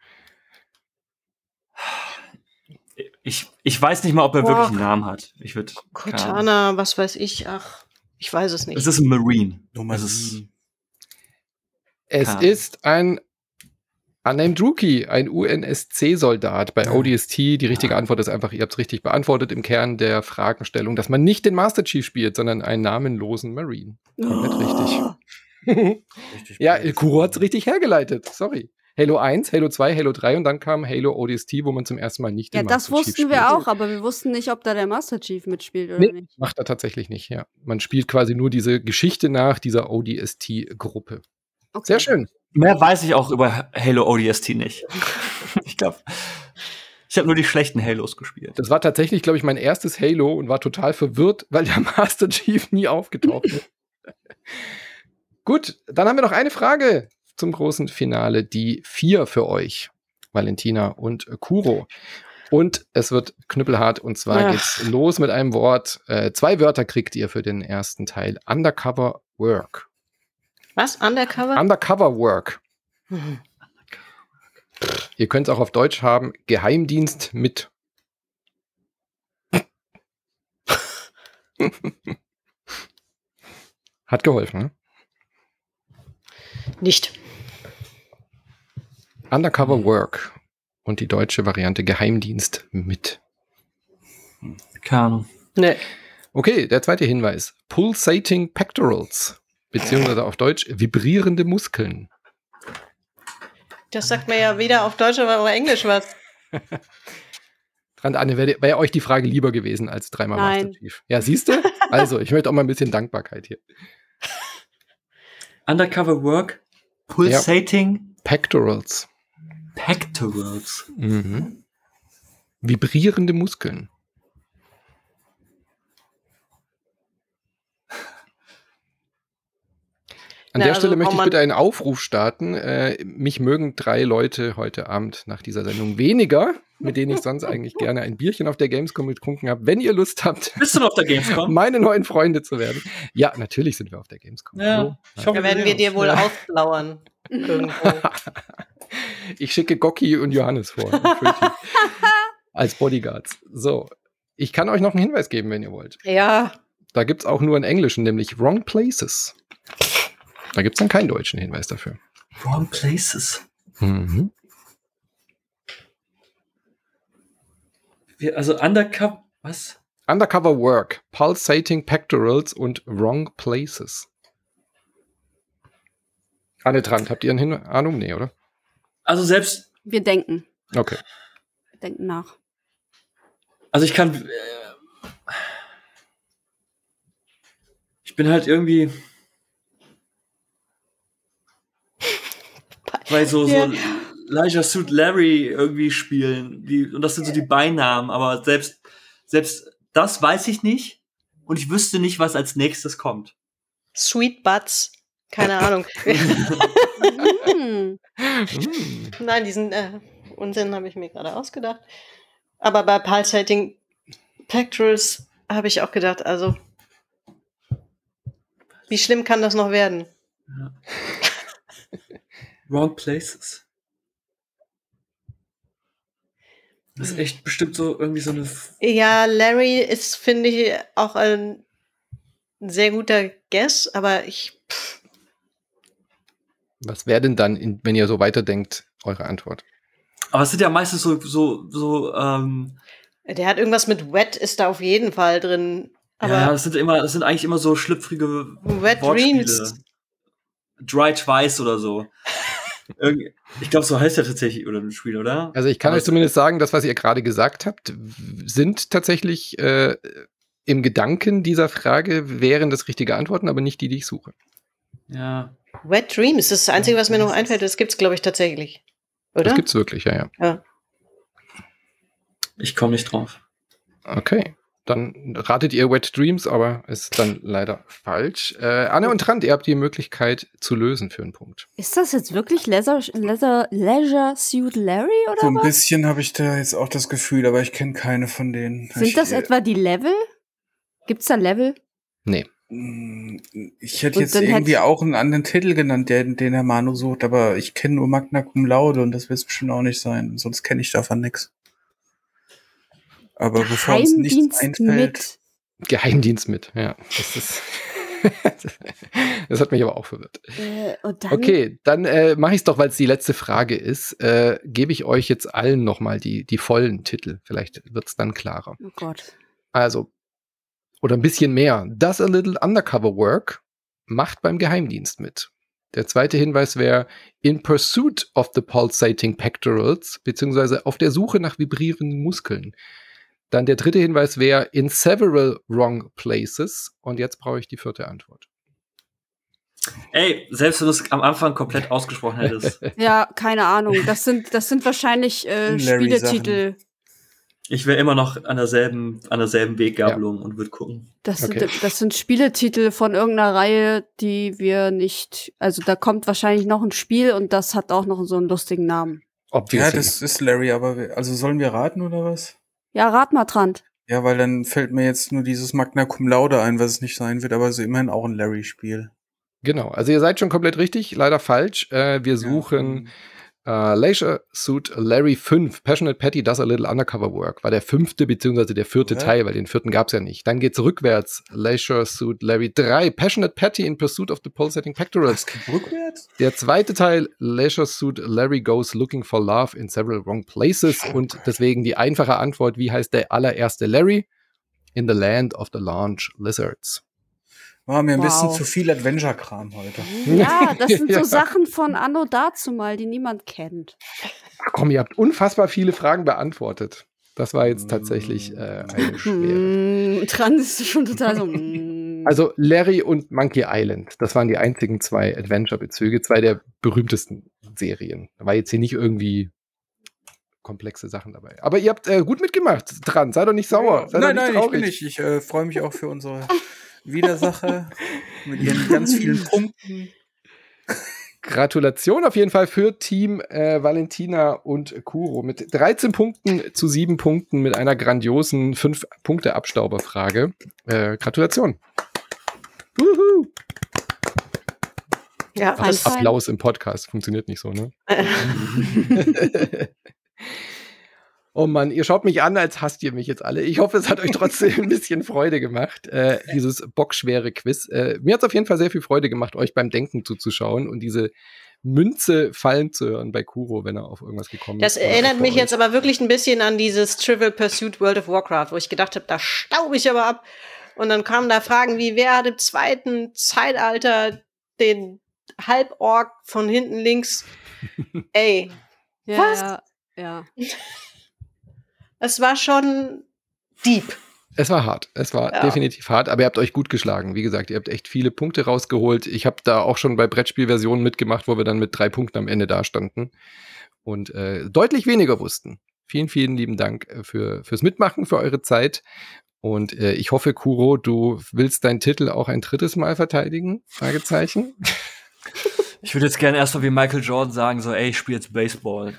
Ich weiß nicht mal, ob er Boah. wirklich einen Namen hat. Ich würde. Cortana, was weiß ich, ach, ich weiß es nicht. Es ist ein Marine. Nummer Es ist, 7. Es Keine Ahnung. ist ein Unnamed Rookie, ein UNSC-Soldat bei ODST. Die richtige Antwort ist einfach, ihr habt es richtig beantwortet im Kern der Fragenstellung, dass man nicht den Master Chief spielt, sondern einen namenlosen Marine. Komplett richtig. Ja, Kuro hat es richtig hergeleitet. Sorry. Halo 1, Halo 2, Halo 3 und dann kam Halo ODST, wo man zum ersten Mal nicht den Master Chief spielt. Ja, das wussten wir auch, aber wir wussten nicht, ob da der Master Chief mitspielt oder nicht. Macht er tatsächlich nicht, ja. Man spielt quasi nur diese Geschichte nach dieser ODST-Gruppe. Okay. Sehr schön. Mehr weiß ich auch über Halo ODST nicht. Ich glaube, ich habe nur die schlechten Halos gespielt. Das war tatsächlich, glaube ich, mein erstes Halo und war total verwirrt, weil der Master Chief nie aufgetaucht ist. Gut, dann haben wir noch eine Frage zum großen Finale. Die 4 für euch, Valentina und Kuro. Und es wird knüppelhart und zwar geht's los mit einem Wort. 2 Wörter kriegt ihr für den ersten Teil. Undercover Work. Was? Undercover? Undercover Work. Ihr könnt es auch auf Deutsch haben. Geheimdienst mit. Hat geholfen, ne? Nicht. Undercover Work. Und die deutsche Variante Geheimdienst mit. Keine Ahnung. Nee. Okay, der zweite Hinweis. Pulsating Pectorals. Beziehungsweise auf Deutsch vibrierende Muskeln. Das sagt mir ja weder auf Deutsch oder auf Englisch was. Anne, wäre euch die Frage lieber gewesen als 3-mal Master Chief? Ja, siehst du? Also, ich möchte auch mal ein bisschen Dankbarkeit hier. Undercover Work, Pulsating Pectorals. Pectorals. Mhm. Vibrierende Muskeln. An der Stelle möchte ich bitte einen Aufruf starten. Mich mögen 3 Leute heute Abend nach dieser Sendung weniger, mit denen ich sonst eigentlich gerne ein Bierchen auf der Gamescom getrunken habe. Wenn ihr Lust habt, bist du noch auf der Gamescom? Meine neuen Freunde zu werden. Ja, natürlich sind wir auf der Gamescom. Ja, da werden wir dir wohl auflauern. Irgendwo. Ich schicke Gocki und Johannes vor. Als Bodyguards. So, ich kann euch noch einen Hinweis geben, wenn ihr wollt. Ja. Da gibt es auch nur einen englischen, nämlich Wrong Places. Da gibt es dann keinen deutschen Hinweis dafür. Wrong Places. Mhm. Also Undercover, was? Undercover Work, Pulsating Pectorals und Wrong Places. Anne Trant, habt ihr eine Ahnung? Nee, oder? Also selbst... Wir denken. Okay. Wir denken nach. Also ich kann... ich bin halt irgendwie... Weil so Leisure Suit Larry irgendwie spielen. Und das sind so die Beinamen, aber selbst das weiß ich nicht. Und ich wüsste nicht, was als nächstes kommt. Sweet Butts. Keine Ahnung. Nein, diesen Unsinn habe ich mir gerade ausgedacht. Aber bei Pulsating Pectorals habe ich auch gedacht, also wie schlimm kann das noch werden? Ja. Wrong Places. Das ist echt bestimmt so irgendwie so eine... Ja, Larry ist, finde ich, auch ein sehr guter Guess, aber Was wäre denn dann, wenn ihr so weiterdenkt, eure Antwort? Aber es sind ja meistens so der hat irgendwas mit Wet, ist da auf jeden Fall drin. Aber ja, das sind eigentlich immer so schlüpfrige Wet Wortspiele. Dreams. Dry Twice oder so. Ich glaube, so heißt ja tatsächlich oder ein Spiel, oder? Also ich kann euch zumindest sagen, das, was ihr gerade gesagt habt, sind tatsächlich im Gedanken dieser Frage wären das richtige Antworten, aber nicht die ich suche. Ja. Wet Dreams ist das Einzige, was mir noch einfällt. Das gibt's, glaube ich, tatsächlich. Oder? Das gibt's wirklich, ja. Ich komme nicht drauf. Okay. Dann ratet ihr Wet Dreams, aber ist dann leider falsch. Anne und Trant, ihr habt die Möglichkeit zu lösen für einen Punkt. Ist das jetzt wirklich Leisure Suit Larry oder So ein was? bisschen habe ich da jetzt auch das Gefühl, aber ich kenne keine von denen. Sind das etwa die Level? Gibt's da Level? Nee. Ich hätte jetzt irgendwie auch einen anderen Titel genannt, den Herr Manu sucht, aber ich kenne nur Magna Cum Laude und das wird es bestimmt auch nicht sein. Sonst kenne ich davon nichts. Aber bevor uns nichts einfällt. Geheimdienst mit, ja. Das ist Das hat mich aber auch verwirrt. Und dann, Okay, dann mache ich es doch, weil es die letzte Frage ist, gebe ich euch jetzt allen nochmal die vollen Titel. Vielleicht wird es dann klarer. Oh Gott. Also, oder ein bisschen mehr. Does a little undercover work macht beim Geheimdienst mit. Der zweite Hinweis wäre In pursuit of the pulsating pectorals, beziehungsweise auf der Suche nach vibrierenden Muskeln. Dann der dritte Hinweis wäre In several wrong places. Und jetzt brauche ich die vierte Antwort. Ey, selbst wenn du es am Anfang komplett ausgesprochen hättest. Ja, keine Ahnung. Das sind wahrscheinlich Spieletitel. Ich wäre immer noch an derselben Weggabelung und würde gucken. Das Okay. sind Spieletitel von irgendeiner Reihe, die wir nicht. Also da kommt wahrscheinlich noch ein Spiel und das hat auch noch so einen lustigen Namen. Ja, Obviously. das ist Larry, aber also sollen wir raten oder was? Ja, rat mal dran. Ja, weil dann fällt mir jetzt nur dieses Magna Cum Laude ein, was es nicht sein wird, aber es ist immerhin auch ein Larry-Spiel. Genau, also ihr seid schon komplett richtig, leider falsch. Wir suchen Leisure Suit Larry 5, Passionate Patty Does a Little Undercover Work. War der 5. bzw. der 4. Teil, weil den 4. gab es ja nicht. Dann geht's rückwärts. Leisure Suit Larry 3, Passionate Patty in Pursuit of the Pulsating Pectorals. Das geht rückwärts? Der 2. Teil, Leisure Suit Larry Goes Looking for Love in Several Wrong Places. Und deswegen die einfache Antwort, wie heißt der allererste Larry? In the Land of the Large Lizards. War mir ein bisschen Wow. zu viel Adventure-Kram heute. Ja, das sind so Ja. Sachen von Anno dazumal, die niemand kennt. Ach komm, ihr habt unfassbar viele Fragen beantwortet. Das war jetzt tatsächlich eine schwere. Dran ist schon total so. Also Larry und Monkey Island, das waren die einzigen 2 Adventure-Bezüge, 2 der berühmtesten Serien. Da war jetzt hier nicht irgendwie komplexe Sachen dabei. Aber ihr habt gut mitgemacht dran, sei doch nicht sauer. Sei Nein, doch nein, nicht ich bin traurig. nicht. Ich freue mich auch für unsere Widersacher mit ihren ganz vielen Punkten. Gratulation auf jeden Fall für Team Valentina und Kuro mit 13 Punkten zu 7 Punkten mit einer grandiosen 5-Punkte-Abstauberfrage. Gratulation. Wuhu. Ja, Fein, das, fein. Applaus im Podcast funktioniert nicht so, ne? Oh Mann, ihr schaut mich an, als hasst ihr mich jetzt alle. Ich hoffe, es hat euch trotzdem ein bisschen Freude gemacht, dieses bockschwere Quiz. Mir hat es auf jeden Fall sehr viel Freude gemacht, euch beim Denken zuzuschauen und diese Münze fallen zu hören bei Kuro, wenn er auf irgendwas gekommen das ist. Oder erinnert auch bei mich euch. jetzt aber wirklich ein bisschen an dieses Trivial Pursuit World of Warcraft, wo ich gedacht habe, da staub ich aber ab. Und dann kamen da Fragen wie, wer hat im 2. Zeitalter den Halborg von hinten links? Ey, Ja, Was? ja. es war schon deep. Es war hart. Es war Ja. definitiv hart, aber ihr habt euch gut geschlagen. Wie gesagt, ihr habt echt viele Punkte rausgeholt. Ich habe da auch schon bei Brettspielversionen mitgemacht, wo wir dann mit 3 Punkten am Ende dastanden und deutlich weniger wussten. Vielen, vielen lieben Dank fürs Mitmachen, für eure Zeit. Und ich hoffe, Kuro, du willst deinen Titel auch ein 3. Mal verteidigen? Fragezeichen. Ich würde jetzt gerne erstmal wie Michael Jordan sagen, so, ey, ich spiele jetzt Baseball.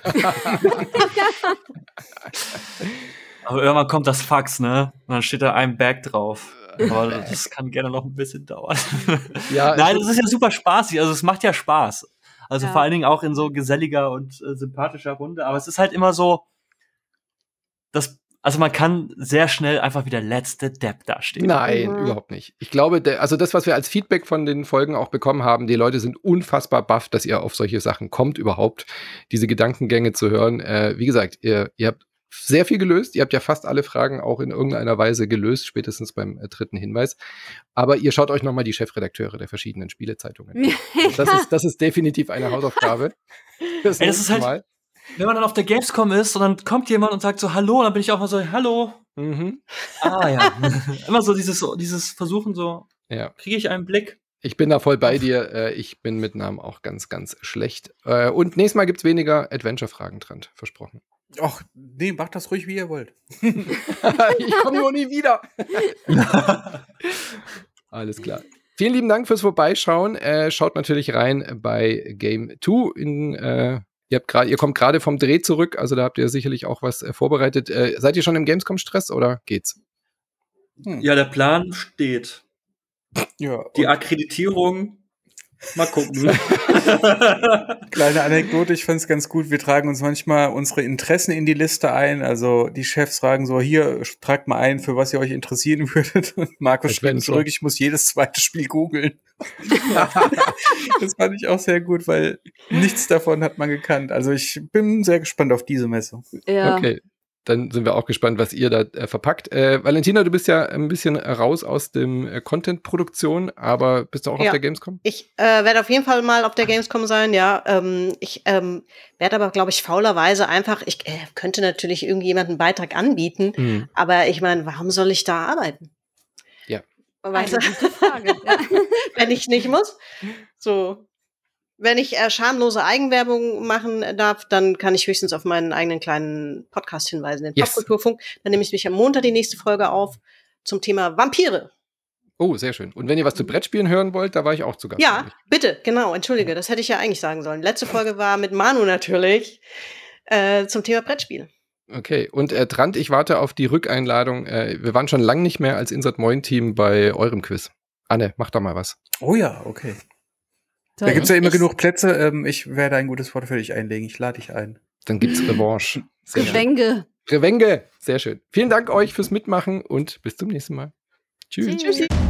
Aber irgendwann kommt das Fax, ne? Und dann steht da ein Bag drauf. Aber das kann gerne noch ein bisschen dauern. Ja, Nein, das ist ja super spaßig. Also es macht ja Spaß. Also Ja. vor allen Dingen auch in so geselliger und sympathischer Runde. Aber es ist halt immer so, also man kann sehr schnell einfach wie der letzte Depp dastehen. Nein, Mhm. überhaupt nicht. Ich glaube, also das, was wir als Feedback von den Folgen auch bekommen haben, die Leute sind unfassbar baff, dass ihr auf solche Sachen kommt überhaupt, diese Gedankengänge zu hören. Wie gesagt, ihr habt sehr viel gelöst. Ihr habt ja fast alle Fragen auch in irgendeiner Weise gelöst, spätestens beim 3. Hinweis. Aber ihr schaut euch nochmal die Chefredakteure der verschiedenen Spielezeitungen an. Das ist definitiv eine Hausaufgabe. Ey, das ist nächste halt- Mal. Wenn man dann auf der Gamescom ist und dann kommt jemand und sagt so, hallo, und dann bin ich auch mal so, hallo. Mhm. Ah ja. Immer so dieses Versuchen so, Ja. kriege ich einen Blick? Ich bin da voll bei dir. Ich bin mit Namen auch ganz, ganz schlecht. Und nächstes Mal gibt's weniger Adventure-Fragen dran, versprochen. Ach, nee, macht das ruhig, wie ihr wollt. Ich komme nur nie wieder. Alles klar. Vielen lieben Dank fürs Vorbeischauen. Schaut natürlich rein bei Game 2. Ihr kommt gerade vom Dreh zurück, also da habt ihr sicherlich auch was vorbereitet. Seid ihr schon im Gamescom-Stress oder geht's? Ja, der Plan steht. Ja, Die und Akkreditierung Mal gucken. Kleine Anekdote, ich fand es ganz gut. Wir tragen uns manchmal unsere Interessen in die Liste ein. Also die Chefs fragen so, hier, tragt mal ein, für was ihr euch interessieren würdet. Und Markus schreibt zurück, ich muss jedes zweite Spiel googeln. Das fand ich auch sehr gut, weil nichts davon hat man gekannt. Also ich bin sehr gespannt auf diese Messe. Ja. Okay. Dann sind wir auch gespannt, was ihr da verpackt. Valentina, du bist ja ein bisschen raus aus dem Content-Produktion, aber bist du auch auf der Gamescom? Ich werde auf jeden Fall mal auf der Gamescom sein, ja. Ich werde aber, glaube ich, faulerweise einfach, ich könnte natürlich irgendjemanden einen Beitrag anbieten, aber ich meine, warum soll ich da arbeiten? Ja. Weißt du? Eine gute Frage. Ja. Wenn ich nicht muss. So. Wenn ich schamlose Eigenwerbung machen darf, dann kann ich höchstens auf meinen eigenen kleinen Podcast hinweisen, den Popkulturfunk. Dann nehme ich mich am Montag die nächste Folge auf zum Thema Vampire. Oh, sehr schön. Und wenn ihr was zu Brettspielen hören wollt, da war ich auch zu Gast. Ja, bitte, genau, entschuldige, das hätte ich ja eigentlich sagen sollen. Letzte Folge war mit Manu natürlich zum Thema Brettspiel. Okay, und Trant, ich warte auf die Rückeinladung. Wir waren schon lange nicht mehr als Insert Moin Team bei eurem Quiz. Anne, mach doch mal was. Oh ja, okay. Da gibt's ja immer genug Plätze. Ich werde ein gutes Wort für dich einlegen. Ich lade dich ein. Dann gibt's Revanche. Sehr schön. Revenge. Revenge. Sehr schön. Vielen Dank euch fürs Mitmachen und bis zum nächsten Mal. Tschüss. Tschüss.